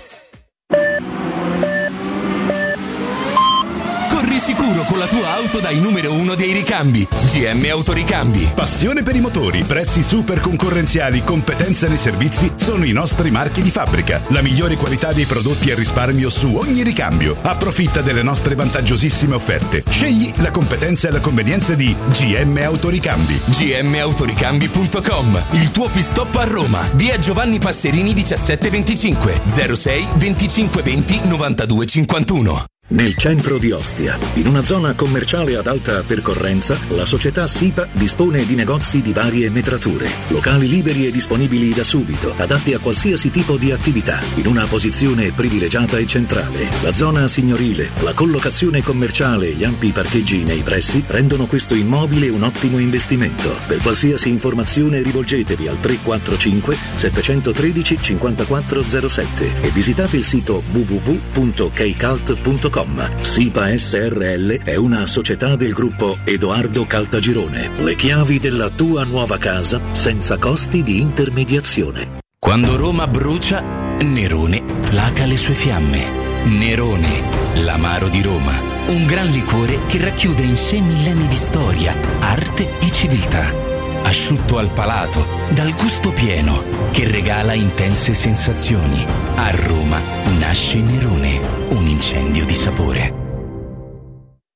Corri sicuro con la tua auto dai numero uno dei ricambi. G M Autoricambi. Passione per i motori, prezzi super concorrenziali, competenza nei servizi sono i nostri marchi di fabbrica. La migliore qualità dei prodotti e risparmio su ogni ricambio. Approfitta delle nostre vantaggiosissime offerte. Scegli la competenza e la convenienza di G M Autoricambi. G M Autoricambi punto com. Il tuo pit stop a Roma. Via Giovanni Passerini diciassette venticinque zero sei venticinque venti novantadue cinquantuno. Nel centro di Ostia, in una zona commerciale ad alta percorrenza, la società SIPA dispone di negozi di varie metrature, locali liberi e disponibili da subito, adatti a qualsiasi tipo di attività, in una posizione privilegiata e centrale. La zona signorile, la collocazione commerciale e gli ampi parcheggi nei pressi rendono questo immobile un ottimo investimento. Per qualsiasi informazione rivolgetevi al tre quattro cinque sette uno tre cinque zero sette e visitate il sito w w w punto keicalt punto com. SIPA S R L è una società del gruppo Edoardo Caltagirone. Le chiavi della tua nuova casa senza costi di intermediazione. Quando Roma brucia, Nerone placa le sue fiamme. Nerone, l'amaro di Roma. Un gran liquore che racchiude in sé millenni di storia, arte e civiltà. Asciutto al palato, dal gusto pieno, che regala intense sensazioni. A Roma nasce Nerone, un incendio di sapore.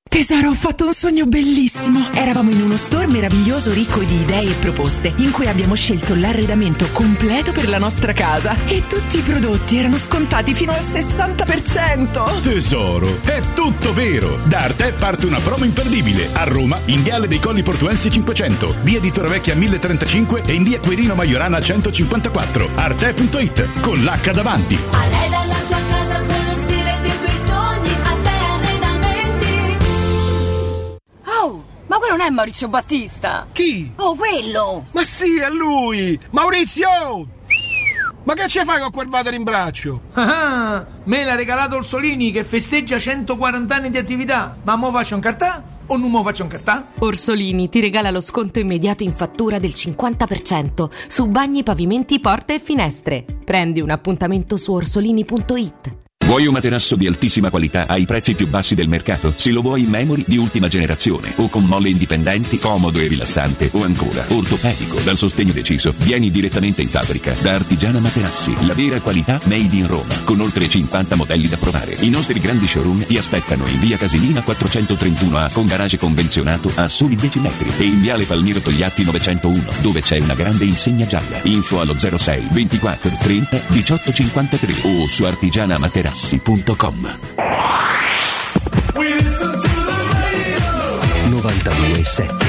Tesoro, ho fatto un sogno bellissimo. Eravamo in uno store meraviglioso ricco di idee e proposte, in cui abbiamo scelto l'arredamento completo per la nostra casa e tutti i prodotti erano scontati fino al sessanta per cento. Tesoro, è tutto vero. Da Arte parte una promo imperdibile. A Roma, in Viale dei Colli Portuensi cinquecento, via di Torrevecchia mille trentacinque e in via Quirino Maiorana centocinquantaquattro. Arte punto it, con l'H davanti. Arreda la tua casa con lo stile dei tuoi sogni. Arte Arredamenti. Oh, ma quello non è Maurizio Battista? Chi? Oh, quello! Ma sì, è lui! Maurizio! Ma che ci fai con quel water in braccio? Ah, me l'ha regalato Orsolini che festeggia centoquaranta anni di attività. Ma mo faccio un cartà o non mo faccio un cartà? Orsolini ti regala lo sconto immediato in fattura del cinquanta per cento su bagni, pavimenti, porte e finestre. Prendi un appuntamento su orsolini punto it. Vuoi un materasso di altissima qualità ai prezzi più bassi del mercato? Se lo vuoi in memory di ultima generazione o con molle indipendenti, comodo e rilassante, o ancora ortopedico dal sostegno deciso, vieni direttamente in fabbrica da Artigiana Materassi, la vera qualità made in Roma, con oltre cinquanta modelli da provare. I nostri grandi showroom ti aspettano in via Casilina quattrocentotrentuno A con garage convenzionato a soli dieci metri e in viale Palmiro Togliatti novecentouno dove c'è una grande insegna gialla. Info allo zero sei ventiquattro trenta diciotto cinquantatré o su artigiana materassi punto com. novantadue sette.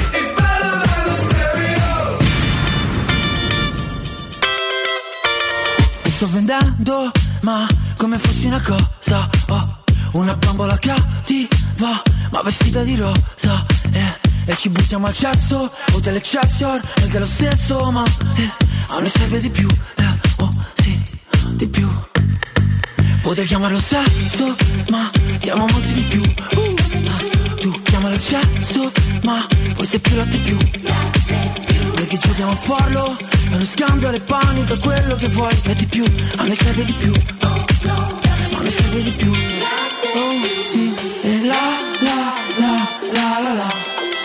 Mi sto vendendo, ma come fossi una cosa, oh, una bambola cattiva, ma vestita di rosa, eh, e ci buttiamo al cesso, hotel Excelsior, ed è lo stesso, ma eh, a noi serve di più, eh, oh sì, di più. Potrei chiamarlo sesso, ma siamo molti di più. uh, Tu chiamalo eccesso, ma forse più latte più. Perché giochiamo a farlo, è uno scandalo e panico, è quello che vuoi, e di più, a noi serve di più. A noi serve di più. Oh sì, e la la la la la la.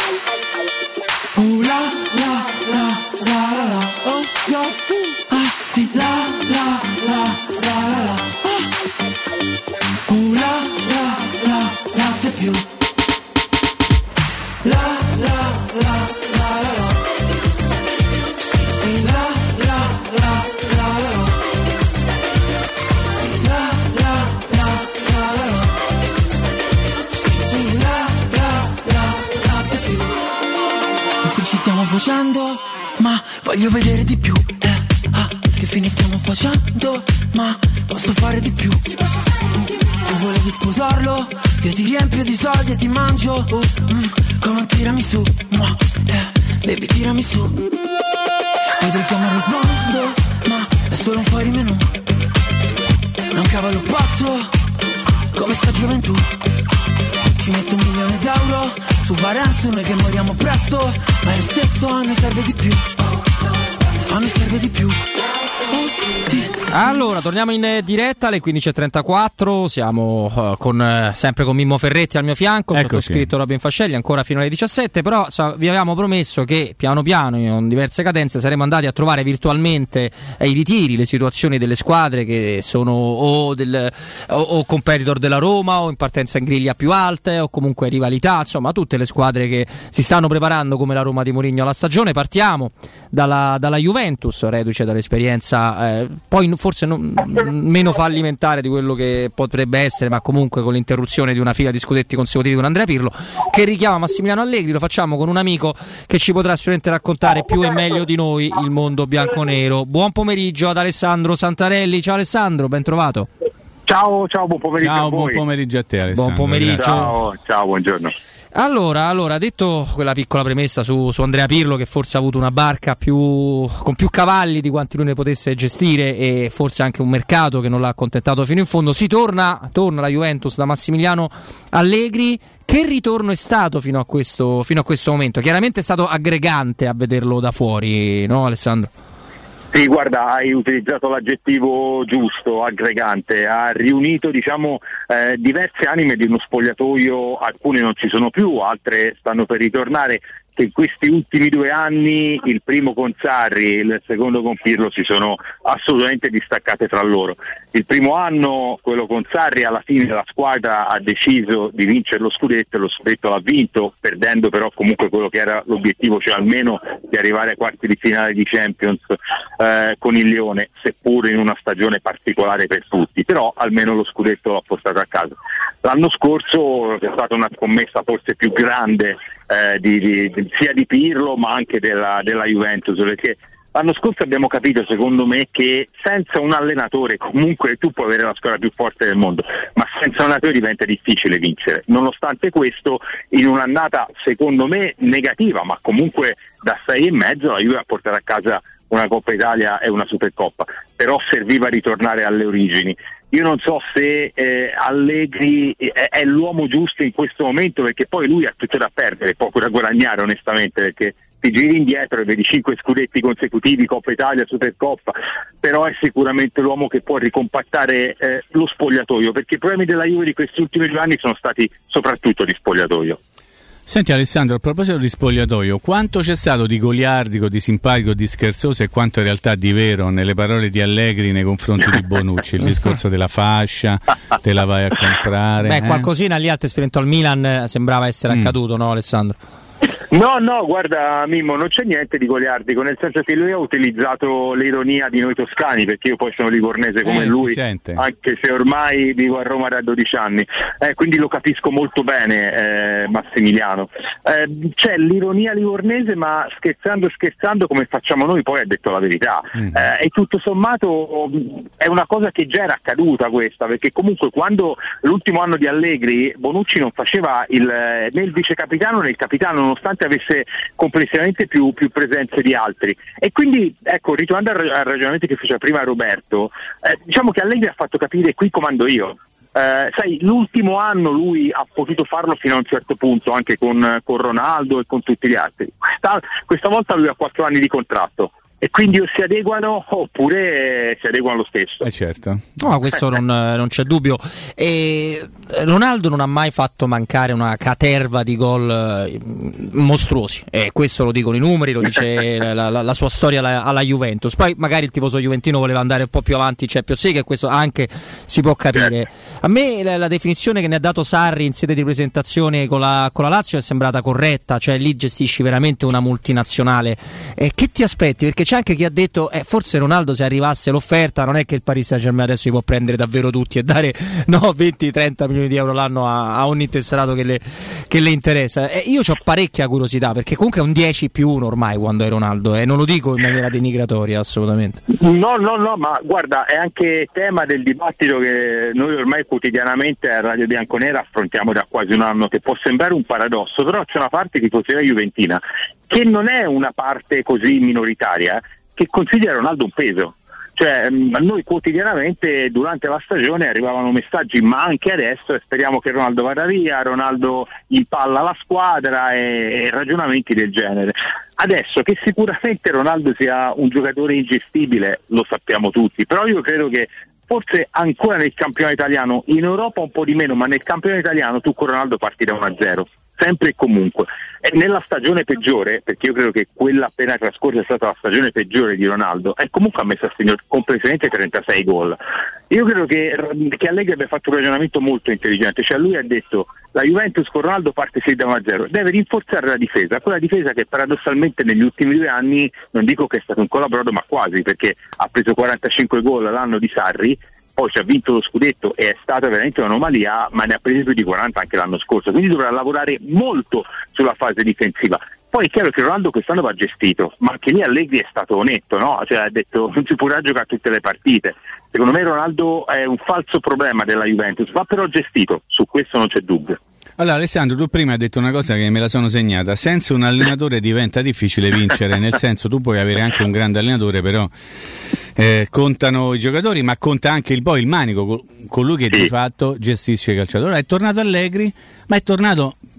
Oh la la la la la la. Oh yo, uh, ah sì, la la la la la la. Uh, la la la latte più. La la la la la la. E la la la la la la. La la la la la la. E la la la latte più. Che fine ci stiamo facendo? Ma voglio vedere di più. Eh, ah, che fine stiamo facendo? Ma posso fare di più. Tu volevi sposarlo, io ti riempio di soldi e ti mangio, uh, mm, come un tiramisù, ma, eh, baby tirami su. Potrei chiamarlo sbando, ma è solo un fuori menù. È un cavallo pazzo, come sta gioventù. Ci metto un milione d'euro su Varenzo, noi che moriamo presto, ma è lo stesso, a noi serve di più. A noi serve di più. Oh, sì. Allora, torniamo in diretta alle quindici e trentaquattro, siamo uh, con, uh, sempre con Mimmo Ferretti al mio fianco, sottoscritto Robin Fascelli, ancora fino alle diciassette, però so, vi avevamo promesso che piano piano, in diverse cadenze, saremmo andati a trovare virtualmente eh, i ritiri, le situazioni delle squadre che sono o, del, o, o competitor della Roma o in partenza in griglia più alte o comunque rivalità, insomma tutte le squadre che si stanno preparando come la Roma di Mourinho alla stagione. Partiamo dalla, dalla Juventus, reduce dall'esperienza eh, poi forse non, meno fallimentare di quello che potrebbe essere, ma comunque con l'interruzione di una fila di scudetti consecutivi con Andrea Pirlo, che richiama Massimiliano Allegri. Lo facciamo con un amico che ci potrà sicuramente raccontare più e meglio di noi il mondo bianconero. Buon pomeriggio ad Alessandro Santarelli. Ciao Alessandro, ben trovato. Ciao, ciao, buon pomeriggio. Ciao, a voi. buon pomeriggio a te Alessandro. Buon pomeriggio. Ciao, ciao, buongiorno. Allora, allora, detto quella piccola premessa su, su Andrea Pirlo, che forse ha avuto una barca più, con più cavalli di quanti lui ne potesse gestire e forse anche un mercato che non l'ha accontentato fino in fondo, si torna, torna la Juventus da Massimiliano Allegri. Che ritorno è stato fino a questo, fino a questo momento? Chiaramente è stato aggregante a vederlo da fuori, no Alessandro? Sì, guarda, hai utilizzato l'aggettivo giusto, aggregante, ha riunito diciamo eh, diverse anime di uno spogliatoio, alcune non ci sono più, altre stanno per ritornare, che in questi ultimi due anni, il primo con Sarri, il secondo con Pirlo, si sono assolutamente distaccate tra loro. Il primo anno, quello con Sarri, alla fine la squadra ha deciso di vincere lo scudetto e lo scudetto l'ha vinto, perdendo però comunque quello che era l'obiettivo, cioè almeno di arrivare ai quarti di finale di Champions eh, con il Lione, seppur in una stagione particolare per tutti, però almeno lo scudetto l'ha portato a casa. L'anno scorso è stata una scommessa forse più grande eh, di, di, di, sia di Pirlo ma anche della, della Juventus, perché l'anno scorso abbiamo capito, secondo me, che senza un allenatore, comunque tu puoi avere la squadra più forte del mondo, ma senza un allenatore diventa difficile vincere. Nonostante questo, in un'annata secondo me negativa, ma comunque da sei e mezzo, la Juve ha portato a casa una Coppa Italia e una Supercoppa, però serviva ritornare alle origini. Io non so se eh, Allegri è, è l'uomo giusto in questo momento, perché poi lui ha tutto da perdere, poco da guadagnare onestamente, perché ti giri indietro e vedi cinque scudetti consecutivi, Coppa Italia, Supercoppa, però è sicuramente l'uomo che può ricompattare eh, lo spogliatoio, perché i problemi della Juve di questi ultimi due anni sono stati soprattutto di spogliatoio. Senti Alessandro, a proposito di spogliatoio, quanto c'è stato di goliardico, di simpatico, di scherzoso e quanto in realtà di vero nelle parole di Allegri nei confronti di Bonucci? Il discorso della fascia, te la vai a comprare? Beh, eh? qualcosina lì al trasferimento al Milan sembrava essere mm. accaduto, no Alessandro? No, no, guarda Mimmo, non c'è niente di goliardico, nel senso che lui ha utilizzato l'ironia di noi toscani, perché io poi sono livornese come eh, lui, anche se ormai vivo a Roma da dodici anni, eh, quindi lo capisco molto bene eh, Massimiliano. Eh, c'è l'ironia livornese, ma scherzando scherzando come facciamo noi, poi ha detto la verità. Mm. Eh, e tutto sommato è una cosa che già era accaduta questa, perché comunque quando l'ultimo anno di Allegri Bonucci non faceva il, né il vice capitano né il capitano, nonostante avesse complessivamente più, più presenze di altri, e quindi ecco, ritornando al, al ragionamento che faceva prima Roberto, eh, diciamo che Allegri ha fatto capire: qui comando io. Eh, sai, l'ultimo anno lui ha potuto farlo fino a un certo punto anche con, con Ronaldo e con tutti gli altri. Questa, questa volta lui ha quattro anni di contratto e quindi o si adeguano oppure si adeguano lo stesso. Eh certo. No, questo non, non c'è dubbio. E Ronaldo non ha mai fatto mancare una caterva di gol mostruosi, e questo lo dicono i numeri, lo dice la, la, la sua storia alla, alla Juventus. Poi magari il tifoso juventino voleva andare un po' più avanti in Champions League, e questo anche si può capire. A me la, la definizione che ne ha dato Sarri in sede di presentazione con la, con la Lazio è sembrata corretta, cioè lì gestisci veramente una multinazionale. E che ti aspetti? Perché c'è anche chi ha detto eh, forse Ronaldo, se arrivasse l'offerta, non è che il Paris Saint-Germain adesso li può prendere davvero tutti e dare no, venti trenta milioni di euro l'anno a, a ogni tesserato che le, che le interessa. E io ho parecchia curiosità, perché comunque è un dieci più uno ormai quando è Ronaldo, e eh, non lo dico in maniera denigratoria assolutamente. No, no, no, ma guarda, è anche tema del dibattito che noi ormai quotidianamente a Radio Bianconera affrontiamo da quasi un anno, che può sembrare un paradosso, però c'è una parte tifoseria juventina che non è una parte così minoritaria, che considera Ronaldo un peso. Cioè mh, noi quotidianamente durante la stagione arrivavano messaggi, ma anche adesso, e speriamo che Ronaldo vada via, Ronaldo impalla la squadra e, e ragionamenti del genere. Adesso che sicuramente Ronaldo sia un giocatore ingestibile lo sappiamo tutti, però io credo che forse ancora nel campionato italiano, in Europa un po' di meno, ma nel campionato italiano tu con Ronaldo parti da uno a zero. Sempre e comunque. E nella stagione peggiore, perché io credo che quella appena trascorsa è stata la stagione peggiore di Ronaldo, e comunque ha messo a segno complessivamente trentasei gol. Io credo che, che Allegri abbia fatto un ragionamento molto intelligente, cioè lui ha detto: la Juventus con Ronaldo parte sì da uno a zero, deve rinforzare la difesa, quella difesa che paradossalmente negli ultimi due anni, non dico che è stato un colabrodo, ma quasi, perché ha preso quarantacinque gol l'anno di Sarri, poi ci ha vinto lo scudetto e è stata veramente un'anomalia, ma ne ha presi più di quaranta anche l'anno scorso, quindi dovrà lavorare molto sulla fase difensiva. Poi è chiaro che Ronaldo quest'anno va gestito, ma anche lì Allegri è stato onesto, no? Cioè ha detto non si potrà giocare tutte le partite. Secondo me Ronaldo è un falso problema della Juventus, va però gestito, su questo non c'è dubbio. Allora Alessandro, tu prima hai detto una cosa che me la sono segnata: senza un allenatore diventa difficile vincere, nel senso tu puoi avere anche un grande allenatore, però eh, contano i giocatori, ma conta anche il poi il manico, colui che sì. di fatto gestisce i calciatori. È tornato Allegri, ma è tornato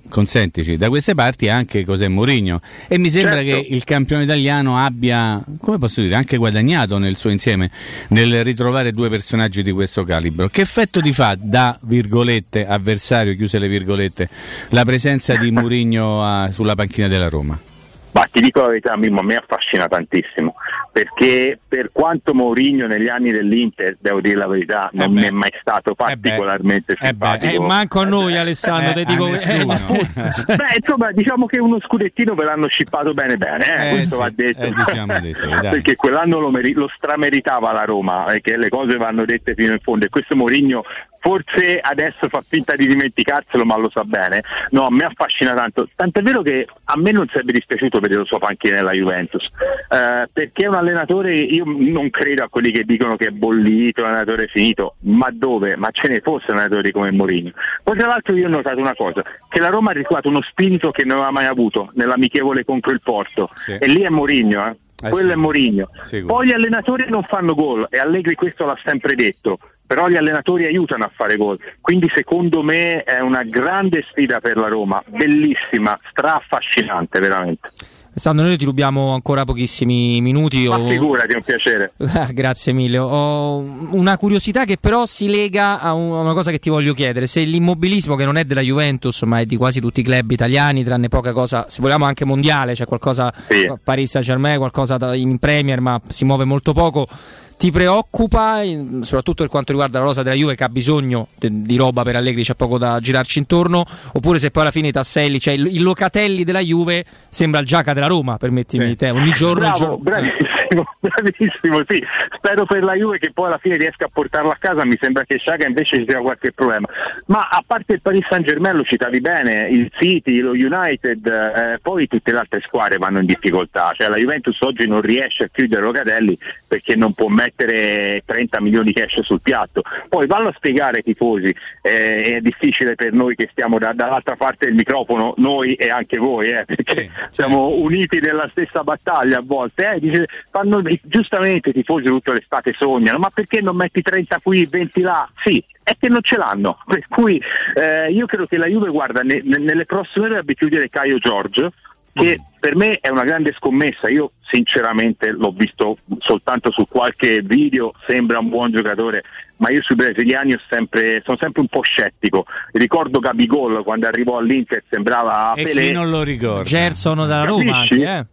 consentici, da queste parti anche cos'è Mourinho, e mi sembra certo. che il campione italiano abbia, come posso dire, anche guadagnato nel suo insieme nel ritrovare due personaggi di questo calibro. Che effetto ti fa da virgolette avversario, chiuse le virgolette, la presenza di Mourinho a, sulla panchina della Roma? Ma ti dico la verità, Mimmo, a me affascina tantissimo, perché per quanto Mourinho negli anni dell'Inter, devo dire la verità, non eh mi è mai stato particolarmente eh simpatico. Eh, manco a noi, Alessandro, eh, te dico. Eh, beh, insomma, diciamo che uno scudettino ve l'hanno scippato bene bene, eh, eh, questo sì, va detto. Eh, diciamo di sì, dai. Perché quell'anno lo, meri- lo strameritava la Roma, perché le cose vanno dette fino in fondo, e questo Mourinho forse adesso fa finta di dimenticarselo, ma lo sa bene. No, a me affascina tanto, tant'è vero che a me non sarebbe dispiaciuto vedere la sua panchina nella Juventus, eh, perché è un allenatore, io non credo a quelli che dicono che è bollito, un allenatore finito, ma dove? Ma ce ne fosse allenatori come Mourinho. Poi tra l'altro io ho notato una cosa, che la Roma ha ritrovato uno spirito che non aveva mai avuto nell'amichevole contro il Porto, sì. E lì è Mourinho, eh. Eh quello sì. è Mourinho. Poi gli allenatori non fanno gol, e Allegri questo l'ha sempre detto, però gli allenatori aiutano a fare gol, quindi secondo me è una grande sfida per la Roma, bellissima, straaffascinante veramente. Sandro, noi ti rubiamo ancora pochissimi minuti. Ma ho... figurati, è un piacere. Grazie mille. Ho una curiosità che però si lega a una cosa che ti voglio chiedere: se l'immobilismo, che non è della Juventus ma è di quasi tutti i club italiani, tranne poca cosa, se vogliamo anche mondiale, c'è cioè qualcosa sì. Paris Saint-Germain, qualcosa in Premier, ma si muove molto poco, ti preoccupa, soprattutto per quanto riguarda la rosa della Juve, che ha bisogno de- di roba per Allegri, c'è poco da girarci intorno, oppure se poi alla fine i tasselli, cioè il, il Locatelli della Juve sembra il Giaca della Roma, permettimi sì. te, ogni giorno, Bravo, giorno... bravissimo, bravissimo, sì, spero per la Juve che poi alla fine riesca a portarlo a casa, mi sembra che Giaca invece ci sia qualche problema, ma a parte il Paris Saint-Germain, lo citavi bene, il City, lo United, eh, poi tutte le altre squadre vanno in difficoltà, cioè la Juventus oggi non riesce a chiudere Locatelli perché non può mettere trenta milioni di cash sul piatto, poi vanno a spiegare ai tifosi, eh, è difficile per noi che stiamo da, dall'altra parte del microfono, noi e anche voi, eh, perché sì, siamo certo. uniti nella stessa battaglia a volte, eh, dice, fanno, giustamente i tifosi tutta l'estate sognano, ma perché non metti trenta qui, venti là? Sì, è che non ce l'hanno, per cui eh, io credo che la Juve, guarda, ne, ne, nelle prossime ore dovrebbe chiudere Caio Giorgio, che per me è una grande scommessa. Io sinceramente l'ho visto soltanto su qualche video, sembra un buon giocatore, ma io sui brasiliani ho sempre, sono sempre un po' scettico. Ricordo Gabigol quando arrivò all'Inter, sembrava e Pelé. chi non lo ricorda? Gerson dalla Roma anche, eh?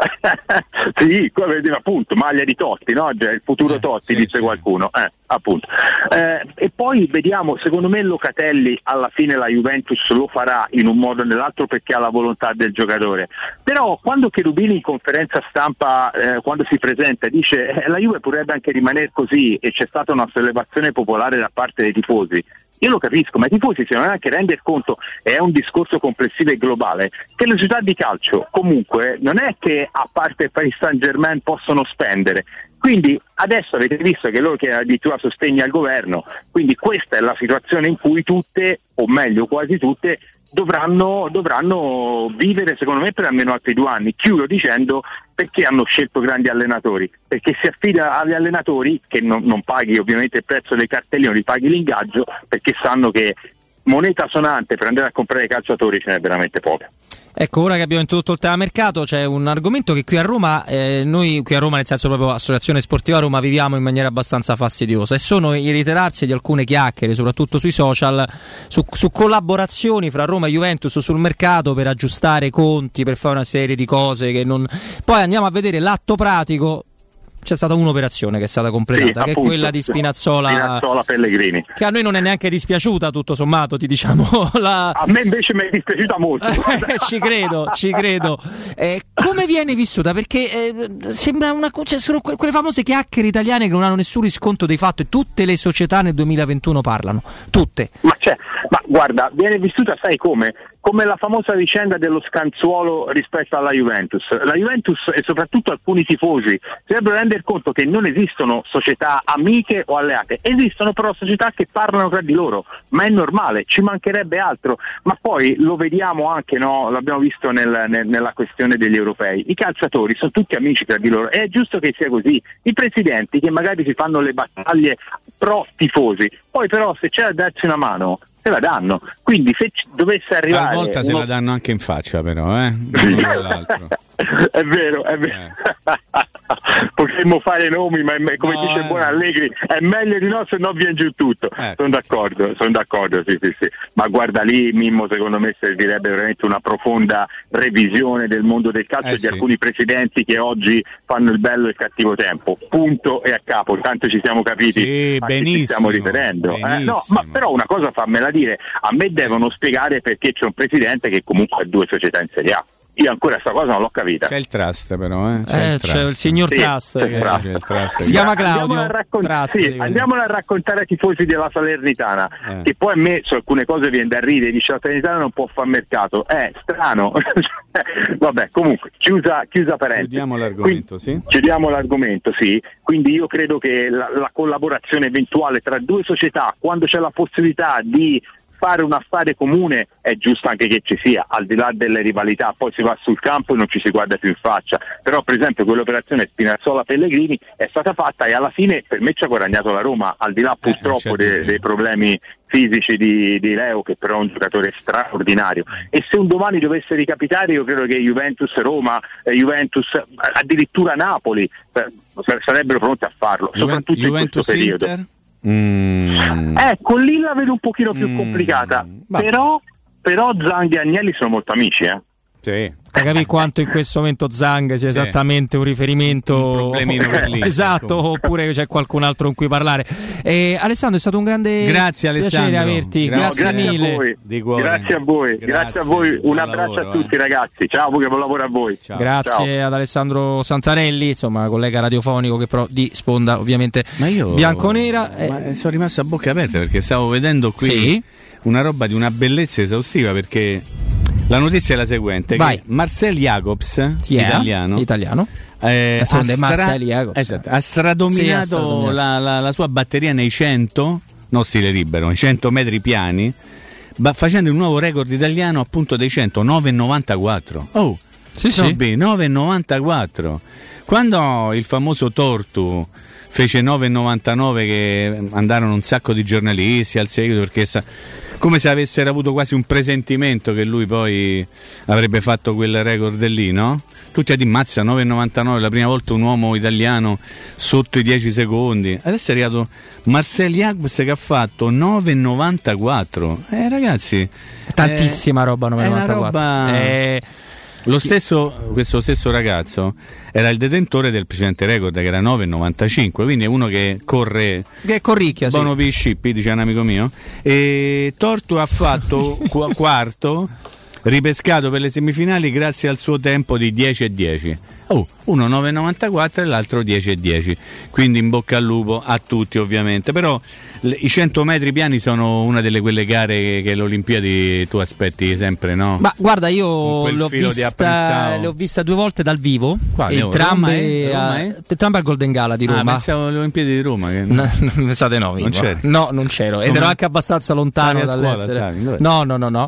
Sì, appunto, maglia di Totti, no? Cioè, il futuro eh, Totti, sì, dice sì. qualcuno, eh, appunto. Eh, e poi vediamo, secondo me Locatelli alla fine la Juventus lo farà in un modo o nell'altro perché ha la volontà del giocatore. Però quando Cherubini in conferenza stampa, eh, quando si presenta, dice eh, la Juve potrebbe anche rimanere così e c'è stata una sollevazione popolare da parte dei tifosi, io lo capisco, ma i tifosi si devono anche rendere conto, è un discorso complessivo e globale, che le società di calcio comunque non è che a parte il Paris Saint-Germain possono spendere, quindi adesso avete visto che loro che addirittura sostegna il governo, quindi questa è la situazione in cui tutte, o meglio quasi tutte, dovranno, dovranno vivere secondo me per almeno altri due anni. Chiudo dicendo perché hanno scelto grandi allenatori, perché si affida agli allenatori che non, non paghi ovviamente il prezzo dei cartellini, li paghi l'ingaggio, perché sanno che moneta sonante per andare a comprare i calciatori ce n'è veramente poca. Ecco, ora che abbiamo introdotto il tema mercato, c'è un argomento che qui a Roma, eh, noi qui a Roma nel senso proprio Associazione Sportiva Roma, viviamo in maniera abbastanza fastidiosa, e sono i reiterarsi di alcune chiacchiere, soprattutto sui social, su, su collaborazioni fra Roma e Juventus sul mercato per aggiustare i conti, per fare una serie di cose che non... Poi andiamo a vedere l'atto pratico. C'è stata un'operazione che è stata completata, sì, che appunto, è quella di Spinazzola, Spinazzola Pellegrini, che a noi non è neanche dispiaciuta tutto sommato, ti diciamo. La... A me invece mi è dispiaciuta molto. ci credo, ci credo. Eh, come viene vissuta? Perché eh, sembra una cosa, cioè, sono que- quelle famose chiacchiere italiane che non hanno nessun riscontro dei fatti, e tutte le società nel duemilaventuno parlano, tutte. Ma, c'è, ma guarda, viene vissuta, sai come? Come la famosa vicenda dello scanzuolo rispetto alla Juventus. La Juventus e soprattutto alcuni tifosi dovrebbero rendere conto che non esistono società amiche o alleate, esistono però società che parlano tra di loro, ma è normale, ci mancherebbe altro. Ma poi lo vediamo anche, no? L'abbiamo visto nel, nel, nella questione degli europei, i calciatori sono tutti amici tra di loro, e è giusto che sia così. I presidenti che magari si fanno le battaglie pro tifosi, poi però se c'è da darsi una mano se la danno. Quindi se ci dovesse arrivare talvolta uno... se la danno anche in faccia, però, eh? L'altro. È vero, è vero. Eh. Potremmo fare nomi, ma è, come no, dice eh. Buon Allegri, è meglio di no, se no viene giù tutto. Eh. Sono d'accordo, sono d'accordo, sì, sì, sì. Ma guarda lì, Mimmo, secondo me servirebbe veramente una profonda revisione del mondo del calcio eh, e di sì. alcuni presidenti che oggi fanno il bello e il cattivo tempo. Punto e a capo. Tanto ci siamo capiti sì, a benissimo, chi ci stiamo riferendo. Eh? No, ma però una cosa fammela dire, a me devono spiegare perché c'è un presidente che comunque ha due società in Serie A. Io ancora sta cosa non l'ho capita. C'è il trust però, eh? C'è, eh, il, c'è il signor sì, Trust. Sì, che trust. C'è il trust. Si chiama Claudio. Andiamola a, raccont- Trust, sì, andiamola a raccontare ai tifosi della Salernitana, eh. che poi a me su alcune cose viene da ridere, dice la Salernitana non può fare mercato. È strano. Vabbè, comunque, chiusa, chiusa parentesi. Chiudiamo l'argomento, Quindi, sì. Chiudiamo l'argomento, sì. Quindi io credo che la, la collaborazione eventuale tra due società, quando c'è la possibilità di fare un affare comune, è giusto anche che ci sia, al di là delle rivalità. Poi si va sul campo e non ci si guarda più in faccia, però per esempio quell'operazione Spinazzola-Pellegrini è stata fatta e alla fine per me ci ha guadagnato la Roma, al di là purtroppo eh, de- dei problemi fisici di, di Leo, che però è un giocatore straordinario. E se un domani dovesse ricapitare, io credo che Juventus, Roma, eh, Juventus, addirittura Napoli eh, sarebbero pronti a farlo, Juve- soprattutto Juventus in questo periodo. Inter? Mm. Ecco, lì la vedo un pochino più mm. complicata, Vabbè. però però Zang e Agnelli sono molto amici, eh. Sì. Hai capito quanto in questo momento Zang sia sì. esattamente un riferimento un problemino per lì, esatto, comunque. Oppure c'è qualcun altro con cui parlare. eh, Alessandro, è stato un grande grazie, Alessandro. piacere averti. No, grazie, grazie mille a voi. Grazie a voi, grazie, grazie a voi, un abbraccio lavoro, a tutti eh. ragazzi, ciao, buon lavoro a voi. Ciao. Grazie ciao. Ad Alessandro Santarelli, insomma collega radiofonico che però di sponda ovviamente ma io, bianconera. Ma eh. sono rimasto a bocca aperta perché stavo vedendo qui sì. una roba di una bellezza esaustiva, perché la notizia è la seguente: Vai. che Marcel Jacobs, sì, italiano, italiano. Eh, ha, stra- Jacobs. Esatto, ha stradominato, sì, ha stradominato. La, la, la sua batteria nei cento, non stile libero, nei cento metri piani, ba- facendo il nuovo record italiano appunto dei cento, nove virgola novantaquattro. Oh, sì, sì. B, nove virgola novantaquattro. Quando il famoso Tortu fece nove virgola novantanove, che andarono un sacco di giornalisti al seguito, perché sa- come se avessero avuto quasi un presentimento che lui poi avrebbe fatto quel record lì, no? Tutti a dire mazza, nove virgola novantanove, la prima volta un uomo italiano sotto i dieci secondi. Adesso è arrivato Marcel Jacobs che ha fatto nove virgola novantaquattro. Eh ragazzi, tantissima eh, roba nove virgola novantaquattro. È una roba... eh... Lo stesso, questo stesso ragazzo era il detentore del precedente record, che era nove virgola novantacinque, quindi è uno che corre, che corricchia, sì. Bono Piscippi, dice un amico mio. E Tortu ha fatto qu- quarto, ripescato per le semifinali grazie al suo tempo di dieci e dieci. Oh, uno nove virgola novantaquattro e l'altro dieci e dieci, quindi in bocca al lupo a tutti ovviamente. Però le, i cento metri piani sono una delle quelle gare che, che le Olimpiadi tu aspetti sempre, no? Ma guarda, io l'ho vista, le ho vista due volte dal vivo, Quale, entrambe, Roma Roma a, entrambe al Golden Gala di Roma. Ah, pensavo alle Olimpiadi di Roma che... no, pensate no, non c'ero. no, non c'ero ed Come... ero anche abbastanza lontano stavi a dall'essere scuola, stavi, no no no no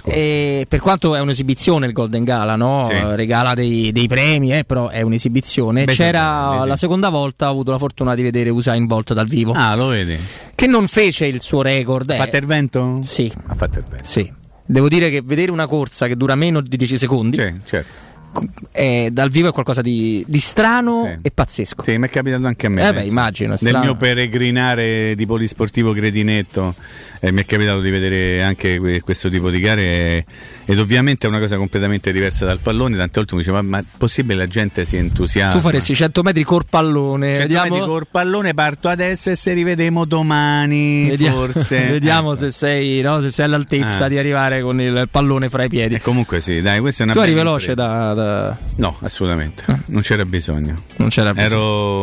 e per quanto è un'esibizione il Golden Gala, no? Sì. Regala dei, dei premi, eh, però è un'esibizione. Beh, c'era la seconda volta, ho avuto la fortuna di vedere Usain Bolt dal vivo. Ah, lo vedi? Che non fece il suo record. Ha fatto il vento? Sì. Ha fatto il vento. Sì. Devo dire che vedere una corsa che dura meno di dieci secondi, sì, certo. È, dal vivo è qualcosa di, di strano sì. e pazzesco. Sì, mi è capitato anche a me. Eh beh, immagino. Nel mio peregrinare di polisportivo Cretinetto eh, mi è capitato di vedere anche que- questo tipo di gare e, ed ovviamente è una cosa completamente diversa dal pallone. Tante volte mi dice ma, ma è possibile la gente si entusiasma? Tu faresti cento metri col pallone. cento Vediamo... metri col pallone, parto adesso e se rivedemo domani. Vediamo, forse vediamo ecco. se sei no, se sei all'altezza ah. di arrivare con il pallone fra i piedi. E comunque sì, dai, questa è una tu eri veloce da, da... No, assolutamente. Eh. Non c'era bisogno. Non c'era bisogno.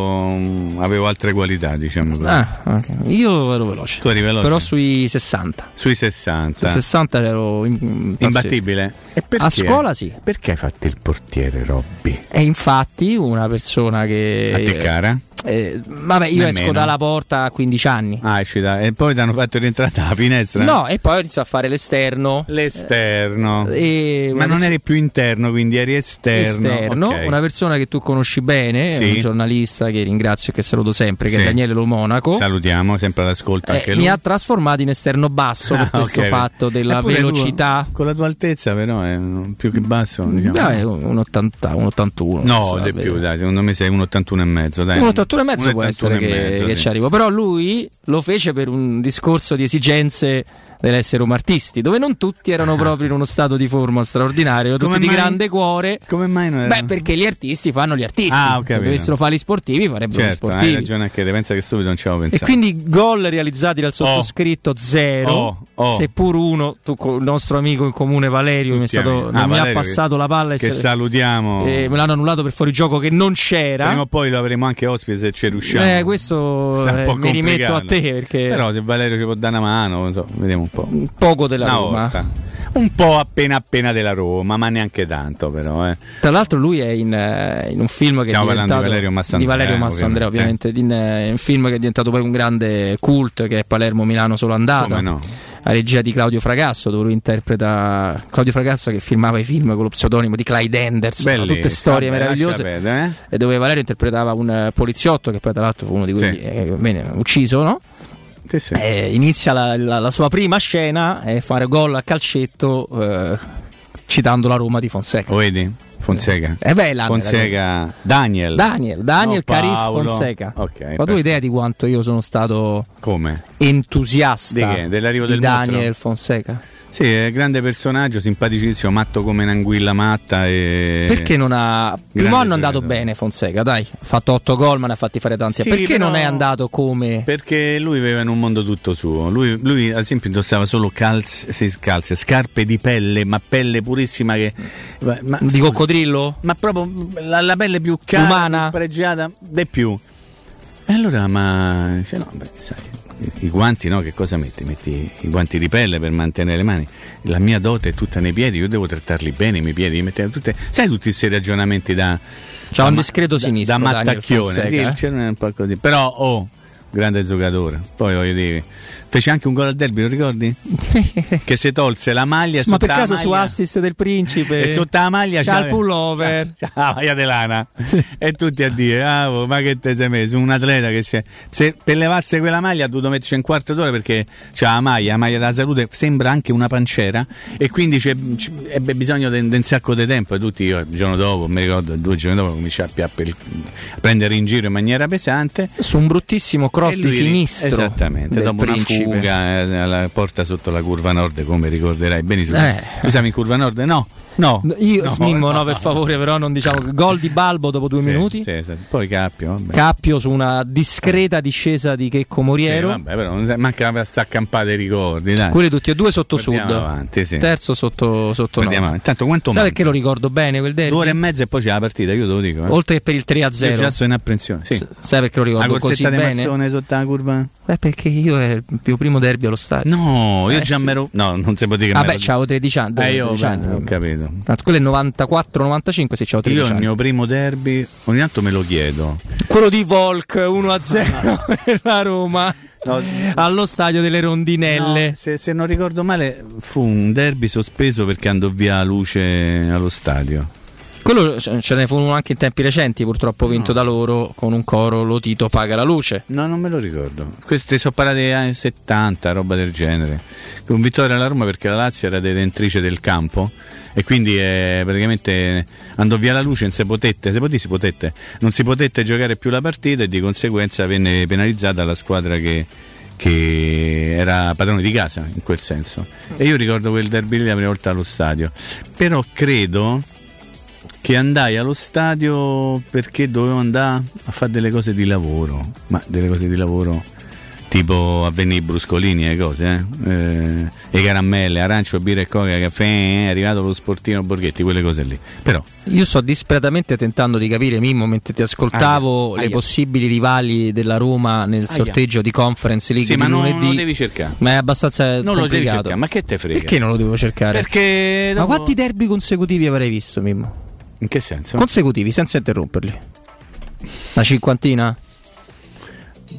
Ero avevo altre qualità, diciamo così. Ah, okay. Io ero veloce. Tu eri veloce? Però sui sessanta. Sui sessanta. Sui sessanta ero in... imbattibile. E perché? A scuola sì. Perché hai fatto il portiere, Robby? E infatti una persona che a te cara? Eh, vabbè, io Nemmeno. esco dalla porta a quindici anni. Ah, esci da... E poi ti hanno fatto rientrare dalla finestra? No, e poi ho iniziato a fare l'esterno. L'esterno. E Ma non eri più interno, quindi eri esterno. Esterno, Okay. una persona che tu conosci bene, Sì. un giornalista che ringrazio e che saluto sempre, che Sì. è Daniele Lo Monaco. Salutiamo, sempre all'ascolto anche Eh, lui. mi ha trasformato in esterno basso per Ah, questo ok. fatto della Eppure velocità. tu, con la tua altezza però è più che basso, diciamo. Dai, un ottanta, un ottantuno. No, di più, dai, secondo me sei un ottantuno e mezzo, dai. Un ottantuno e mezzo può un essere ottantuno e che, mezzo, che sì. ci arrivo. Però lui lo fece per un discorso di esigenze dell'essere umartisti, dove non tutti erano proprio in uno stato di forma straordinario, tutti Come di mai? grande cuore. Come mai non Beh, erano? perché gli artisti fanno gli artisti. Ah, ho Se capito. dovessero fare gli sportivi, farebbero Certo, gli hai sportivi. ragione anche te, pensa che subito non ci avevo E pensato. quindi gol realizzati dal sottoscritto zero, Oh, oh. seppur uno, tu, il nostro amico in comune Valerio mi, è Tutti stato, amici. non Ah, mi ha Valerio passato che- la palla e che se- salutiamo. e me l'hanno annullato per fuorigioco che non c'era. Prima o poi lo avremo anche ospite se ci riusciamo. Eh, questo Sarà un eh, po' mi rimetto a complicato. te perché Però se Valerio ci può dare una mano, non so, vediamo un po'. poco della Una Roma. volta. Un po' appena appena della Roma, ma neanche tanto però, eh. Tra l'altro lui è in, eh, in un film che Stiamo è parlando diventato di Valerio Massandrea, di Valerio eh, Massandrea, ovviamente. ovviamente, in, eh, un film che è diventato poi un grande cult, che è Palermo-Milano solo andata. Come no? La regia di Claudio Fragasso, dove lui interpreta Claudio Fragasso che filmava i film con lo pseudonimo di Clyde Enders, sono Bellissimo, tutte storie vabbè, meravigliose. lascia perdere, eh. E dove Valerio interpretava un eh, poliziotto che poi tra l'altro fu uno di quelli Sì. eh, viene ucciso, no? Sì, sì. Eh, inizia la, la- la sua prima scena e fare gol a calcetto eh, citando la Roma di Fonseca. Lo vedi? Fonseca. Eh beh, là- Fonseca. Daniel. Daniel, Daniel No, Caris Paolo. Fonseca. Ok, Ma tu hai perfetto. idea di quanto io sono stato Come? entusiasta Di che? Dell'arrivo di del Daniel mostro? Fonseca? Sì, è grande personaggio, simpaticissimo, matto come un'anguilla matta e... Perché non ha. Primo Grande anno è andato giocatore. bene Fonseca, dai. Ha fatto otto gol, ma ne ha fatti fare tanti. Sì, Perché però- non è andato come. Perché lui viveva in un mondo tutto suo. Lui, lui, ad esempio, indossava solo calze, sì, calze, scarpe di pelle, ma pelle purissima che. Ma, Di scusi, coccodrillo? Ma proprio la, la pelle più cara, Umana? più pregiata, di più. E allora, ma. Cioè, no, beh, sai, i, i guanti, no? Che cosa metti? Metti i guanti di pelle per mantenere le mani. La mia dote è tutta nei piedi, io devo trattarli bene i miei piedi. Mettere tutte, sai, tutti questi ragionamenti da. C'ha da un ma- discreto da- sinistro, Da Daniel mattacchione. Fonseca, Sì, eh. il cervello è un po' così. Però, oh. Grande giocatore, poi voglio dire, fece anche un gol al derby, lo ricordi? Che si tolse la maglia Ma sotto per la caso su maglia- assist del principe? e sotto la maglia c'ha il pullover. c'ha la maglia di lana e tutti a dire ah, oh, ma che te sei messo un atleta che c'è. Se per levasse quella maglia ha dovuto metterci un quarto d'ora perché c'ha la maglia la maglia della salute, sembra anche una pancera e quindi c'è, c'è, ebbe bisogno di un sacco di tempo e tutti io il giorno dopo mi ricordo due giorni dopo cominciai a, pia- per- a prendere in giro in maniera pesante Su un bruttissimo cross e di lui- sinistro. esattamente del dopo principe. una fuga eh, alla porta sotto la curva nord, come ricorderai benissimo. Eh. Tu siamo in curva nord? No, no. Io no, Mimmo, no, per favore, però non diciamo gol di Balbo dopo due Sì, minuti. sì, sì. Poi Cappio, vabbè. Cappio su una discreta discesa di Checco Moriero. Sì, vabbè, però non manca sta accampata i ricordi, dai. Quelli tutti e due sotto Guardiamo sud. avanti, sì. Terzo sotto sotto Guardiamo no. avanti. Tanto quanto Sai manca? perché lo ricordo bene quel derby? Due ore e mezza e poi c'è la partita, io te lo dico. Eh. Oltre che per il tre a Io zero. già sono in apprensione. Sì. S- Sai perché lo La ricordo così corsetta di bene? Mazzone sotto la curva? Beh, perché io è il mio primo derby allo stadio. No, io Eh, già sì. mi ero. No, non si può dire che Vabbè, m'ero- c'avevo tredici anni. Eh, io tredici anni. beh, ho capito. Ma quello è novantaquattro novantacinque, se c'avevo Io tredici il anni. mio primo derby, ogni tanto me lo chiedo. Quello di Volk uno a zero per la Roma. No. Allo stadio delle Rondinelle. No, se, se non ricordo male, fu un derby sospeso perché andò via la luce allo stadio. Quello ce ce ne fu uno anche in tempi recenti, purtroppo vinto da loro con un coro Lo Tito paga la luce. No, non me lo ricordo. Questi sono parlati degli anni settanta, roba del genere. Con vittoria alla Roma perché la Lazio era detentrice del campo e quindi eh, praticamente andò via la luce, non si potette, si potette, si potette, non si potette giocare più la partita e di conseguenza venne penalizzata la squadra che, che era padrone di casa in quel senso. E io ricordo quel derby lì la prima volta allo stadio. Però credo che andai allo stadio perché dovevo andare a fare delle cose di lavoro, ma delle cose di lavoro tipo a venire i bruscolini e cose, eh? Eh, le caramelle, arancio, birra e coca, caffè, eh, è arrivato lo sportino Borghetti, quelle cose lì. Però Io sto disperatamente tentando di capire, Mimmo, mentre ti ascoltavo, Aia, le aia. possibili rivali della Roma nel Aia. sorteggio di Conference League sì, di ma non lunedì. lo devi cercare. Ma è abbastanza Non lo devi complicato. cercare, ma che te frega? Perché non lo devo cercare? Perché Ma dopo- quanti derby consecutivi avrei visto, Mimmo? In che senso? Consecutivi, senza interromperli. Una cinquantina?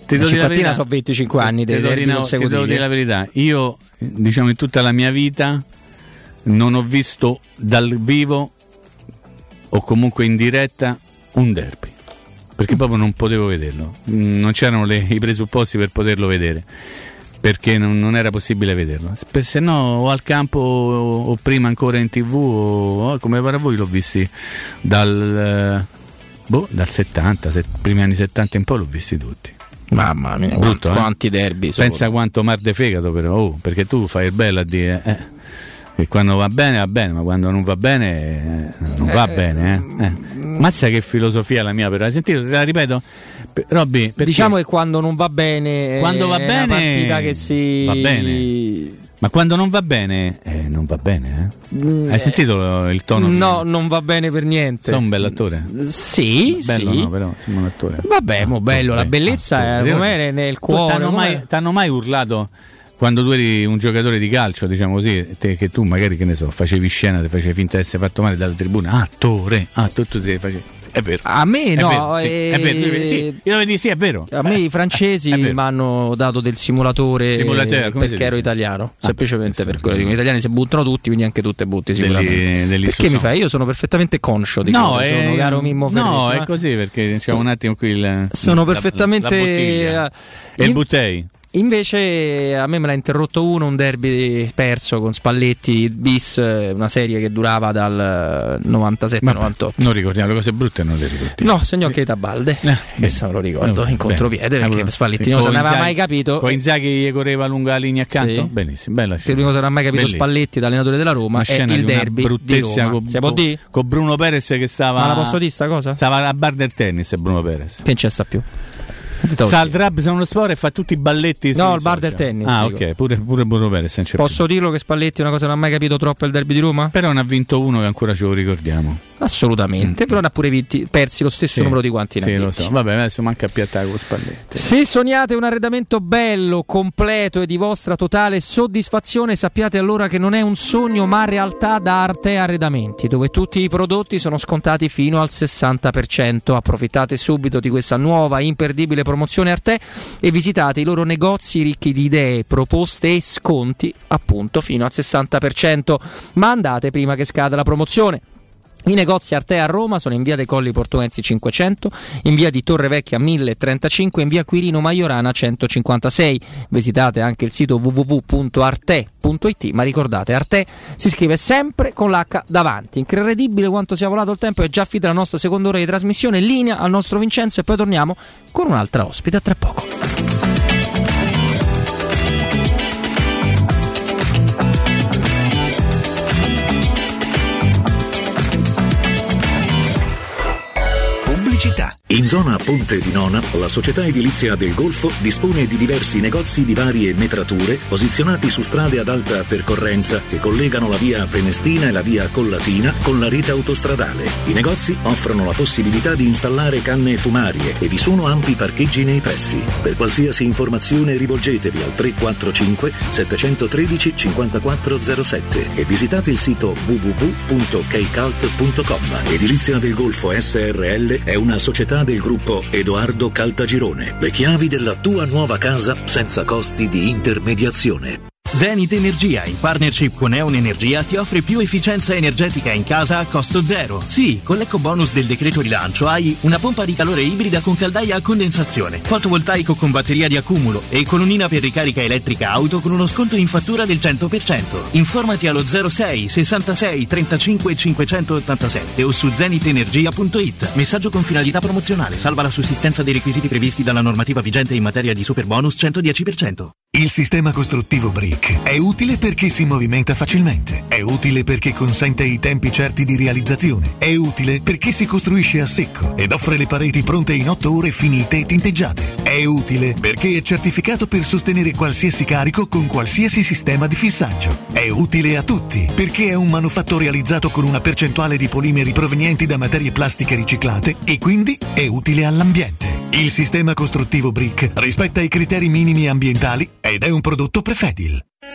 Ti la cinquantina sono venticinque anni dei derby consecutivi. Ti devo dire la verità, io diciamo in tutta la mia vita non ho visto dal vivo o comunque in diretta un derby, perché proprio non potevo vederlo, non c'erano le, i presupposti per poterlo vedere, perché non, non era possibile vederlo, se no o al campo o, o prima ancora in tv o, o come pare a voi l'ho visti dal, boh, dal settanta, set, primi anni settanta in poi l'ho visti tutti. Mamma mia, brutto, quanti eh? derby sono. Pensa quanto mar de fegato però, oh, perché tu fai il bello a dire eh, che quando va bene va bene, ma quando non va bene eh, non va eh, bene eh. Eh. Mazza che filosofia la mia, però hai sentito? Te la ripeto, Robby, diciamo che quando non va bene quando va è bene una partita che si va bene, ma quando non va bene eh, non va bene eh? Mm, hai sentito il tono? No, non va bene per niente. Sei un bell'attore? Sì, bello sì. No, però sono un attore. Vabbè, mo bello, la bellezza è com'è nel cuore. T'hanno mai, t'hanno mai urlato quando tu eri un giocatore di calcio, diciamo così, te, che tu magari, che ne so, facevi scena, ti facevi finta di essere fatto male dalla tribuna, attore, ah, tu, tu ti facevi. È vero. A me è no, vero, sì, eh, è vero. Sì, io devo dire sì, è vero. A me i francesi mi hanno dato del simulatore Simulateur, perché ero italiano, ah, semplicemente per quello. Gli italiani si buttano tutti, quindi anche tu te butti sicuramente. Degli, degli perché mi fai? Io sono perfettamente conscio di no, cosa è, sono, caro Mimmo Ferretti. No, è così perché c'è un attimo qui il sono la, perfettamente la, la e il buttei. Invece a me me l'ha interrotto uno, un derby perso con Spalletti bis, una serie che durava dal novantasette novantotto. Non ricordiamo le cose brutte, non le ricordiamo. No, segnò Keita Balde, eh, che se me lo ricordo, eh, in contropiede, bene. perché Spalletti non se ne aveva mai capito. Con Inzaghi gli correva lunga la linea accanto? Sì. Benissimo, bella scena. L'unico che non ha mai capito Bellissimo. Spalletti, l'allenatore della Roma, è il derby di Roma. Con, si può dire? Con Bruno Perez che stava... Ma la posso dire sta cosa? Stava a bar del tennis Bruno Perez. Che non c'è sta più? Sa al Drab se uno sport e fa tutti i balletti. No, il bar del tennis. Ah, dico. ok, pure, pure Bruno Perez. Posso più. dirlo che Spalletti è una cosa che non ha mai capito troppo il derby di Roma? Però ne ha vinto uno che ancora ce lo ricordiamo. Assolutamente, mm. però ne ha pure vinti, persi lo stesso sì, numero di quanti ne sì, ha lo vinti. so. Vabbè, adesso manca a piattare con Spalletti. Se sognate un arredamento bello, completo e di vostra totale soddisfazione, sappiate allora che non è un sogno ma realtà da Arte Arredamenti, dove tutti i prodotti sono scontati fino al sessanta per cento. Approfittate subito di questa nuova imperdibile promozione Arte e visitate i loro negozi ricchi di idee, proposte e sconti appunto fino al sessanta per cento, ma andate prima che scada la promozione. I negozi Arte a Roma sono in via dei Colli Portuensi cinquecento, in via di Torre Vecchia mille e trentacinque, in via Quirino Maiorana centocinquantasei. Visitate anche il sito w w w punto arte punto i t, ma ricordate, Arte si scrive sempre con l'H davanti. Incredibile quanto sia volato il tempo, è già finita la nostra seconda ora di trasmissione. Linea al nostro Vincenzo e poi torniamo con un'altra ospite a tra poco. Città. In zona Ponte di Nona, la società edilizia del Golfo dispone di diversi negozi di varie metrature posizionati su strade ad alta percorrenza che collegano la via Prenestina e la via Collatina con la rete autostradale. I negozi offrono la possibilità di installare canne fumarie e vi sono ampi parcheggi nei pressi. Per qualsiasi informazione rivolgetevi al tre quattro cinque sette uno tre cinque zero sette e visitate il sito w w w punto keicalt punto com. Edilizia del Golfo S R L è una società del gruppo Edoardo Caltagirone. Le chiavi della tua nuova casa senza costi di intermediazione. Zenith Energia, in partnership con Eon Energia, ti offre più efficienza energetica in casa a costo zero. Sì, con l'eco bonus del decreto rilancio hai una pompa di calore ibrida con caldaia a condensazione, fotovoltaico con batteria di accumulo e colonnina per ricarica elettrica auto con uno sconto in fattura del cento per cento. Informati allo zero sei sessantasei trentacinque cinquecentottantasette o su zenith energia punto i t. Messaggio con finalità promozionale, salva la sussistenza dei requisiti previsti dalla normativa vigente in materia di super bonus centodieci per cento. Il sistema costruttivo Brick è utile perché si movimenta facilmente, è utile perché consente i tempi certi di realizzazione, è utile perché si costruisce a secco ed offre le pareti pronte in otto ore finite e tinteggiate, è utile perché è certificato per sostenere qualsiasi carico con qualsiasi sistema di fissaggio, è utile a tutti perché è un manufatto realizzato con una percentuale di polimeri provenienti da materie plastiche riciclate e quindi è utile all'ambiente. Il sistema costruttivo Brick rispetta i criteri minimi ambientali ed è un prodotto Prefedil.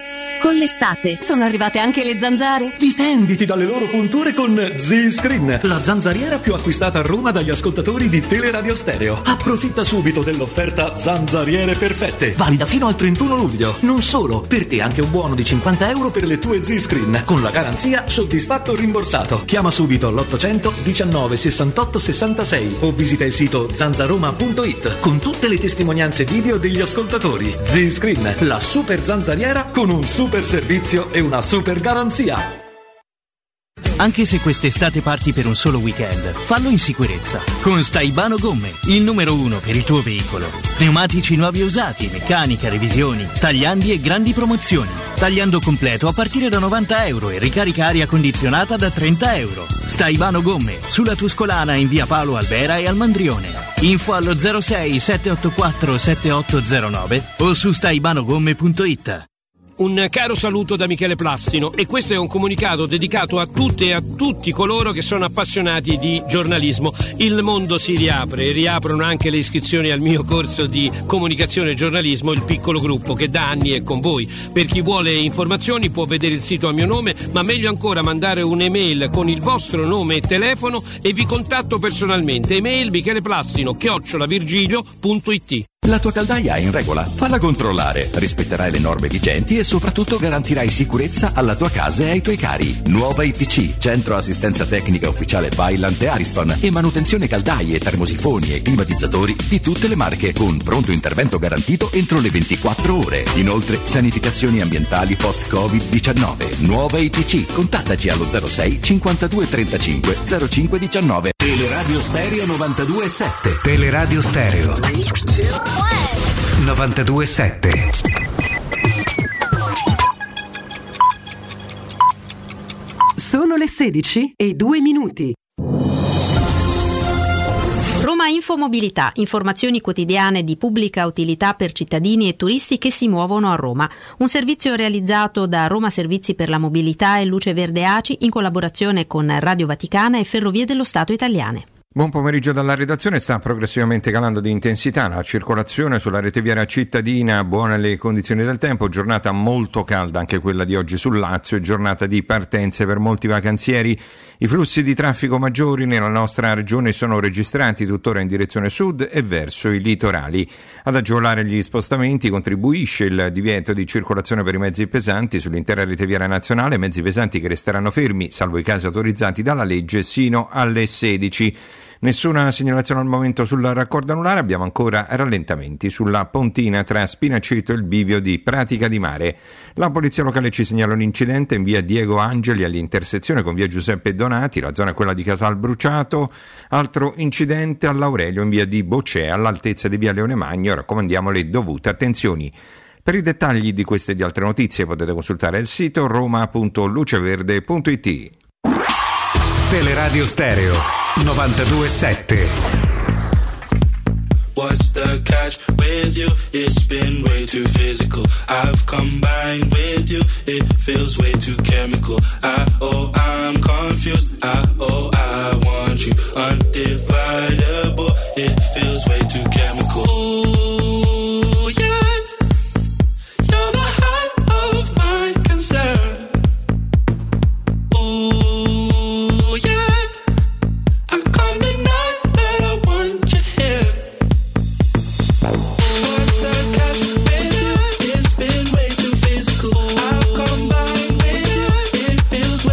Con l'estate sono arrivate anche le zanzare. Difenditi dalle loro punture con Z-Screen, la zanzariera più acquistata a Roma dagli ascoltatori di Teleradio Stereo. Approfitta subito dell'offerta Zanzariere Perfette, valida fino al trentuno luglio. Non solo, per te anche un buono di cinquanta euro per le tue Z-Screen, con la garanzia soddisfatto o rimborsato. Chiama subito l'ottocento diciannove sessantotto sessantasei o visita il sito zanzaroma punto it con tutte le testimonianze video degli ascoltatori. Z-Screen, la super zanzariera con un super servizio e una super garanzia. Anche se quest'estate parti per un solo weekend, fallo in sicurezza. Con Staibano Gomme, il numero uno per il tuo veicolo. Pneumatici nuovi e usati, meccanica, revisioni, tagliandi e grandi promozioni. Tagliando completo a partire da novanta euro e ricarica aria condizionata da trenta euro. Staibano Gomme, sulla Tuscolana in via Paolo Albera e al Mandrione. Info allo zero sei sette otto quattro sette otto zero nove o su staibanogomme punto it. Un caro saluto da Michele Plastino, e questo è un comunicato dedicato a tutte e a tutti coloro che sono appassionati di giornalismo. Il mondo si riapre, riaprono anche le iscrizioni al mio corso di comunicazione e giornalismo, il piccolo gruppo, che da anni è con voi. Per chi vuole informazioni può vedere il sito a mio nome, ma meglio ancora mandare un'email con il vostro nome e telefono e vi contatto personalmente. Email micheleplastino chiocciola virgilio punto it. La tua caldaia è in regola? Falla controllare, rispetterai le norme vigenti e soprattutto garantirai sicurezza alla tua casa e ai tuoi cari. Nuova I T C, centro assistenza tecnica ufficiale Vaillant e Ariston, e manutenzione caldaie, termosifoni e climatizzatori di tutte le marche, con pronto intervento garantito entro le ventiquattro ore. Inoltre, sanificazioni ambientali post-covid diciannove. Nuova I T C, contattaci allo zero sei cinquantadue trentacinque zero cinque diciannove. Teleradio Stereo novantadue sette. Teleradio Stereo novantadue sette. Sono le sedici e due minuti. Roma Infomobilità, informazioni quotidiane di pubblica utilità per cittadini e turisti che si muovono a Roma. Un servizio realizzato da Roma Servizi per la Mobilità e Luce Verde A C I in collaborazione con Radio Vaticana e Ferrovie dello Stato italiane. Buon pomeriggio dalla redazione. Sta progressivamente calando di intensità la circolazione sulla rete viaria cittadina, buone le condizioni del tempo, giornata molto calda anche quella di oggi sul Lazio e giornata di partenze per molti vacanzieri. I flussi di traffico maggiori nella nostra regione sono registrati tuttora in direzione sud e verso i litorali. Ad agevolare gli spostamenti contribuisce il divieto di circolazione per i mezzi pesanti sull'intera rete viaria nazionale, mezzi pesanti che resteranno fermi, salvo i casi autorizzati dalla legge, sino alle sedici. Nessuna segnalazione al momento sul raccordo anulare, abbiamo ancora rallentamenti sulla pontina tra Spinaceto e il bivio di Pratica di Mare. La polizia locale ci segnala un incidente in via Diego Angeli all'intersezione con via Giuseppe Donati, la zona è quella di Casal Bruciato. Altro incidente all'Aurelio in via di Bocea all'altezza di via Leone Magno, raccomandiamo le dovute attenzioni. Per i dettagli di queste e di altre notizie potete consultare il sito roma punto luceverde punto it. Teleradio Stereo novantadue sette. What's the catch with you? It's been way too physical. I've combined with you. It feels way too chemical. I, oh, I'm confused. I, oh, I want you. Undividable. It feels way too chemical. Ooh, yeah. You're the heart of my concern. Ooh, yeah. Feels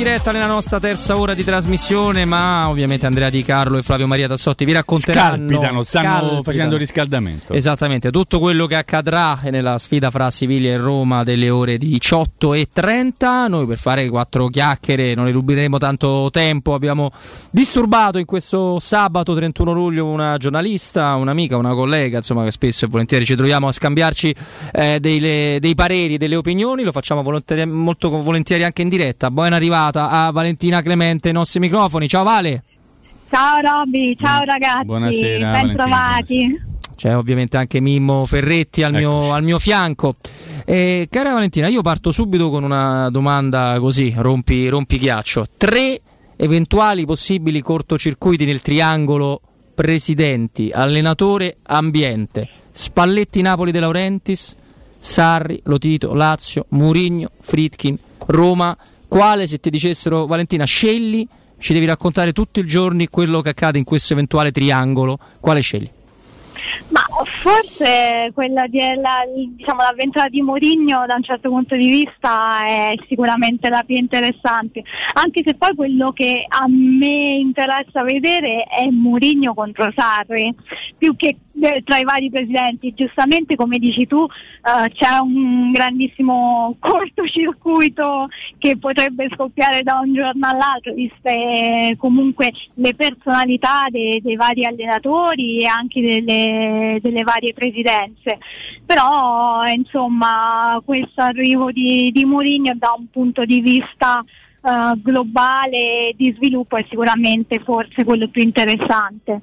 diretta nella nostra terza ora di trasmissione, ma ovviamente Andrea Di Carlo e Flavio Maria Tassotti vi racconteranno. Scalpitano, stanno scalpitano. facendo riscaldamento. Esattamente, tutto quello che accadrà nella sfida fra Siviglia e Roma delle ore diciotto e trenta. Noi per fare quattro chiacchiere non le ruberemo tanto tempo. Abbiamo disturbato in questo sabato trentuno luglio una giornalista, un'amica, una collega, insomma, che spesso e volentieri ci troviamo a scambiarci eh, dei, le, dei pareri, delle opinioni. Lo facciamo volontari- molto volentieri anche in diretta. Buona arrivata a Valentina Clemente ai nostri microfoni. Ciao Vale. Ciao Robby, ciao ragazzi. Buonasera, ben trovati. C'è ovviamente anche Mimmo Ferretti al mio, al mio fianco. Eh, cara Valentina, io parto subito con una domanda così, rompi, rompi ghiaccio. Tre eventuali possibili cortocircuiti nel triangolo presidenti, allenatore, ambiente: Spalletti, Napoli, De Laurentiis, Sarri, Lotito, Lazio, Mourinho, Friedkin, Roma. Quale, se ti dicessero Valentina scegli, ci devi raccontare tutti i giorni quello che accade in questo eventuale triangolo, quale scegli? Ma forse quella di la, diciamo, l'avventura di Mourinho da un certo punto di vista è sicuramente la più interessante, anche se poi quello che a me interessa vedere è Mourinho contro Sarri, più che eh, tra i vari presidenti. Giustamente, come dici tu, eh, c'è un grandissimo cortocircuito che potrebbe scoppiare da un giorno all'altro, viste comunque le personalità dei, dei vari allenatori e anche delle, delle varie presidenze. Però insomma, questo arrivo di, di Mourinho da un punto di vista uh, globale di sviluppo è sicuramente forse quello più interessante.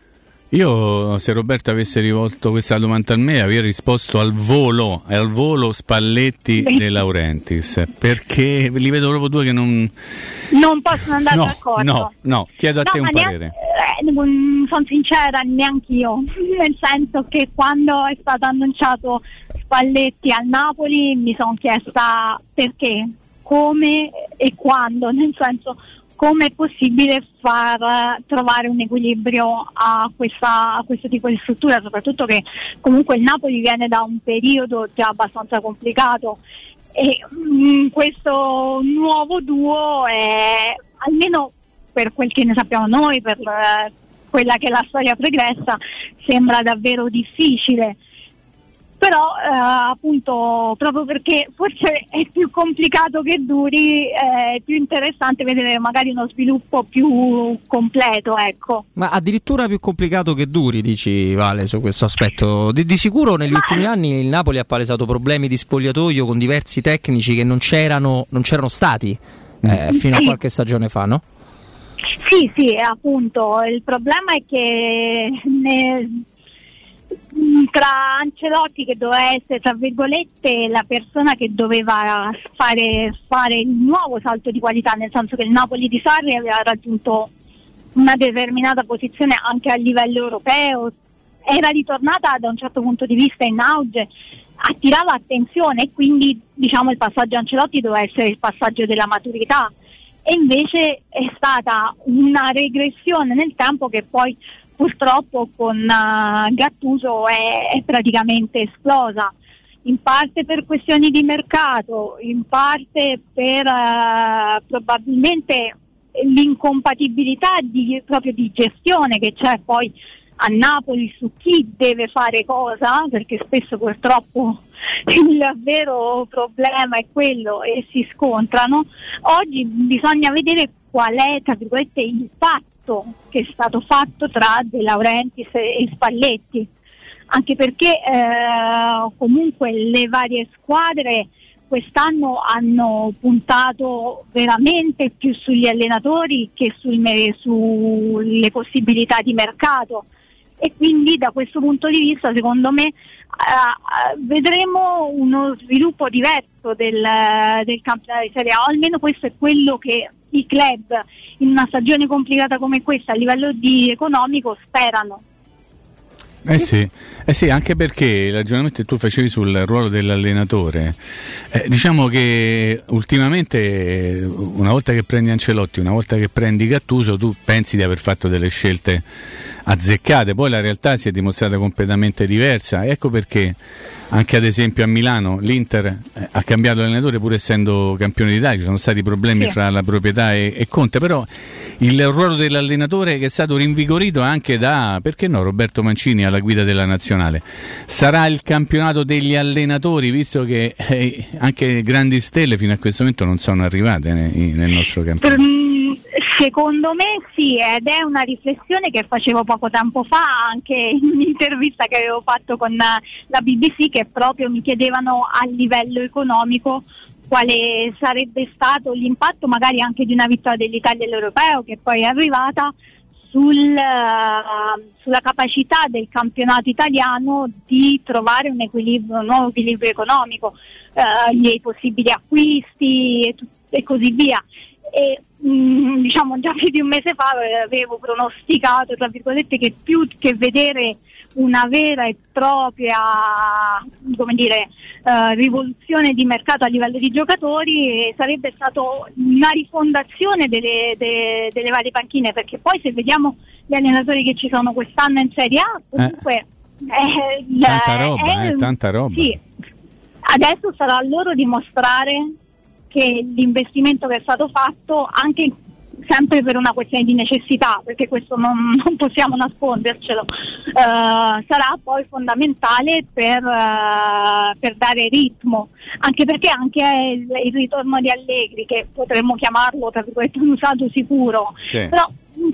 Io, se Roberto avesse rivolto questa domanda a me, avrei risposto al volo, al volo Spalletti De Laurentiis, perché li vedo proprio due che non non possono andare no, d'accordo. No, no, chiedo a no, te un ma parere. Neanche, eh, sono sincera, neanch'io, nel senso che quando è stato annunciato Spalletti al Napoli mi sono chiesta perché, come e quando, nel senso, come è possibile far trovare un equilibrio a, questa, a questo tipo di struttura, soprattutto che comunque il Napoli viene da un periodo già abbastanza complicato e mh, questo nuovo duo è, almeno per quel che ne sappiamo noi, per eh, quella che è la storia pregressa, sembra davvero difficile. Però eh, appunto, proprio perché forse è più complicato che duri, è più interessante vedere magari uno sviluppo più completo, ecco. Ma addirittura più complicato che duri, dici Vale, su questo aspetto? Di, di sicuro negli Ma... ultimi anni il Napoli ha palesato problemi di spogliatoio con diversi tecnici che non c'erano, non c'erano stati eh, fino a qualche stagione fa, no? Sì, sì, appunto, il problema è che ne... tra Ancelotti, che doveva essere tra virgolette la persona che doveva fare, fare il nuovo salto di qualità, nel senso che il Napoli di Sarri aveva raggiunto una determinata posizione anche a livello europeo, era ritornata da un certo punto di vista in auge, attirava attenzione e quindi diciamo il passaggio Ancelotti doveva essere il passaggio della maturità, e invece è stata una regressione nel tempo che poi purtroppo con uh, Gattuso è, è praticamente esplosa, in parte per questioni di mercato, in parte per uh, probabilmente l'incompatibilità di, proprio di gestione che c'è poi a Napoli su chi deve fare cosa, perché spesso purtroppo il vero problema è quello e si scontrano. Oggi bisogna vedere qual è, tra virgolette, il patto che è stato fatto tra De Laurentiis e Spalletti, anche perché eh, comunque le varie squadre quest'anno hanno puntato veramente più sugli allenatori che sul, sulle possibilità di mercato, e quindi da questo punto di vista secondo me uh, vedremo uno sviluppo diverso del, del campionato di Serie A, o almeno questo è quello che i club in una stagione complicata come questa a livello di economico sperano. Eh sì, eh sì, anche perché il ragionamento che tu facevi sul ruolo dell'allenatore, eh, diciamo che ultimamente una volta che prendi Ancelotti, una volta che prendi Gattuso, tu pensi di aver fatto delle scelte azzeccate, poi la realtà si è dimostrata completamente diversa. Ecco perché anche ad esempio a Milano l'Inter eh, ha cambiato allenatore pur essendo campione d'Italia, ci sono stati problemi sì. fra la proprietà e, e Conte, però il ruolo dell'allenatore che è stato rinvigorito anche da, perché no, Roberto Mancini alla guida della nazionale. Sarà il campionato degli allenatori, visto che eh, anche grandi stelle fino a questo momento non sono arrivate nel, nel nostro campionato. Secondo me sì, ed è una riflessione che facevo poco tempo fa anche in un'intervista che avevo fatto con la B B C, che proprio mi chiedevano a livello economico quale sarebbe stato l'impatto magari anche di una vittoria dell'Italia all'Europeo, che poi è arrivata, sul, uh, sulla capacità del campionato italiano di trovare un equilibrio, un nuovo equilibrio economico, uh, gli possibili acquisti e, e così via. E mh, diciamo già più di un mese fa avevo pronosticato, tra virgolette, che più che vedere una vera e propria, come dire, uh, rivoluzione di mercato a livello di giocatori, eh, sarebbe stato una rifondazione delle, de, delle varie panchine, perché poi se vediamo gli allenatori che ci sono quest'anno in Serie A, comunque eh, eh, tanta roba, è, eh, tanta roba. Sì, adesso sarà a loro dimostrare che l'investimento che è stato fatto, anche sempre per una questione di necessità, perché questo non, non possiamo nascondercelo, uh, sarà poi fondamentale per, uh, per dare ritmo, anche perché anche il, il ritorno di Allegri, che potremmo chiamarlo tra virgolette un usato sicuro, sì. però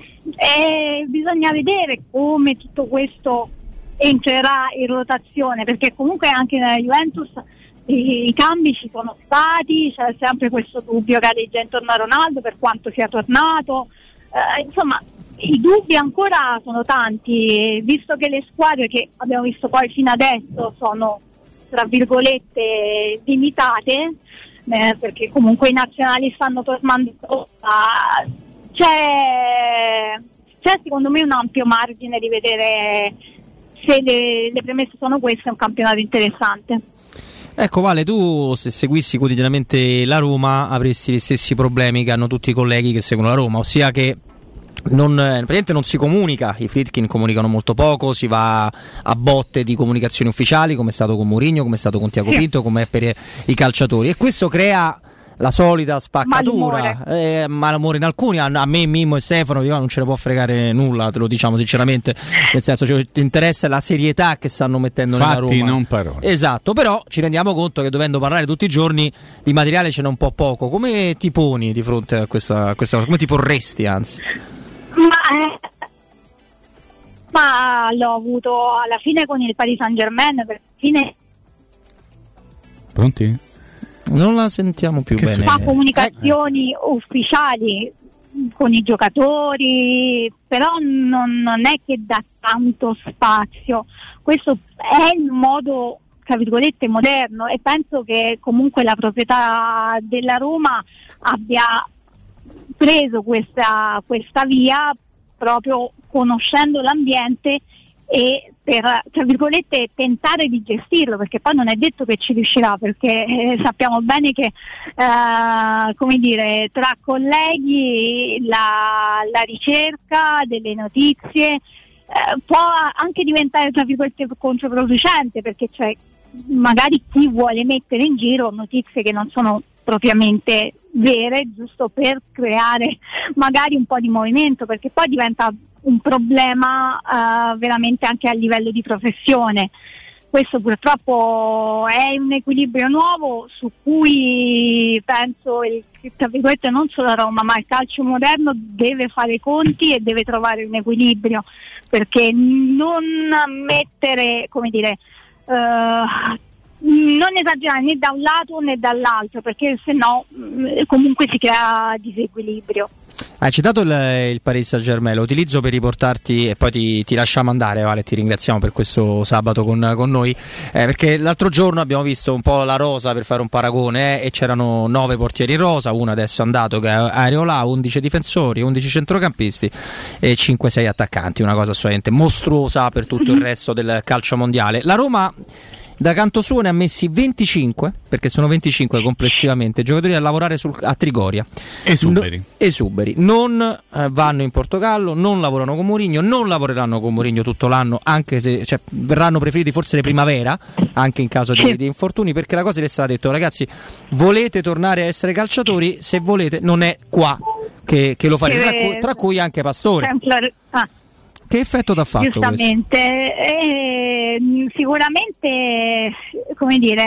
eh, bisogna vedere come tutto questo entrerà in rotazione, perché comunque anche nella Juventus I, i cambi ci sono stati, c'è sempre questo dubbio gareggia intorno a Ronaldo per quanto sia tornato, eh, insomma i dubbi ancora sono tanti, visto che le squadre che abbiamo visto poi fino adesso sono tra virgolette limitate, eh, perché comunque i nazionali stanno tornando, uh, c'è, c'è secondo me un ampio margine di vedere, se le, le premesse sono queste, un campionato interessante. Ecco Vale, tu se seguissi quotidianamente la Roma avresti gli stessi problemi che hanno tutti i colleghi che seguono la Roma, ossia che non, praticamente non si comunica, i Friedkin comunicano molto poco, si va a botte di comunicazioni ufficiali, come è stato con Mourinho, come è stato con Tiago Pinto, come è per i calciatori, e questo crea la solita spaccatura, malumore, eh, malumore in alcuni, a, a me, Mimmo e Stefano non ce ne può fregare nulla, te lo diciamo sinceramente, nel senso ci interessa la serietà che stanno mettendo Fatti, nella Roma, non parole. Esatto, però ci rendiamo conto che dovendo parlare tutti i giorni di materiale ce n'è un po' poco. Come ti poni di fronte a questa, a questa cosa? Come ti porresti anzi? Ma, eh, ma l'ho avuto alla fine con il Paris Saint-Germain, per fine. Pronti? Non la sentiamo più che bene. Fa comunicazioni eh. ufficiali con i giocatori, però non, non è che dà tanto spazio. Questo è il modo, tra virgolette, moderno, e penso che comunque la proprietà della Roma abbia preso questa, questa via proprio conoscendo l'ambiente e per, tra virgolette, tentare di gestirlo, perché poi non è detto che ci riuscirà, perché eh, sappiamo bene che eh, come dire, tra colleghi la, la ricerca delle notizie eh, può anche diventare, tra virgolette, controproducente, perché c'è magari chi vuole mettere in giro notizie che non sono propriamente vere, giusto per creare magari un po' di movimento, perché poi diventa un problema uh, veramente anche a livello di professione. Questo purtroppo è un equilibrio nuovo su cui penso il, tra virgolette, non solo la Roma ma il calcio moderno deve fare i conti e deve trovare un equilibrio, perché non mettere, come dire, uh, non esagerare né da un lato né dall'altro, perché se no mh, comunque si crea disequilibrio. Hai citato il, il Paris Saint-Germain, lo utilizzo per riportarti e poi ti, ti lasciamo andare, Vale, ti ringraziamo per questo sabato con, con noi, eh, perché l'altro giorno abbiamo visto un po' la rosa, per fare un paragone, eh, e c'erano nove portieri rosa, uno adesso è andato che è Areola, undici difensori, undici centrocampisti e cinque sei attaccanti, una cosa assolutamente mostruosa per tutto il resto del calcio mondiale. La Roma Da canto suo ne ha messi venticinque, perché sono venticinque complessivamente, giocatori a lavorare sul, a Trigoria. Esuberi. No, esuberi. Non eh, vanno in Portogallo, non lavorano con Mourinho, non lavoreranno con Mourinho tutto l'anno, anche se cioè, verranno preferiti forse le primavera, anche in caso di, di infortuni, perché la cosa gli è stata detto: ragazzi, volete tornare a essere calciatori? Se volete, non è qua che, che lo farete, tra, cui, tra cui anche Pastore. Ah. Che effetto t'ha fatto Giustamente, eh, sicuramente, come dire,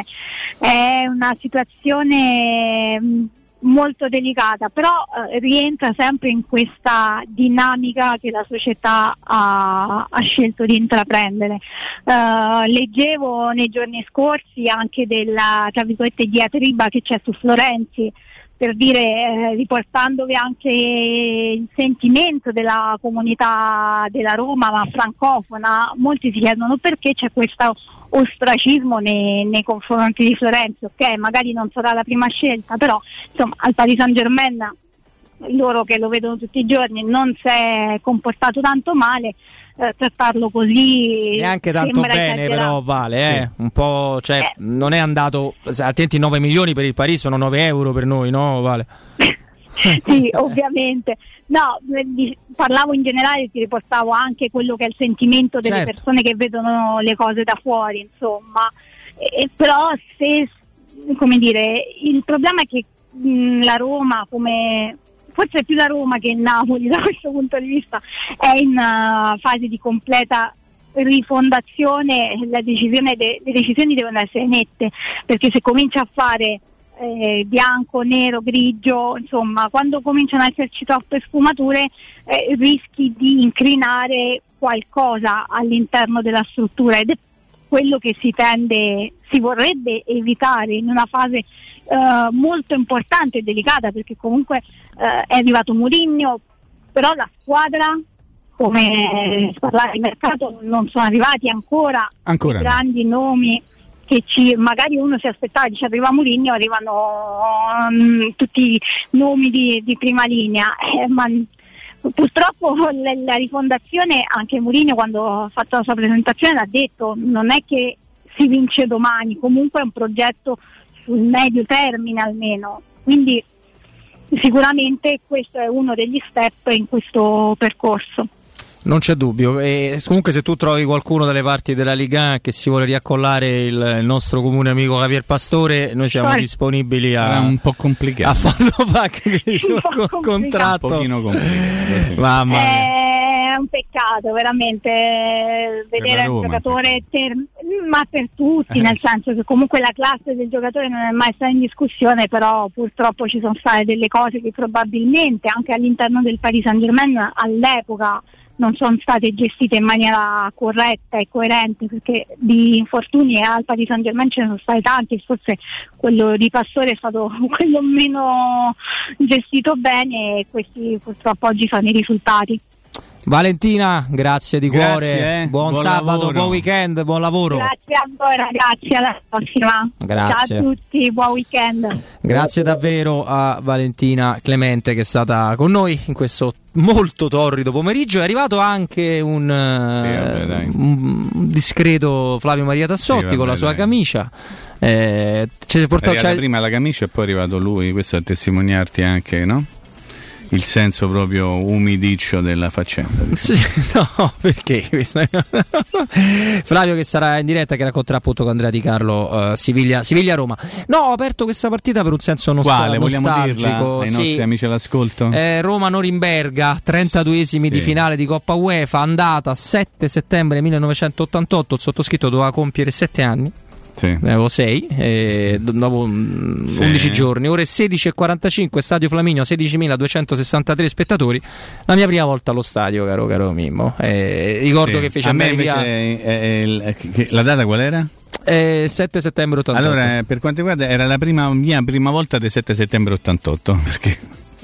è una situazione molto delicata, però eh, rientra sempre in questa dinamica che la società ha, ha scelto di intraprendere. Uh, leggevo nei giorni scorsi anche della, tra virgolette, diatriba che c'è su Florenzi, per dire, eh, riportandovi anche il sentimento della comunità della Roma, ma francofona. Molti si chiedono perché c'è questo ostracismo nei, nei confronti di Florenzi. Ok, magari non sarà la prima scelta, però insomma al Paris Saint-Germain, loro che lo vedono tutti i giorni, non si è comportato tanto male. Eh, trattarlo così neanche tanto bene, esagerato. Però vale eh? Sì. Un po', cioè eh. non è andato, attenti, nove milioni per il Paris sono nove euro per noi, no? Vale. Sì, ovviamente. No, parlavo in generale, ti riportavo anche quello che è il sentimento delle certo. persone che vedono le cose da fuori, insomma. E, però se, come dire, il problema è che mh, la Roma, come forse più la Roma che il Napoli da questo punto di vista, è in uh, fase di completa rifondazione. La decisione de- le decisioni devono essere nette, perché se comincia a fare eh, bianco, nero, grigio, insomma, quando cominciano a esserci troppe sfumature eh, rischi di incrinare qualcosa all'interno della struttura, ed è quello che si tende, si vorrebbe evitare in una fase uh, molto importante e delicata, perché comunque uh, è arrivato Mourinho, però la squadra, come si parlava di mercato, non sono arrivati ancora, ancora grandi no. nomi che ci, magari uno si aspettava, dice arriva Mourinho, arrivano um, tutti nomi di, di prima linea, eh, ma purtroppo la, la rifondazione, anche Mourinho quando ha fatto la sua presentazione ha detto non è che si vince domani, comunque è un progetto sul medio termine almeno, quindi sicuramente questo è uno degli step in questo percorso. Non c'è dubbio, e comunque se tu trovi qualcuno dalle parti della Liga che si vuole riaccollare il, il nostro comune amico Javier Pastore, noi siamo Poi. disponibili a, un po' complicato. a farlo fare il suo co- contratto. Un pochino complicato, sì. Mamma mia. È un peccato veramente vedere un giocatore ter- ma per tutti, eh. nel senso che comunque la classe del giocatore non è mai stata in discussione, però purtroppo ci sono state delle cose che probabilmente anche all'interno del Paris Saint-Germain all'epoca non sono state gestite in maniera corretta e coerente, perché di infortuni al Paris Saint-Germain ce ne sono stati tanti, forse quello di Pastore è stato quello meno gestito bene, e questi purtroppo oggi fanno i risultati. Valentina, grazie di grazie, cuore, eh. buon, buon sabato, lavoro. buon weekend, buon lavoro. Grazie a voi ragazzi, alla prossima. Grazie. Ciao a tutti, buon weekend. Grazie davvero a Valentina Clemente che è stata con noi in questo molto torrido pomeriggio. È arrivato anche un, sì, vabbè, un discreto Flavio Maria Tassotti, sì, vabbè, con la sua dai. camicia. Eh, ci portato, cioè... prima la camicia e poi è arrivato lui, questo a testimoniarti anche, no? Il senso proprio umidiccio della faccenda. Sì, no, perché Flavio che sarà in diretta, che racconterà appunto con Andrea Di Carlo uh, Siviglia, Siviglia-Roma. No, ho aperto questa partita per un senso nostal- Quale? Vogliamo nostalgico. Ai sì. nostri amici all'ascolto? Eh, Roma-Norimberga, trentaduesimi sì. di finale di Coppa UEFA, andata sette settembre millenovecentottantotto. Il sottoscritto doveva compiere sette anni. Sì. Avevo sei eh, dopo sì. undici giorni, ore sedici e quarantacinque, stadio Flaminio, sedicimiladuecentosessantatré spettatori. La mia prima volta allo stadio, caro caro Mimmo. Eh, ricordo sì. che fece a me invece via... è, è, è, è, la data qual era? Eh, sette settembre ottantotto. Allora, per quanto riguarda, era la prima mia prima volta del sette settembre ottantotto. Perché?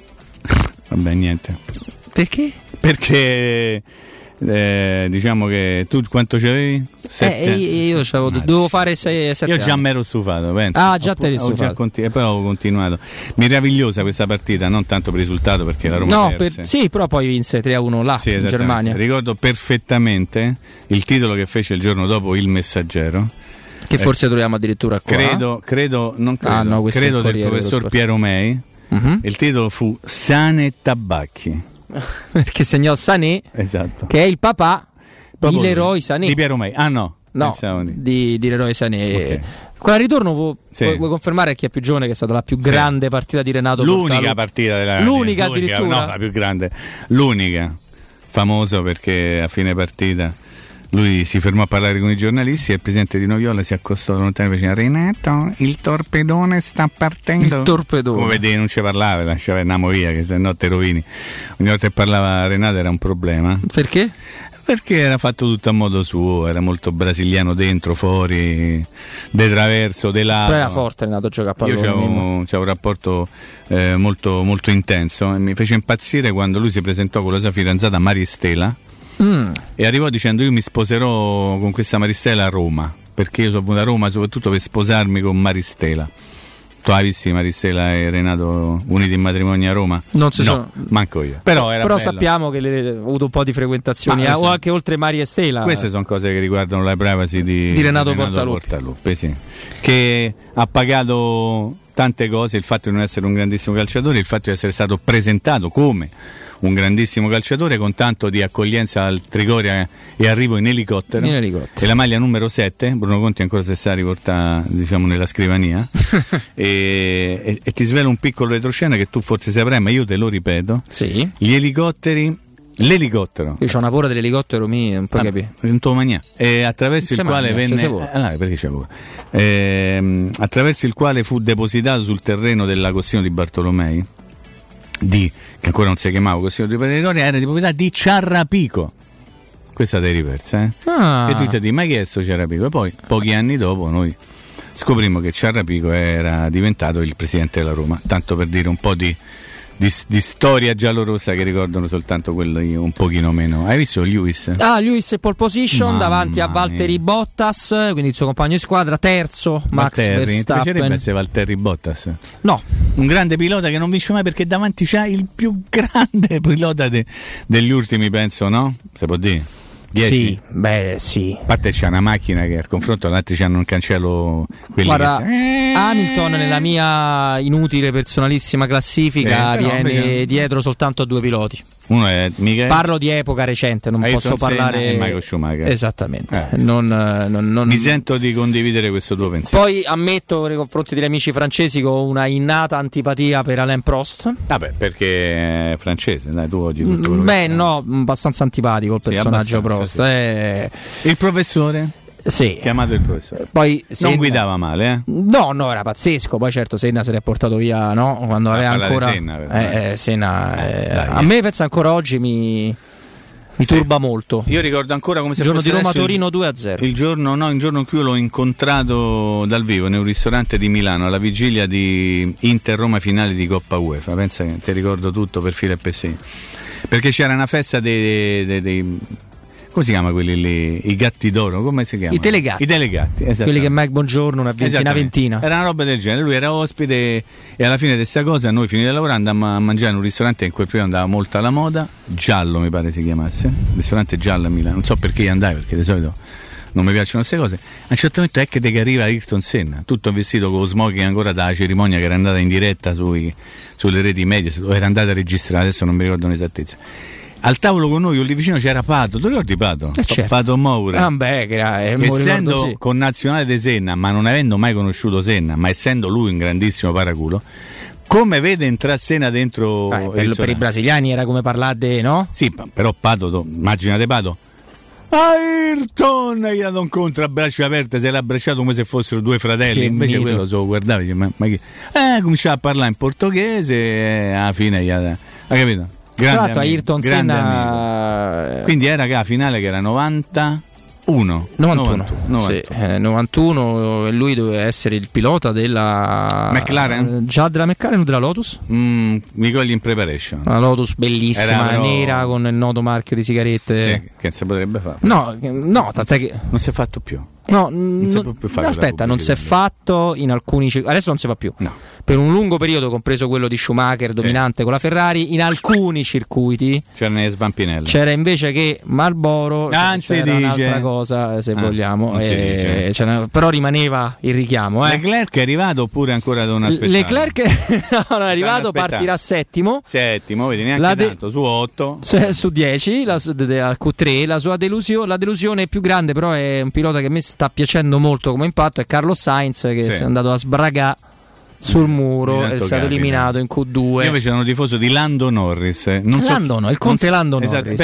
Vabbè, niente. Perché? Perché eh, diciamo che tu quanto c'avevi? Eh, io c'avevo, dovevo fare sei sette Io già anni. mi ero stufato, penso. Ah, già te l'hai stufato. Continu- e poi ho continuato. Meravigliosa questa partita, non tanto per il risultato, perché la Roma no, perse. Per, sì, però poi vinse tre a uno là sì, in Germania. Ricordo perfettamente il titolo che fece il giorno dopo Il Messaggero. Che forse troviamo addirittura qua. Credo, credo, non credo, ah, no, credo del professor Piero Mei. Uh-huh. Il titolo fu Sane Tabacchi. Perché segnò Sané, esatto, che è il papà proprio di Leroy Sané. Di Piero Mei. Ah no, no di, di Leroy Sané. Okay. Con il ritorno pu- sì. pu- puoi confermare chi è più giovane che è stata la più grande sì. partita di Renato L'unica Portaluppi. partita della L'unica, l'unica addirittura? No, la più grande. L'unica. Famoso perché a fine partita lui si fermò a parlare con i giornalisti e il presidente di Noviola si accostò da lontano e diceva: Renato, il torpedone sta partendo. Il torpedone. Come vedi, non ci parlava, lasciava andiamo via, che se no te rovini. Ogni volta che parlava Renato era un problema. Perché? Perché era fatto tutto a modo suo, era molto brasiliano dentro, fuori, de traverso, de lato. Poi era forte Renato, gioca a pallone. Io c'avevo, c'avevo un rapporto eh, molto, molto intenso e mi fece impazzire quando lui si presentò con la sua fidanzata Maristela. Mm. E arrivò dicendo: io mi sposerò con questa Maristela a Roma, perché io sono venuto a Roma soprattutto per sposarmi con Maristela. Tu hai visto Maristela e Renato uniti in matrimonio a Roma? Non si no, sono... manco io. Però, era Però bello. sappiamo che le... ha avuto un po' di frequentazioni, eh, o anche oltre Mari e Stella. Queste sono cose che riguardano la privacy di, di Renato, Renato Portaluppi, Portaluppi sì. Che ha pagato tante cose, il fatto di non essere un grandissimo calciatore, il fatto di essere stato presentato come un grandissimo calciatore con tanto di accoglienza al Trigoria e arrivo in elicottero, in elicottero. E la maglia numero sette, Bruno Conti ancora si sta riportata, diciamo, nella scrivania e, e, e ti svelo un piccolo retroscena che tu forse saprai, ma io te lo ripeto. Sì. Gli elicotteri, l'elicottero, io c'ho una paura dell'elicottero, mi non puoi ah, capire, non te lo mangia. E attraverso il quale magna, venne ah, no, perché c'è paura. Eh, attraverso il quale fu depositato sul terreno dell'Agostino di Bartolomei, di che ancora non si chiamava Agostino di Bartolomei, era di proprietà di Ciarrapico. Questa dei riversa, eh? Ah. E tu ti dici: ma chi è sto Ciarrapico? E poi pochi anni dopo noi scoprimo che Ciarrapico era diventato il presidente della Roma, tanto per dire un po' di Di, di storia giallorossa che ricordano soltanto quelli un pochino meno. Hai visto Lewis? Ah, Lewis è pole position. Mamma davanti a Valtteri mia. Bottas, quindi il suo compagno di squadra. Terzo Max Valtteri. Verstappen. Ti piacerebbe essere Valtteri Bottas? No. Un grande pilota che non vince mai perché davanti c'ha il più grande pilota de, degli ultimi, penso, no? Se può dire. dieci? Sì, beh, sì. A parte c'è una macchina che al confronto con altri c'hanno un cancello. Quelli Guarda, che si... Hamilton nella mia inutile personalissima classifica sì, viene invece... dietro soltanto a due piloti. Uno è Michael... Parlo di epoca recente, non Ayrton posso parlare. Senna e Michael Schumacher. Esattamente. Eh. Non, non, non... Mi sento di condividere questo tuo pensiero. Poi ammetto nei confronti degli amici francesi con una innata antipatia per Alain Prost. Vabbè, perché è francese, dai, tu odi tutto quello Beh, che no, abbastanza antipatico il personaggio sì, Prost. Sì. Eh... Il professore? Sì. Chiamato il professore. Poi non Senna... guidava male, eh? No, no, era pazzesco. Poi certo Senna se l'è portato via, no? Quando Sa aveva ancora Senna, eh, eh, Senna eh, eh, dai, a me pensa ancora oggi mi mi sì. turba molto. Io ricordo ancora come se il giorno fosse di Roma Torino il, due a zero. Il giorno no, il giorno in cui io l'ho incontrato dal vivo in un ristorante di Milano alla vigilia di Inter Roma finale di Coppa UEFA. Pensa che ti ricordo tutto per filo e per segno. Perché c'era una festa dei, dei, dei come si chiama quelli lì? I gatti d'oro, come si chiama? I telegatti. I telegatti, quelli che Mike Buongiorno una ventina ventina. Era una roba del genere, lui era ospite e alla fine di questa cosa noi finiti di lavorare andammo a mangiare in un ristorante che in quel periodo andava molto alla moda, Giallo mi pare si chiamasse, ristorante Giallo a Milano, non so perché andai perché di solito non mi piacciono queste cose. A un certo punto ecco che arriva Ayrton Senna, tutto vestito con lo smoking ancora dalla cerimonia che era andata in diretta sui, sulle reti media, o era andata a registrare, adesso non mi ricordo un'esattezza. Al tavolo con noi, lì vicino c'era Pato, tu ricordi Pato? Eh certo. Pato Moura. Ah beh, gra- eh, essendo ricordo, sì. connazionale di Senna, ma non avendo mai conosciuto Senna, ma essendo lui un grandissimo paraculo, come vede entrare Senna dentro eh, per, per i brasiliani era come parlare, no? Sì, però Pato, immaginate Pato. Ayrton gli ha dato un contro a braccia aperte, si era abbracciato come se fossero due fratelli, che invece mito. Quello solo guardava, ma, ma che... eh, cominciava a parlare in portoghese e alla fine gli ha, ha capito? Tra l'altro Ayrton Senna amico. Quindi era che la finale che era novantuno novantuno, novantuno. Sì, eh, novantuno e lui doveva essere il pilota della McLaren, già della McLaren o della Lotus? Mm, mi cogli in preparation. Una Lotus bellissima, però... nera con il noto marchio di sigarette. Sì, che si potrebbe fare. No, no, tant'è che non si è fatto più. No, non si non, può più fare aspetta, non si è fatto in alcuni circuiti, adesso non si fa più. No. Per un lungo periodo, compreso quello di Schumacher, dominante sì. con la Ferrari, in alcuni circuiti c'erano le svampinelle. C'era invece che Marlboro, Anzi, c'era dice. un'altra cosa, se ah, vogliamo, e, però rimaneva il richiamo. Eh. Leclerc è arrivato oppure ancora devono aspettare? Leclerc non è arrivato, partirà settimo. Settimo, vedi, neanche la de- tanto, su otto. Su dieci, la, al Q tre, la sua delusione, la delusione più grande però è un pilota che a me sta piacendo molto come impatto, è Carlos Sainz, che sì. è andato a sbragare sul muro, è stato capita. eliminato in Q due. Io invece sono tifoso di Lando Norris. Non Lando, so, no, il conte non, Lando esatto, Norris. Per,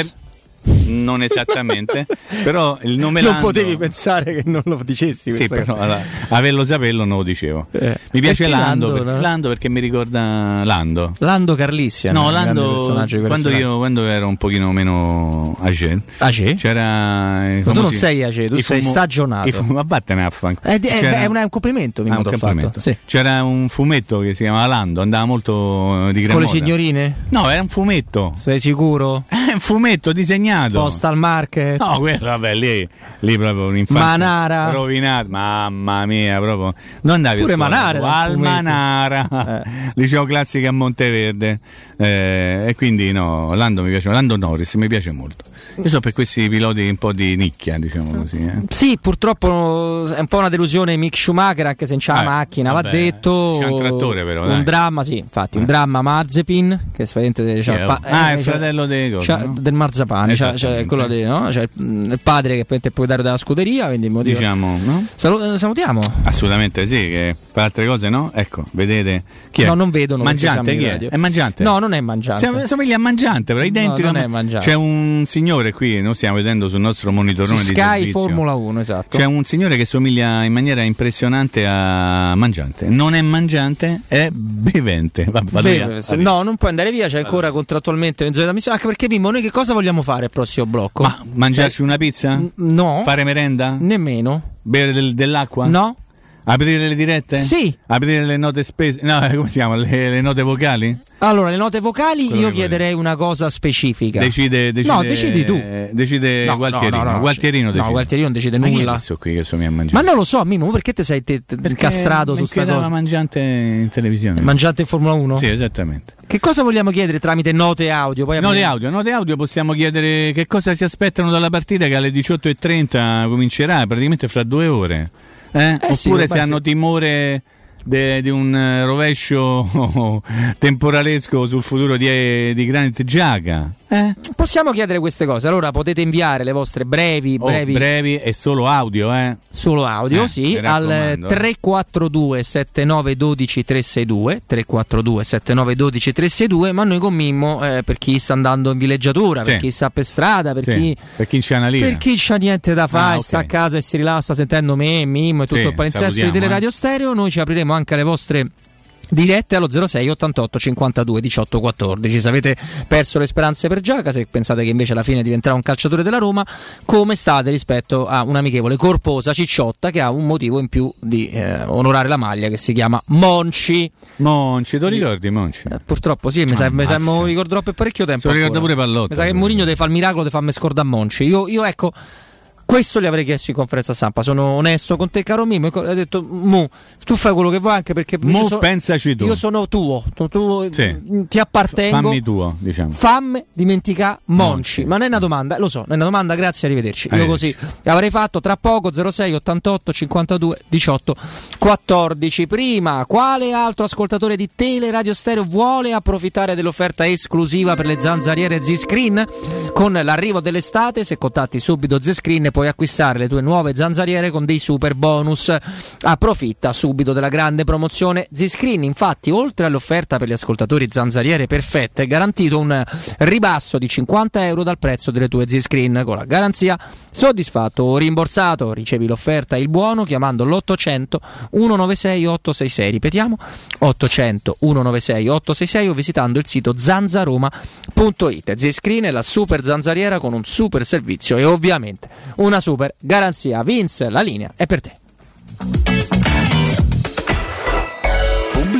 non esattamente, però il nome non Lando, potevi pensare che non lo dicessi. Sì, però allora, averlo saperlo non lo dicevo. Eh. Mi piace Lando, Lando, per, no? Lando perché mi ricorda Lando. Lando Carlissian. No, Lando. Quando io quando ero un pochino meno age, age? c'era. Ma tu non sei age, tu sei fumo, stagionato. Fumo, ma vattene a fanco. È, è, è un complimento, mi ah, un complimento. Sì. C'era un fumetto che si chiamava Lando, andava molto di gran con moda. Le signorine? No, era un fumetto. Sei sicuro? È un fumetto disegnato. Postal Market. No, quello vabbè, lì, lì proprio un'infanzia Manara rovinata. Mamma mia, proprio. Non andavi pure a scuola, Manara al Manara, eh. liceo classico a Monteverde. Eh, e quindi no, Lando mi piace, Lando Norris mi piace molto. Io so per questi piloti un po' di nicchia, diciamo così. Eh. Sì, purtroppo è un po' una delusione Mick Schumacher, anche se non c'ha la eh, macchina, vabbè, va detto. C'è un trattore però, un dai. dramma, sì, infatti, eh. un dramma Mazepin, che sicuramente c'ha pa- ah, eh, il fratello de cosa, no? del Marzapane, c'ha, c'ha quello de, no? C'è il padre che è il proprietario della scuderia, quindi motivo. Diciamo, no? Salu- salutiamo. Assolutamente sì, che per altre cose no? Ecco, vedete chi è? No, non vedono. Mangiante chi è? È Mangiante? No, non è Mangiante. Siamo, somiglia a Mangiante, però identico. No, non è Mangiante. C'è un signore qui, noi stiamo vedendo sul nostro monitorone su di Sky servizio. Formula uno, esatto. C'è un signore che somiglia in maniera impressionante a Mangiante. Non è Mangiante, è bevente. Va, vado Beve, via, se, no, non puoi andare via, c'è ancora contrattualmente mezz'ora di missione. Anche perché Mimmo, noi che cosa vogliamo fare al prossimo blocco? Ma mangiarci cioè, una pizza? N- no. Fare merenda? Nemmeno. Bere del, dell'acqua? No. Aprire le dirette? Sì. Aprire le note spese? No, come si chiama? Le, le note vocali? Allora, le note vocali Quello io chiederei una cosa specifica. Decide, decide No, decidi tu. Decide no, Gualtierino. No, no, no, Gualtierino decide. No, Gualtierino non decide Ma nulla. Ma qui che so mi ha mangiato. Ma non lo so, Mimmo, perché te sei te, te, incastrato su sta cosa? Mangiante in televisione. Mangiante in Formula uno? Sì, esattamente. Che cosa vogliamo chiedere tramite note audio? Poi note audio, note audio possiamo chiedere che cosa si aspettano dalla partita che alle diciotto e trenta comincerà, praticamente fra due ore. Eh? Eh Oppure sì, se hanno sì. timore de, di un uh, rovescio temporalesco sul futuro di, di Granit Xhaka. Eh? Possiamo chiedere queste cose. Allora potete inviare le vostre brevi, brevi, oh, brevi e solo audio, eh? Solo audio, eh, sì, al tre quattro due sette nove uno due tre sei due tre quattro due sette nove uno due tre sei due. Ma noi con Mimmo, eh, per chi sta andando in villeggiatura, sì. per chi sta per strada, per sì. chi per chi c'è una linea, per chi c'ha niente da fare, ah, okay. sta a casa e si rilassa sentendo me, Mimmo e tutto sì, il palinsesto di Teleradio eh. Stereo. Noi ci apriremo anche alle vostre dirette allo zero sei ottantotto cinquantadue diciotto quattordici. Se avete perso le speranze per Xhaka, se pensate che invece alla fine diventerà un calciatore della Roma, come state rispetto a un'amichevole corposa cicciotta che ha un motivo in più di eh, onorare la maglia, che si chiama Monci. Monci, te lo ricordi Monci? Eh, purtroppo sì, mi sa me lo ricorderò per parecchio tempo. Se lo ricorda pure Pallotta. Mi sa che Mourinho deve fare il miracolo di farmi scordare Monci. Io, io ecco, questo gli avrei chiesto in conferenza stampa. Sono onesto con te, caro Mimmo. Ha detto: Mu, tu fai quello che vuoi, anche perché Mu, so, pensaci tu. Io sono tuo, tu, tu sì. ti appartengo. Fammi tuo, diciamo. Fammi dimenticare Monci. Monci. Ma non è una domanda, lo so, non è una domanda, grazie, arrivederci. Io così avrei fatto tra poco. Zero sei ottantotto cinquantadue diciotto quattordici. Prima, quale altro ascoltatore di Teleradio Stereo vuole approfittare dell'offerta esclusiva per le zanzariere Z-Screen? Con l'arrivo dell'estate, se contatti subito Z-Screen, puoi acquistare le tue nuove zanzariere con dei super bonus. Approfitta subito della grande promozione Z-Screen. Infatti, oltre all'offerta per gli ascoltatori zanzariere perfette, è garantito un ribasso di cinquanta euro dal prezzo delle tue Z-Screen. Con la garanzia soddisfatto o rimborsato, ricevi l'offerta e il buono chiamando l'ottocento centonovantasei ottocentosessantasei. Ripetiamo, ottocento centonovantasei ottocentosessantasei o visitando il sito zanzaroma punto it. Z-Screen è la super zanzariera con un super servizio e ovviamente una super garanzia. Vince, la linea è per te. Pubblico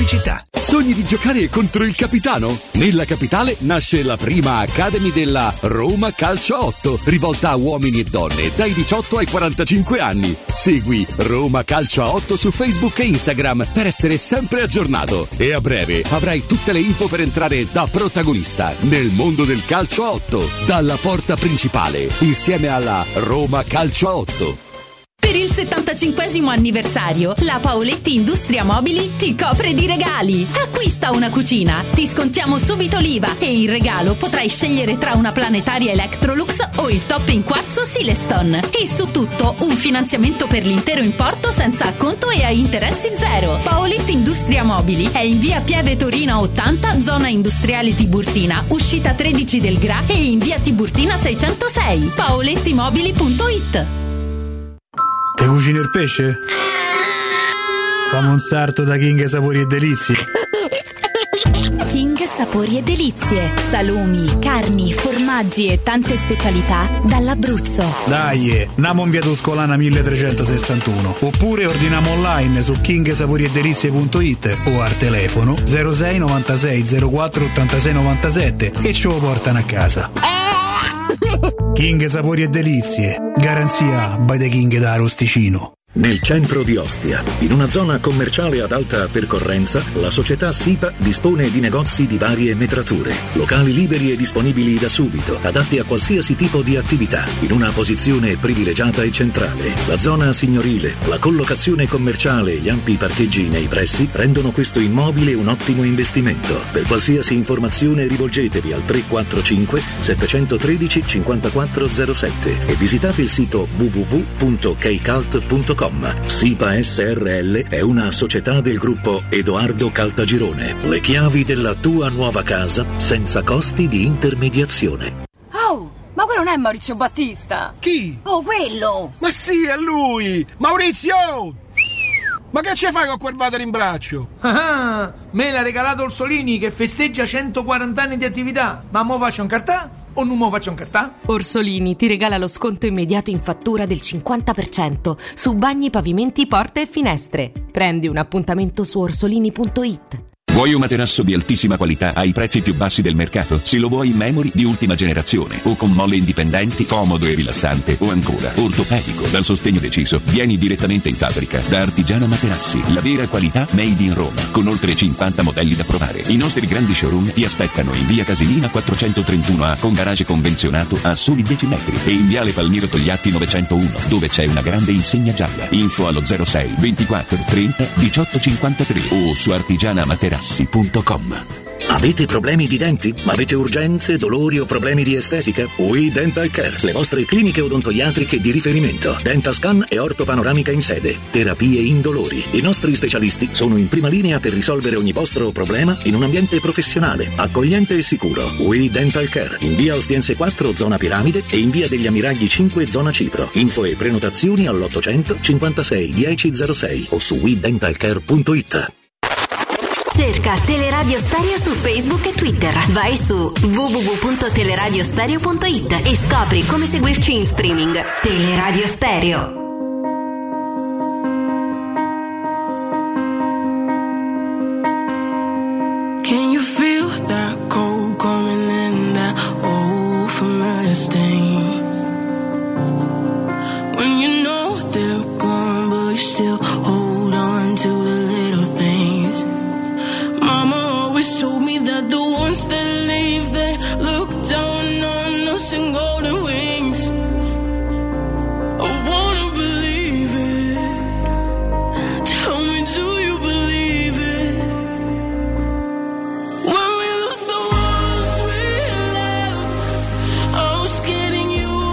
pubblicità. Sogni di giocare contro il capitano? Nella capitale nasce la prima Academy della Roma Calcio otto, rivolta a uomini e donne dai diciotto ai quarantacinque anni. Segui Roma Calcio otto su Facebook e Instagram per essere sempre aggiornato. E a breve avrai tutte le info per entrare da protagonista nel mondo del calcio a otto, dalla porta principale, insieme alla Roma Calcio otto. Per il settantacinquesimo anniversario, la Paoletti Industria Mobili ti copre di regali. Acquista una cucina, ti scontiamo subito l'I V A e in regalo potrai scegliere tra una planetaria Electrolux o il top in quarzo Sileston. E su tutto un finanziamento per l'intero importo senza acconto e a interessi zero. Paoletti Industria Mobili è in via Pieve Torino ottanta, zona industriale Tiburtina, uscita tredici del Gra e in via Tiburtina seicentosei. paolettimobili punto it. Te cucini il pesce? Fammi un sarto da King Sapori e Delizie. King Sapori e Delizie. Salumi, carni, formaggi e tante specialità dall'Abruzzo. Dai, namo in via Tuscolana milletrecentosessantuno. Oppure ordiniamo online su king sapori e delizie punto it o al telefono zero sei novantasei zero quattro ottantasei novantasette e ce lo portano a casa. King Sapori e Delizie, garanzia by the King da Arosticino. Nel centro di Ostia, in una zona commerciale ad alta percorrenza, la società SIPA dispone di negozi di varie metrature, locali liberi e disponibili da subito, adatti a qualsiasi tipo di attività, in una posizione privilegiata e centrale. La zona signorile, la collocazione commerciale e gli ampi parcheggi nei pressi rendono questo immobile un ottimo investimento. Per qualsiasi informazione rivolgetevi al tre quattro cinque sette uno tre cinque zero sette e visitate il sito w w w punto keicalt punto com. SIPA S R L è una società del gruppo Edoardo Caltagirone. Le chiavi della tua nuova casa senza costi di intermediazione. Oh, ma quello non è Maurizio Battista? Chi? Oh, quello! Ma sì, è lui! Maurizio! Ma che ci fai con quel vader in braccio? Ah, me l'ha regalato Orsolini che festeggia centoquaranta anni di attività. Ma mo faccio un cartà o non mo faccio un cartà? Orsolini ti regala lo sconto immediato in fattura del cinquanta per cento su bagni, pavimenti, porte e finestre. Prendi un appuntamento su orsolini punto it. Vuoi un materasso di altissima qualità ai prezzi più bassi del mercato? Se lo vuoi in memory di ultima generazione o con molle indipendenti, comodo e rilassante o ancora ortopedico dal sostegno deciso, vieni direttamente in fabbrica da Artigiana Materassi, la vera qualità made in Roma, con oltre cinquanta modelli da provare. I nostri grandi showroom ti aspettano in via Casilina quattrocentotrentuno A con garage convenzionato a soli dieci metri e in viale Palmiro Togliatti novecentouno dove c'è una grande insegna gialla. Info allo zero sei ventiquattro trenta diciotto cinquantatré o su artigiana materassi punto com. Avete problemi di denti? Avete urgenze, dolori o problemi di estetica? We Dental Care, le vostre cliniche odontoiatriche di riferimento. Dentascan e ortopanoramica in sede. Terapie indolori. I nostri specialisti sono in prima linea per risolvere ogni vostro problema in un ambiente professionale, accogliente e sicuro. We Dental Care, in via Ostiense quattro, zona Piramide e in via degli Ammiragli cinque, zona Cipro. Info e prenotazioni all'ottocento cinquantasei dieci zero sei o su we dental care punto it. Cerca Teleradio Stereo su Facebook e Twitter. Vai su w w w punto teleradiostereo punto it e scopri come seguirci in streaming. Teleradio Stereo. Can you feel that cold coming in, that old familiar stain? When you know they're gone, but you still hold on to the little things. Mama always told me that the ones that leave, they look down on us in golden wings. I wanna believe it. Tell me, do you believe it? When we lose the ones we love, I was getting you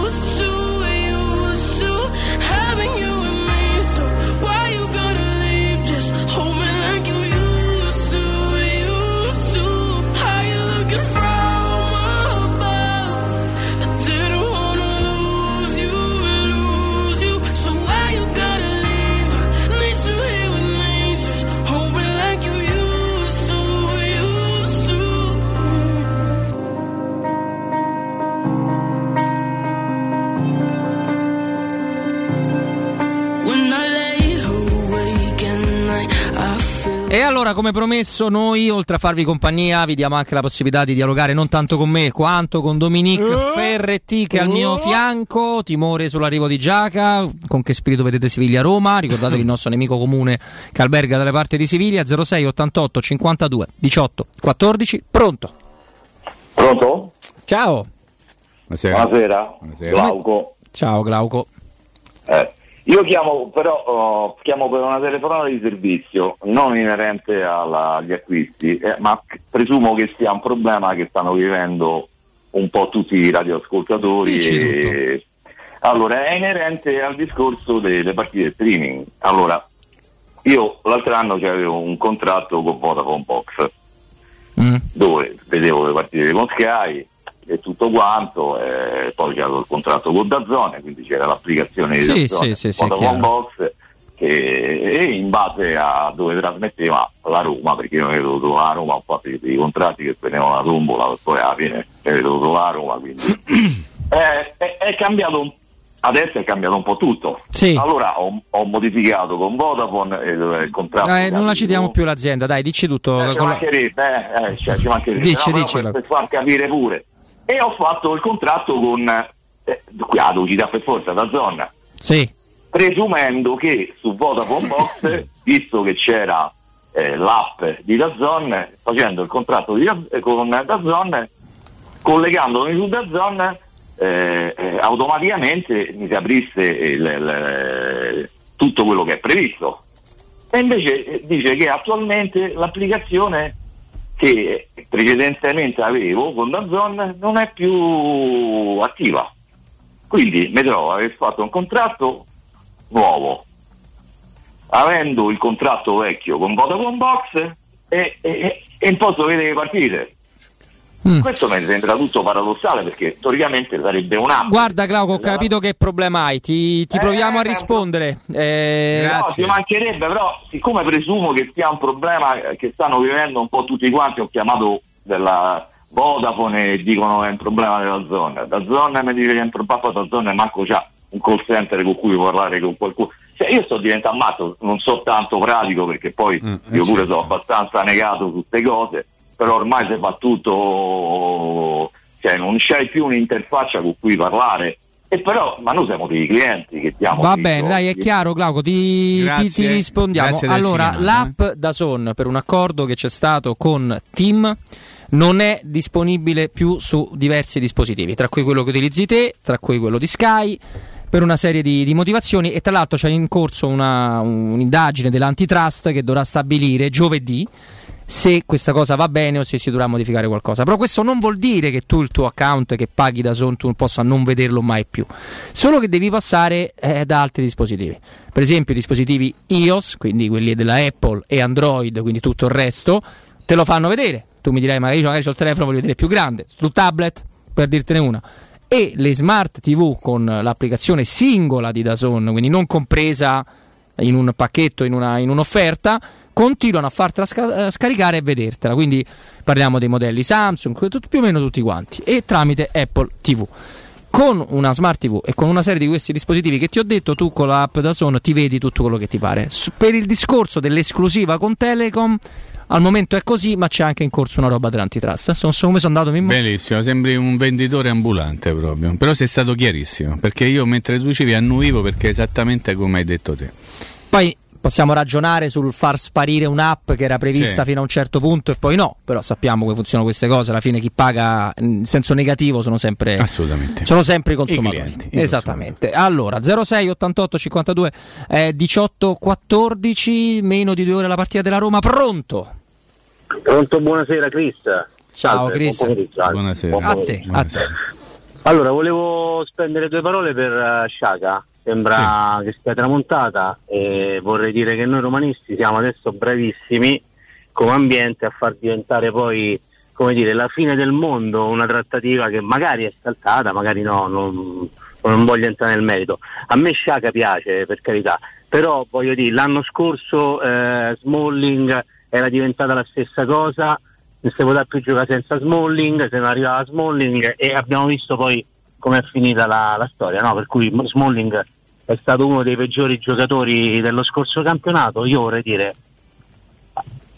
E allora, come promesso, noi oltre a farvi compagnia vi diamo anche la possibilità di dialogare non tanto con me quanto con Dominique uh, Ferretti che è al mio uh. fianco. Timore sull'arrivo di Giaca, con che spirito vedete Siviglia-Roma? Ricordatevi il nostro nemico comune che alberga dalle parti di Siviglia. Zero sei ottantotto cinquantadue diciotto quattordici. Pronto? Pronto? Ciao. Buonasera. Buonasera. Buonasera. Glauco. Ciao Glauco. Eh. Io chiamo però oh, chiamo per una telefonata di servizio non inerente alla, agli acquisti, eh, ma presumo che sia un problema che stanno vivendo un po' tutti i radioascoltatori. E... Allora, è inerente al discorso delle partite streaming. Allora, io l'altro anno avevo un contratto con Vodafone Box mm. dove vedevo le partite con Sky e tutto quanto, e poi c'era il contratto con DAZN, quindi c'era l'applicazione di sì, DAZN, sì, sì, Vodafone sì, Box, che, e in base a dove trasmetteva la Roma, perché io avevo dovuto la Roma, ho fatto dei contratti che prendevano la tombola, e poi alla fine avevo dovuto la Roma, quindi è, è, è cambiato un adesso è cambiato un po' tutto. Sì. Allora ho, ho modificato con Vodafone e il contratto. Eh, non la citiamo più l'azienda, dai, dici tutto. Eh, ci mancherebbe, eh, eh, cioè, ci mancherebbe. Dici, no, dici, per, per far capire pure. E ho fatto il contratto con eh, qui la velocità per forza da zona. Sì. Presumendo che su Vodafone Box, visto che c'era eh, l'app di DAZN, facendo il contratto di, eh, con DAZN, collegandomi su DAZN, eh, eh, automaticamente mi si aprisse il, il, tutto quello che è previsto. E invece eh, dice che attualmente l'applicazione che precedentemente avevo con DAZN non è più attiva, quindi mi trovo a aver fatto un contratto nuovo avendo il contratto vecchio con Vodafone Box e, e, e non posso vedere le partite. Mm. Questo mi sembra tutto paradossale, perché teoricamente sarebbe un'app. Guarda Glauco, ho capito che problema hai, ti, ti eh, proviamo a rispondere. Eh, no, ci mancherebbe, però siccome presumo che sia un problema che stanno vivendo un po' tutti quanti, ho chiamato della Vodafone e dicono che è un problema della zona. Da zona mi dice che è un problema, da zona manco c'ha un call center con cui parlare con qualcuno. Cioè, io sto diventando matto, non so tanto pratico, perché poi mm, io pure certo. sono abbastanza negato su queste cose, però ormai si fa tutto, cioè non c'hai più un'interfaccia con cui parlare. E però, ma noi siamo dei clienti che diamo. Va bene, soldi. Dai, è chiaro Glauco, ti, ti, ti rispondiamo. Allora, cinema, l'app eh? DAZN, per un accordo che c'è stato con Team, non è disponibile più su diversi dispositivi, tra cui quello che utilizzi te, tra cui quello di Sky, per una serie di, di motivazioni. E tra l'altro c'è in corso una, un'indagine dell'antitrust che dovrà stabilire giovedì se questa cosa va bene o se si dovrà modificare qualcosa. Però questo non vuol dire che tu il tuo account che paghi da DAZN tu possa non vederlo mai più, solo che devi passare eh, da altri dispositivi, per esempio dispositivi iOS, quindi quelli della Apple, e Android, quindi tutto il resto te lo fanno vedere. Tu mi dirai magari, magari c'ho il telefono, voglio vedere più grande, sul tablet, per dirtene una. E le smart tivù con l'applicazione singola di DAZN, quindi non compresa in un pacchetto, in, una, in un'offerta, continuano a fartela sca- scaricare e vedertela. Quindi parliamo dei modelli Samsung, tutto, più o meno tutti quanti, e tramite Apple tivù. Con una smart tivù e con una serie di questi dispositivi che ti ho detto, tu con l'app DAZN ti vedi tutto quello che ti pare. Per il discorso dell'esclusiva con Telecom, al momento è così, ma c'è anche in corso una roba dell'antitrust. Sono, sono, come sono andato, Mimmo? Bellissimo, sembri un venditore ambulante proprio. Però sei stato chiarissimo, perché io mentre tu dicevi annuivo, perché è esattamente come hai detto te. Poi possiamo ragionare sul far sparire un'app che era prevista sì. fino a un certo punto e poi no, però sappiamo come funzionano queste cose. Alla fine chi paga in senso negativo sono sempre, assolutamente, sono sempre i consumatori. I clienti, i esattamente. Consumatori. Allora zero sei ottantotto cinquantadue eh, diciotto quattordici, meno di due ore la partita della Roma. Pronto? Pronto, buonasera Chris. Ciao Chris. Buonasera. A te, buonasera. a te. Allora, volevo spendere due parole per uh, Sciaca. Sembra sì. che sia tramontata, e vorrei dire che noi romanisti siamo adesso bravissimi come ambiente a far diventare poi, come dire, la fine del mondo una trattativa che magari è saltata, magari no, non, non voglio entrare nel merito. A me Sciaca piace, per carità, però voglio dire, l'anno scorso eh, Smalling era diventata la stessa cosa, non si poteva più giocare senza Smalling, se non arrivava Smalling, e abbiamo visto poi come è finita la, la storia, no? Per cui Smalling è stato uno dei peggiori giocatori dello scorso campionato. Io vorrei dire,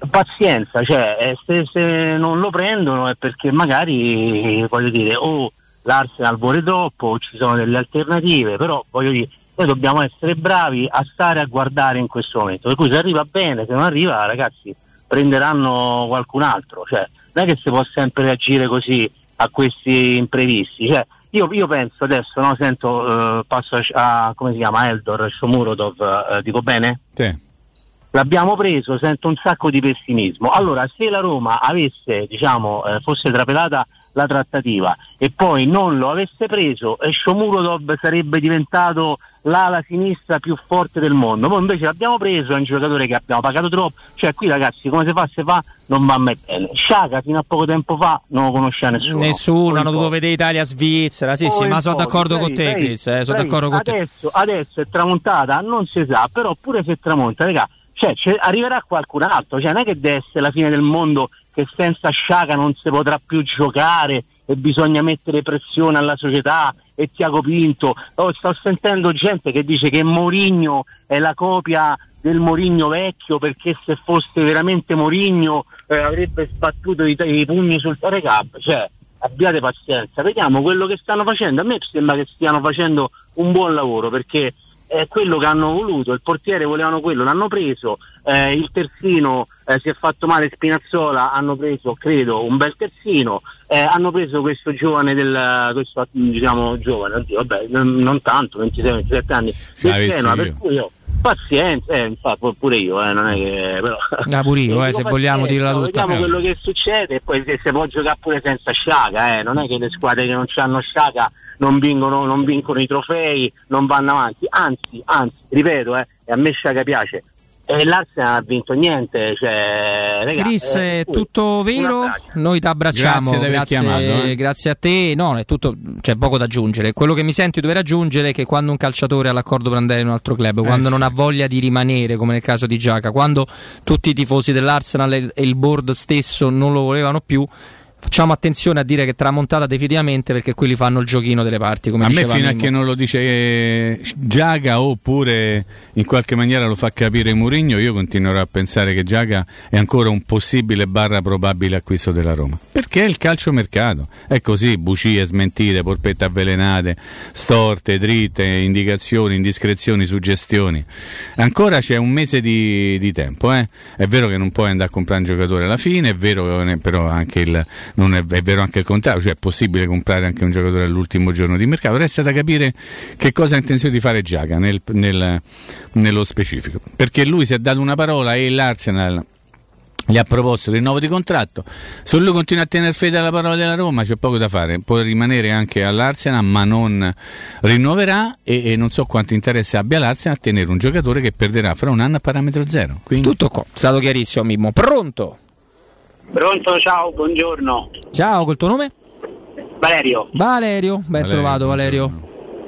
pazienza, cioè eh, se, se non lo prendono è perché magari, voglio dire, o l'Arsenal vuole troppo o ci sono delle alternative, però voglio dire, noi dobbiamo essere bravi a stare a guardare in questo momento, per cui se arriva bene, se non arriva ragazzi prenderanno qualcun altro, cioè non è che si può sempre reagire così a questi imprevisti, cioè io, io penso adesso, no, sento, eh, passo a, a come si chiama, Eldor Shomurodov, eh, dico bene? Sì. L'abbiamo preso, sento un sacco di pessimismo. Allora, se la Roma avesse, diciamo, eh, fosse trapelata la trattativa e poi non lo avesse preso, e Shomurodov sarebbe diventato l'ala sinistra più forte del mondo. Poi invece l'abbiamo preso, è un giocatore che abbiamo pagato troppo, cioè qui ragazzi come si fa, se fa non va mai bene. Sciaga fino a poco tempo fa non lo conosceva nessuno. Nessuno, hanno dovuto vedere Italia-Svizzera, sì sì, ma sono d'accordo con te Chris, eh, sono d'accordo con te. Adesso, adesso è tramontata, non si sa, però pure se tramonta, raga, cioè arriverà qualcun altro, cioè non è che deve essere la fine del mondo, che senza Sciaga non si potrà più giocare e bisogna mettere pressione alla società e Tiago Pinto. Oh, sto sentendo gente che dice che Mourinho è la copia del Mourinho vecchio, perché se fosse veramente Mourinho eh, avrebbe sbattuto i, i pugni sul telecab, cioè abbiate pazienza, vediamo quello che stanno facendo. A me sembra che stiano facendo un buon lavoro, perché è quello che hanno voluto, il portiere volevano quello, l'hanno preso, eh, il terzino eh, si è fatto male Spinazzola, hanno preso credo un bel terzino, eh, hanno preso questo giovane del questo diciamo giovane, oddio, vabbè, non, non tanto, ventisei ventisette anni, del Genoa, per cui io pazienza, eh, infatti pure io, eh, non è che però ah, pure io, eh, se vogliamo dirla tutta. Vediamo eh. quello che succede e poi se si può giocare pure senza Sciaga, eh, non è che le squadre che non hanno Sciaga non vincono, non vincono i trofei, non vanno avanti, anzi, anzi, ripeto, eh, e a me Sciaga piace. E l'Arsenal ha vinto niente, cioè, ragazzi, Chris, è tutto vero? Noi ti abbracciamo, grazie, grazie, chiamato, eh. grazie a te. No, è tutto, c'è poco da aggiungere. Quello che mi sento di dover aggiungere è che quando un calciatore ha l'accordo per andare in un altro club, quando eh, non sì. ha voglia di rimanere, come nel caso di Giaca, quando tutti i tifosi dell'Arsenal e il board stesso non lo volevano più, facciamo attenzione a dire che tramontata definitivamente, perché quelli fanno il giochino delle parti, come a me fino Mimmo. a che non lo dice Giaga oppure in qualche maniera lo fa capire Mourinho, io continuerò a pensare che Giaga è ancora un possibile barra probabile acquisto della Roma, perché è il calciomercato, è così, bugie smentite, polpette avvelenate, storte, dritte, indicazioni, indiscrezioni, suggestioni. Ancora c'è un mese di, di tempo, eh? È vero che non puoi andare a comprare un giocatore alla fine, è vero che però anche il non è, è vero anche il contrario, cioè è possibile comprare anche un giocatore all'ultimo giorno di mercato. Resta da capire che cosa ha intenzione di fare Giaga nel, nel, nello specifico, perché lui si è dato una parola e l'Arsenal gli ha proposto il rinnovo di contratto. Se lui continua a tenere fede alla parola della Roma c'è poco da fare, può rimanere anche all'Arsenal ma non rinnoverà, e, e non so quanto interesse abbia l'Arsenal a tenere un giocatore che perderà fra un anno a parametro zero. Quindi... tutto qua, è stato chiarissimo. Mimmo, pronto? Pronto, ciao, buongiorno. Ciao, col tuo nome? Valerio. Valerio, ben Valerio, trovato Valerio.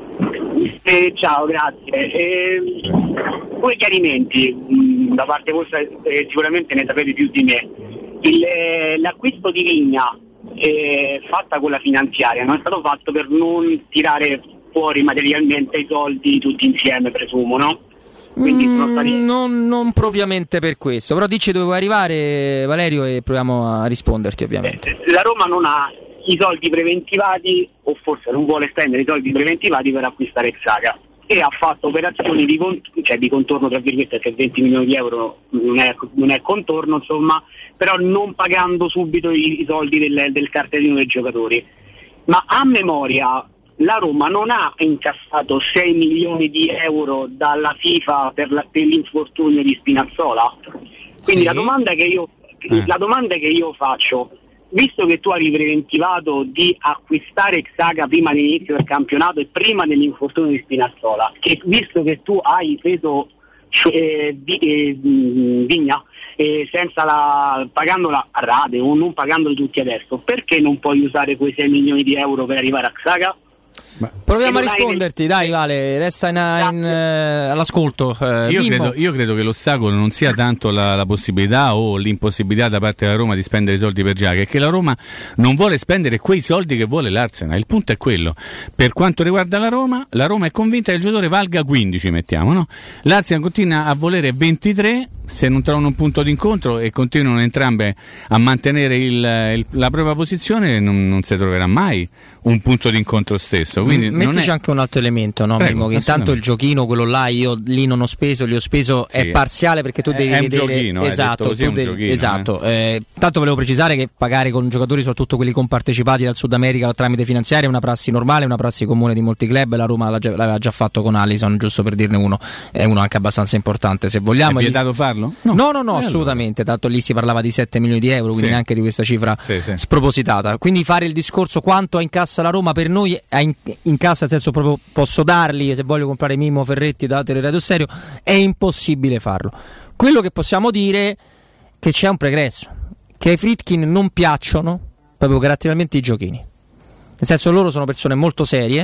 Eh, ciao, grazie. Eh, due chiarimenti mh, da parte vostra, eh, sicuramente ne sapete più di me. Il, eh, l'acquisto di Vigna eh, fatta con la finanziaria non è stato fatto per non tirare fuori materialmente i soldi tutti insieme, presumo, no? Quindi mm, stati... non, non propriamente per questo, però dici dove vuoi arrivare Valerio e proviamo a risponderti ovviamente. Eh, la Roma non ha i soldi preventivati, o forse non vuole spendere i soldi preventivati per acquistare Xhaka, e ha fatto operazioni di, cont- cioè di contorno, tra virgolette, che venti milioni di euro non è, non è contorno, insomma, però non pagando subito i, i soldi del, del cartellino dei giocatori. Ma a memoria la Roma non ha incassato sei milioni di euro dalla FIFA per, la, per l'infortunio di Spinazzola. Quindi sì. la domanda che io eh. la domanda che io faccio, visto che tu hai preventivato di acquistare Xhaka prima dell'inizio del campionato e prima dell'infortunio di Spinazzola, che visto che tu hai preso eh, eh, Vigna eh, senza la, pagandola a rate o non pagandoli tutti adesso, perché non puoi usare quei sei milioni di euro per arrivare a Xhaka? Ma proviamo a risponderti, dai Vale, resta in, in, uh, all'ascolto. Uh, io, credo, io credo che l'ostacolo non sia tanto la, la possibilità o l'impossibilità da parte della Roma di spendere i soldi per Giaga, è che la Roma non vuole spendere quei soldi che vuole l'Arsenal. Il punto è quello. Per quanto riguarda la Roma, la Roma è convinta che il giocatore valga quindici, mettiamo, no? L'Arsenal continua a volere ventitré se non trovano un punto d'incontro e continuano entrambe a mantenere il, il, la propria posizione, non, non si troverà mai un punto d'incontro stesso. Quindi M- mettici non è... anche un altro elemento, no, Prego, Mimmo, che intanto il giochino, quello là, io lì non ho speso, lì ho speso, sì, è parziale perché tu devi è vedere. Un giochino, esatto, così, tu un devi... giochino, esatto. Eh. Eh, tanto volevo precisare che pagare con giocatori, soprattutto quelli compartecipati dal Sud America tramite finanziaria, è una prassi normale, una prassi comune di molti club. La Roma l'aveva già fatto con Alisson, giusto per dirne uno, è uno anche abbastanza importante, se vogliamo. È vietato farlo? No, no, no, no assolutamente. Tanto lì si parlava di sette milioni di euro, quindi sì, neanche di questa cifra sì, sì, spropositata. Quindi fare il discorso quanto incassa la Roma per noi in, incassa, nel senso proprio posso darli, se voglio comprare Mimmo Ferretti da Teleradio Stereo, è impossibile farlo. Quello che possiamo dire è che c'è un pregresso, che ai Friedkin non piacciono proprio caratterialmente i giochini, nel senso loro sono persone molto serie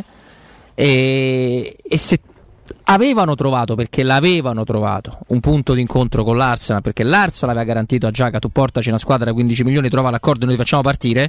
e, e se avevano trovato, perché l'avevano trovato, un punto d'incontro con l'Arsenal, perché l'Arsenal aveva garantito a Giaca tu portaci una squadra da quindici milioni, trova l'accordo e noi ti facciamo partire,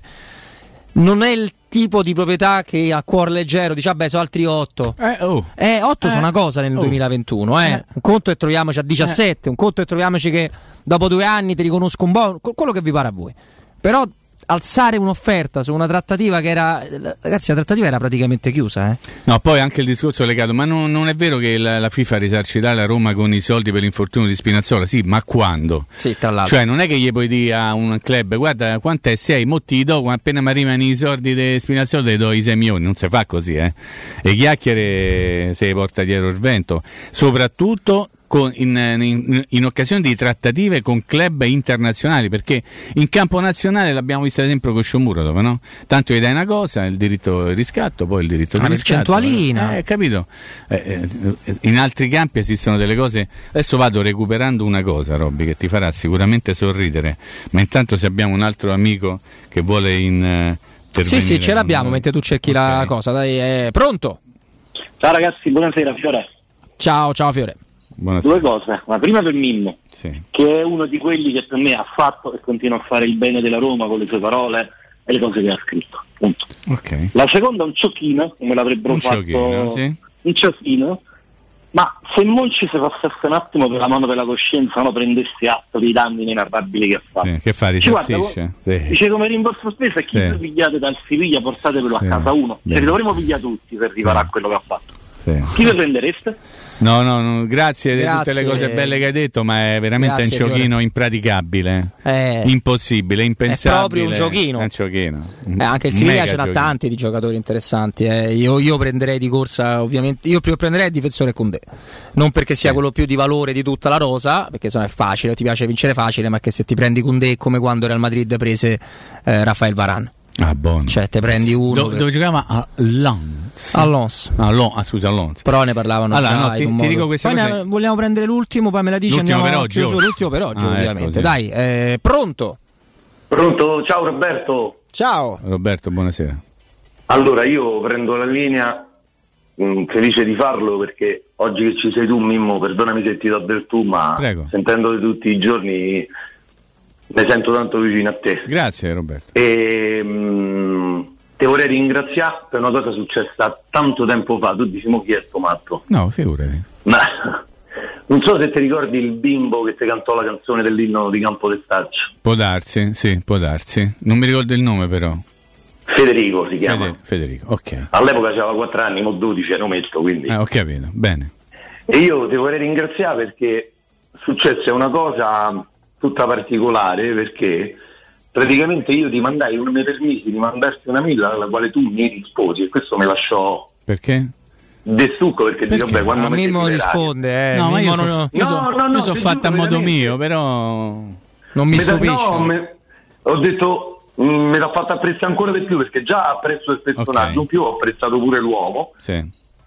non è il tipo di proprietà che a cuor leggero dice vabbè sono altri otto, eh, oh. eh, otto eh, sono una cosa nel oh. duemilaventuno, eh. Eh. Un conto è troviamoci a diciassette, eh. un conto è troviamoci che dopo due anni ti riconosco un po', quello che vi pare a voi, però alzare un'offerta su una trattativa che era, ragazzi, la trattativa era praticamente chiusa, eh? No, poi anche il discorso legato, ma non, non è vero che la, la FIFA risarcirà la Roma con i soldi per l'infortunio di Spinazzola? Sì, ma quando? Sì, tra l'altro. Cioè non è che gli puoi dire a un club guarda quant'è, sei, mo ti do, appena mi arrivano i soldi di Spinazzola ti do i sei milioni, non si fa così, eh? E chiacchiere se porta dietro il vento, soprattutto Con, in, in, in occasione di trattative con club internazionali, perché in campo nazionale l'abbiamo vista ad esempio con Shomurodov, no? Tanto gli dai una cosa, il diritto di riscatto, poi il diritto di riscatto, percentualina, eh, capito? Eh, eh, in altri campi esistono delle cose. Adesso vado recuperando una cosa, Robby, che ti farà sicuramente sorridere, ma intanto se abbiamo un altro amico che vuole in eh, sì sì ce l'abbiamo mentre tu cerchi okay. la cosa, dai, eh, pronto? Ciao ragazzi, buonasera Fiore. Ciao ciao Fiore. Buonasera. Due cose, la prima per Mimmo, sì, che è uno di quelli che per me ha fatto e continua a fare il bene della Roma con le sue parole e le cose che ha scritto. Punto. Okay. La seconda un ciocchino, come l'avrebbero un fatto ciocchino, sì. un ciocchino, ma se Monci si passasse un attimo per la mano della coscienza, no, prendesse atto dei danni inenarrabili che ha fatto. Sì, che fa, risarcisce. Sì. Dice come rimborso spesa, chi sì. pigliate dal Siviglia portatevelo sì. a casa uno. Ce li dovremmo pigliare tutti per arrivare sì. a quello che ha fatto. Sì. Chi lo prendereste? No, no, no, grazie, di grazie. tutte le cose belle che hai detto, ma è veramente grazie, un giochino Fiore. impraticabile, eh, impossibile, impensabile. È proprio un giochino. È un giochino. Eh, anche il Siviglia ce n'ha tanti di giocatori interessanti. Eh. Io, io prenderei di corsa, ovviamente, io prenderei il difensore Koundé. Non perché sia sì. quello più di valore di tutta la rosa, perché se no è facile, ti piace vincere facile, ma che se ti prendi Koundé è come quando Real Madrid prese eh, Rafael Varane. Ah, buono. Cioè te prendi uno Do, che... dove giocava a Lens a Lens ah, Lons, ah scusa Lens, però ne parlavano allora, già no, ti, ti dico questa poi cosa ne, vogliamo prendere l'ultimo, poi me la dici, l'ultimo andiamo per oggi, chiuso, l'ultimo per oggi, ah, ovviamente ecco, sì. Dai, eh, pronto pronto ciao Roberto. Ciao Roberto, buonasera. Allora io prendo la linea, mh, felice di farlo perché oggi che ci sei tu Mimmo, perdonami se ti do del tu, ma prego, sentendoti tutti i giorni mi sento tanto vicino a te. Grazie Roberto. E mh, ti vorrei ringraziare per una cosa successa tanto tempo fa. Tu dici mo chi è sto matto? No, figurati. Ma non so se ti ricordi il bimbo che ti cantò la canzone dell'inno di Campo del Staccio. Può darsi, sì, può darsi. Non mi ricordo il nome però. Federico si chiama. Fede- Federico, ok. All'epoca aveva quattro anni, mo dodici ero messo, quindi. Eh, ho capito, bene. E io ti vorrei ringraziare perché successe una cosa tutta particolare, perché praticamente io ti mandai, non mi permisi di mandarti una mail alla quale tu mi risposi e questo mi lasciò perché? De succo, perché, perché? Dico, beh, quando a Mimmo risponde eh, no, ma io sono so, io so, no, no, so fatta a modo mio, però non mi stupisce. No, me, ho detto mh, me l'ha fatta apprezzare ancora di più perché già apprezzo il personaggio, okay. In più ho apprezzato pure l'uomo, sì.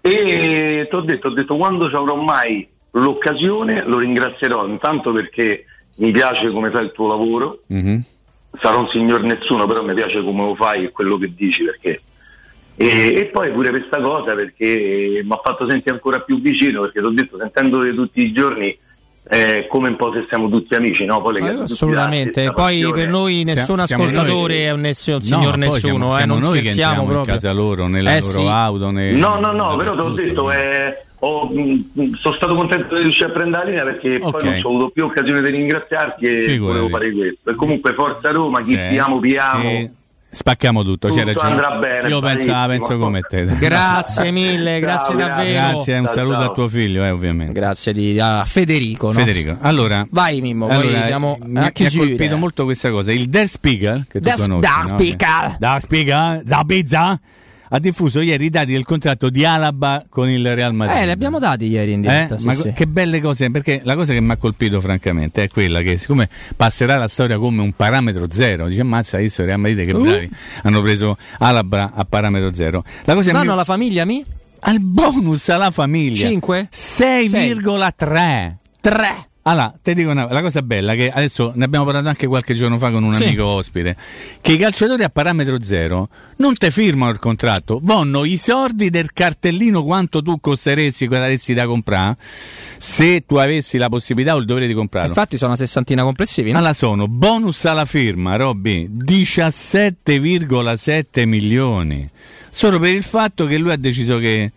E ti ho detto, ho detto quando ci avrò mai l'occasione lo ringrazierò, intanto perché mi piace come fai il tuo lavoro, mm-hmm. Sarò un signor nessuno, però mi piace come lo fai e quello che dici, perché e, e poi pure questa cosa perché mi ha fatto sentire ancora più vicino, perché ti ho detto, sentendoli tutti i giorni è come un po' se siamo tutti amici, no? Poi eh, assolutamente, e poi passione. Per noi nessun siamo ascoltatore noi... è un, ness- un signor no, nessuno, siamo, eh, siamo non noi scherziamo che proprio in casa loro, nella eh, loro sì. auto, nei... no no no, però ti ho detto è ho, mh, sono stato contento di riuscire a prendere la linea perché Okay. poi non ho avuto più occasione di ringraziarti e Figurati. volevo fare questo. E comunque Forza Roma, chi Sì, piamo piamo. sì. Spacchiamo tutto, Tutto c'è ragione. andrà bene, Io penso, benissimo. penso come te. Grazie mille, grazie Ciao, davvero. Grazie, un Ciao, saluto ciao. a tuo figlio, eh, ovviamente. Grazie di, a Federico. No? Federico, allora, Vai Mimmo, allora, poi siamo mi, a mi ha chiusura. colpito molto questa cosa. Il Der Spiegel, che tu Der- conosci, Der no? Spiegel. Der Spiegel, Zabizza, ha diffuso ieri i dati del contratto di Alaba con il Real Madrid. Eh, li abbiamo dati ieri in diretta. Eh? sì, Ma sì. che belle cose, perché la cosa che mi ha colpito francamente è quella che siccome passerà la storia come un parametro zero, dice ammazza, adesso Real Madrid che Uh. bravi, hanno preso Alaba a parametro zero. La cosa che Danno mi- alla famiglia mi? al bonus alla famiglia cinque? sei virgola tre. tre. Allora, ti dico una, la cosa bella che adesso ne abbiamo parlato anche qualche giorno fa con un Sì. amico ospite, che i calciatori a parametro zero non te firmano il contratto, vanno i soldi del cartellino quanto tu costeresti, quantaresti da comprare, se tu avessi la possibilità o il dovere di comprarlo. Infatti sono una sessantina complessivi, no? Allora sono bonus alla firma, Robby, diciassette virgola sette milioni, solo per il fatto che lui ha deciso che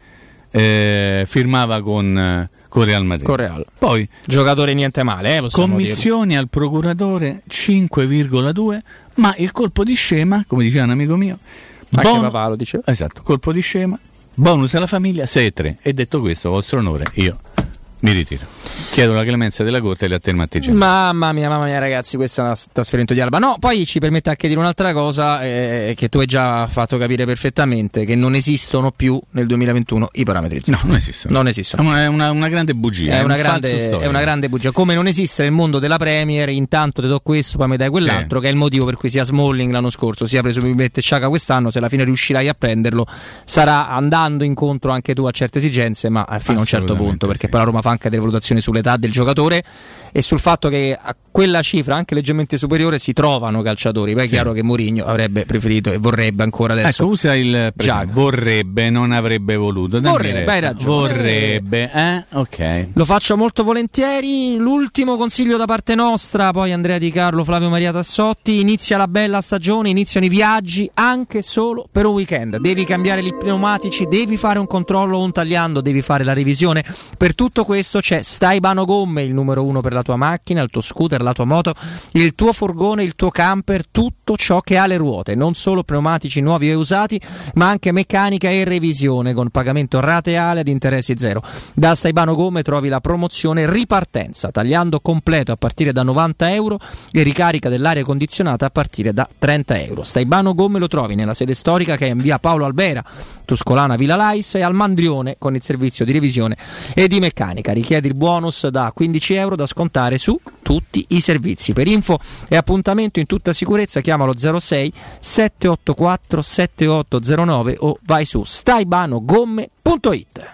eh, firmava con... eh, con Real Madrid. Con Real. Poi giocatore niente male, eh, possiamo commissioni al procuratore cinque virgola due, ma il colpo di scema, come diceva un amico mio, Anche bon- papà lo diceva. Esatto, colpo di scema, bonus alla famiglia sei virgola tre. E detto questo, vostro onore, io mi ritiro. Chiedo la clemenza della Corte e le attenuanti dirlo. Mamma mia, mamma mia ragazzi, questo è un trasferimento di Alba. No, poi ci permette anche di dire un'altra cosa eh, che tu hai già fatto capire perfettamente, che non esistono più nel duemilaventuno i parametri zero. No, non esistono. Non esistono. È una, una grande bugia, È è, una, un grande, falso storico. è una grande bugia. Come non esiste nel mondo della Premier, intanto ti do questo, poi mi dai quell'altro, che è il motivo per cui sia Smalling l'anno scorso, sia presumibilmente Sciacca quest'anno. Se alla fine riuscirai a prenderlo, sarà andando incontro anche tu a certe esigenze, ma fino a un certo punto, perché sì. poi la Roma fa anche delle valutazioni sull'età del giocatore e sul fatto che a quella cifra anche leggermente superiore si trovano calciatori. Poi è Sì. chiaro che Mourinho avrebbe preferito e vorrebbe ancora adesso. Ecco, usa il presente. Vorrebbe, non avrebbe voluto. Dammi Vorrebbe, retta. hai ragione. Vorrebbe, eh? Ok. Lo faccio molto volentieri. L'ultimo consiglio da parte nostra, poi Andrea Di Carlo, Flavio Maria Tassotti. Inizia la bella stagione, iniziano i viaggi anche solo per un weekend. Devi cambiare gli pneumatici, devi fare un controllo o un tagliando, devi fare la revisione. Per tutto questo c'è Staibano Gomme, il numero uno per la tua macchina, il tuo scooter, la tua moto, il tuo furgone, il tuo camper, tutto ciò che ha le ruote. Non solo pneumatici nuovi e usati, ma anche meccanica e revisione con pagamento rateale ad interessi zero. Da Staibano Gomme trovi la promozione ripartenza, tagliando completo a partire da novanta euro e ricarica dell'aria condizionata a partire da trenta euro. Staibano Gomme lo trovi nella sede storica che è in via Paolo Albera, Tuscolana Villa Lais, e al Mandrione con il servizio di revisione e di meccanica. Richiedi il bonus da quindici euro da scontare su tutti i servizi. Per info e appuntamento in tutta sicurezza chiamalo zero sei sette otto quattro sette otto zero nove o vai su staibanogomme punto it.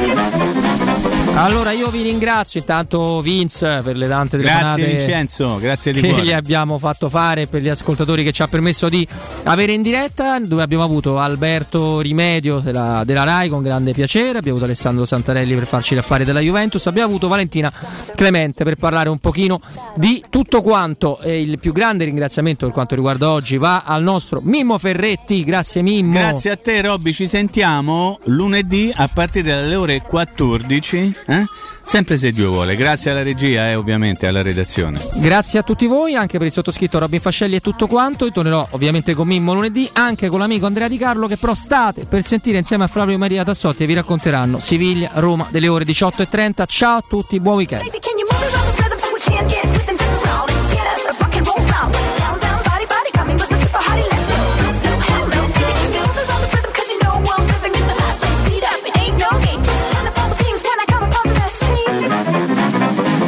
Allora io vi ringrazio intanto Vince per le tante telefonate. Grazie Vincenzo, grazie di che cuore. gli abbiamo fatto fare, per gli ascoltatori che ci ha permesso di avere in diretta, dove abbiamo avuto Alberto Rimedio della, della Rai con grande piacere, abbiamo avuto Alessandro Santarelli per farci gli affari della Juventus, abbiamo avuto Valentina Clemente per parlare un pochino di tutto quanto. E il più grande ringraziamento per quanto riguarda oggi va al nostro Mimmo Ferretti. Grazie Mimmo. Grazie a te Robby, ci sentiamo lunedì a partire dalle ore quattordici, eh? Sempre se Dio vuole. Grazie alla regia e ovviamente alla redazione. Grazie a tutti voi, anche per il sottoscritto Robin Fascelli e tutto quanto. Io tornerò ovviamente con Mimmo lunedì, anche con l'amico Andrea Di Carlo, che però state per sentire insieme a Flavio Maria Tassotti e vi racconteranno Siviglia-Roma delle ore diciotto e trenta. Ciao a tutti, buon weekend.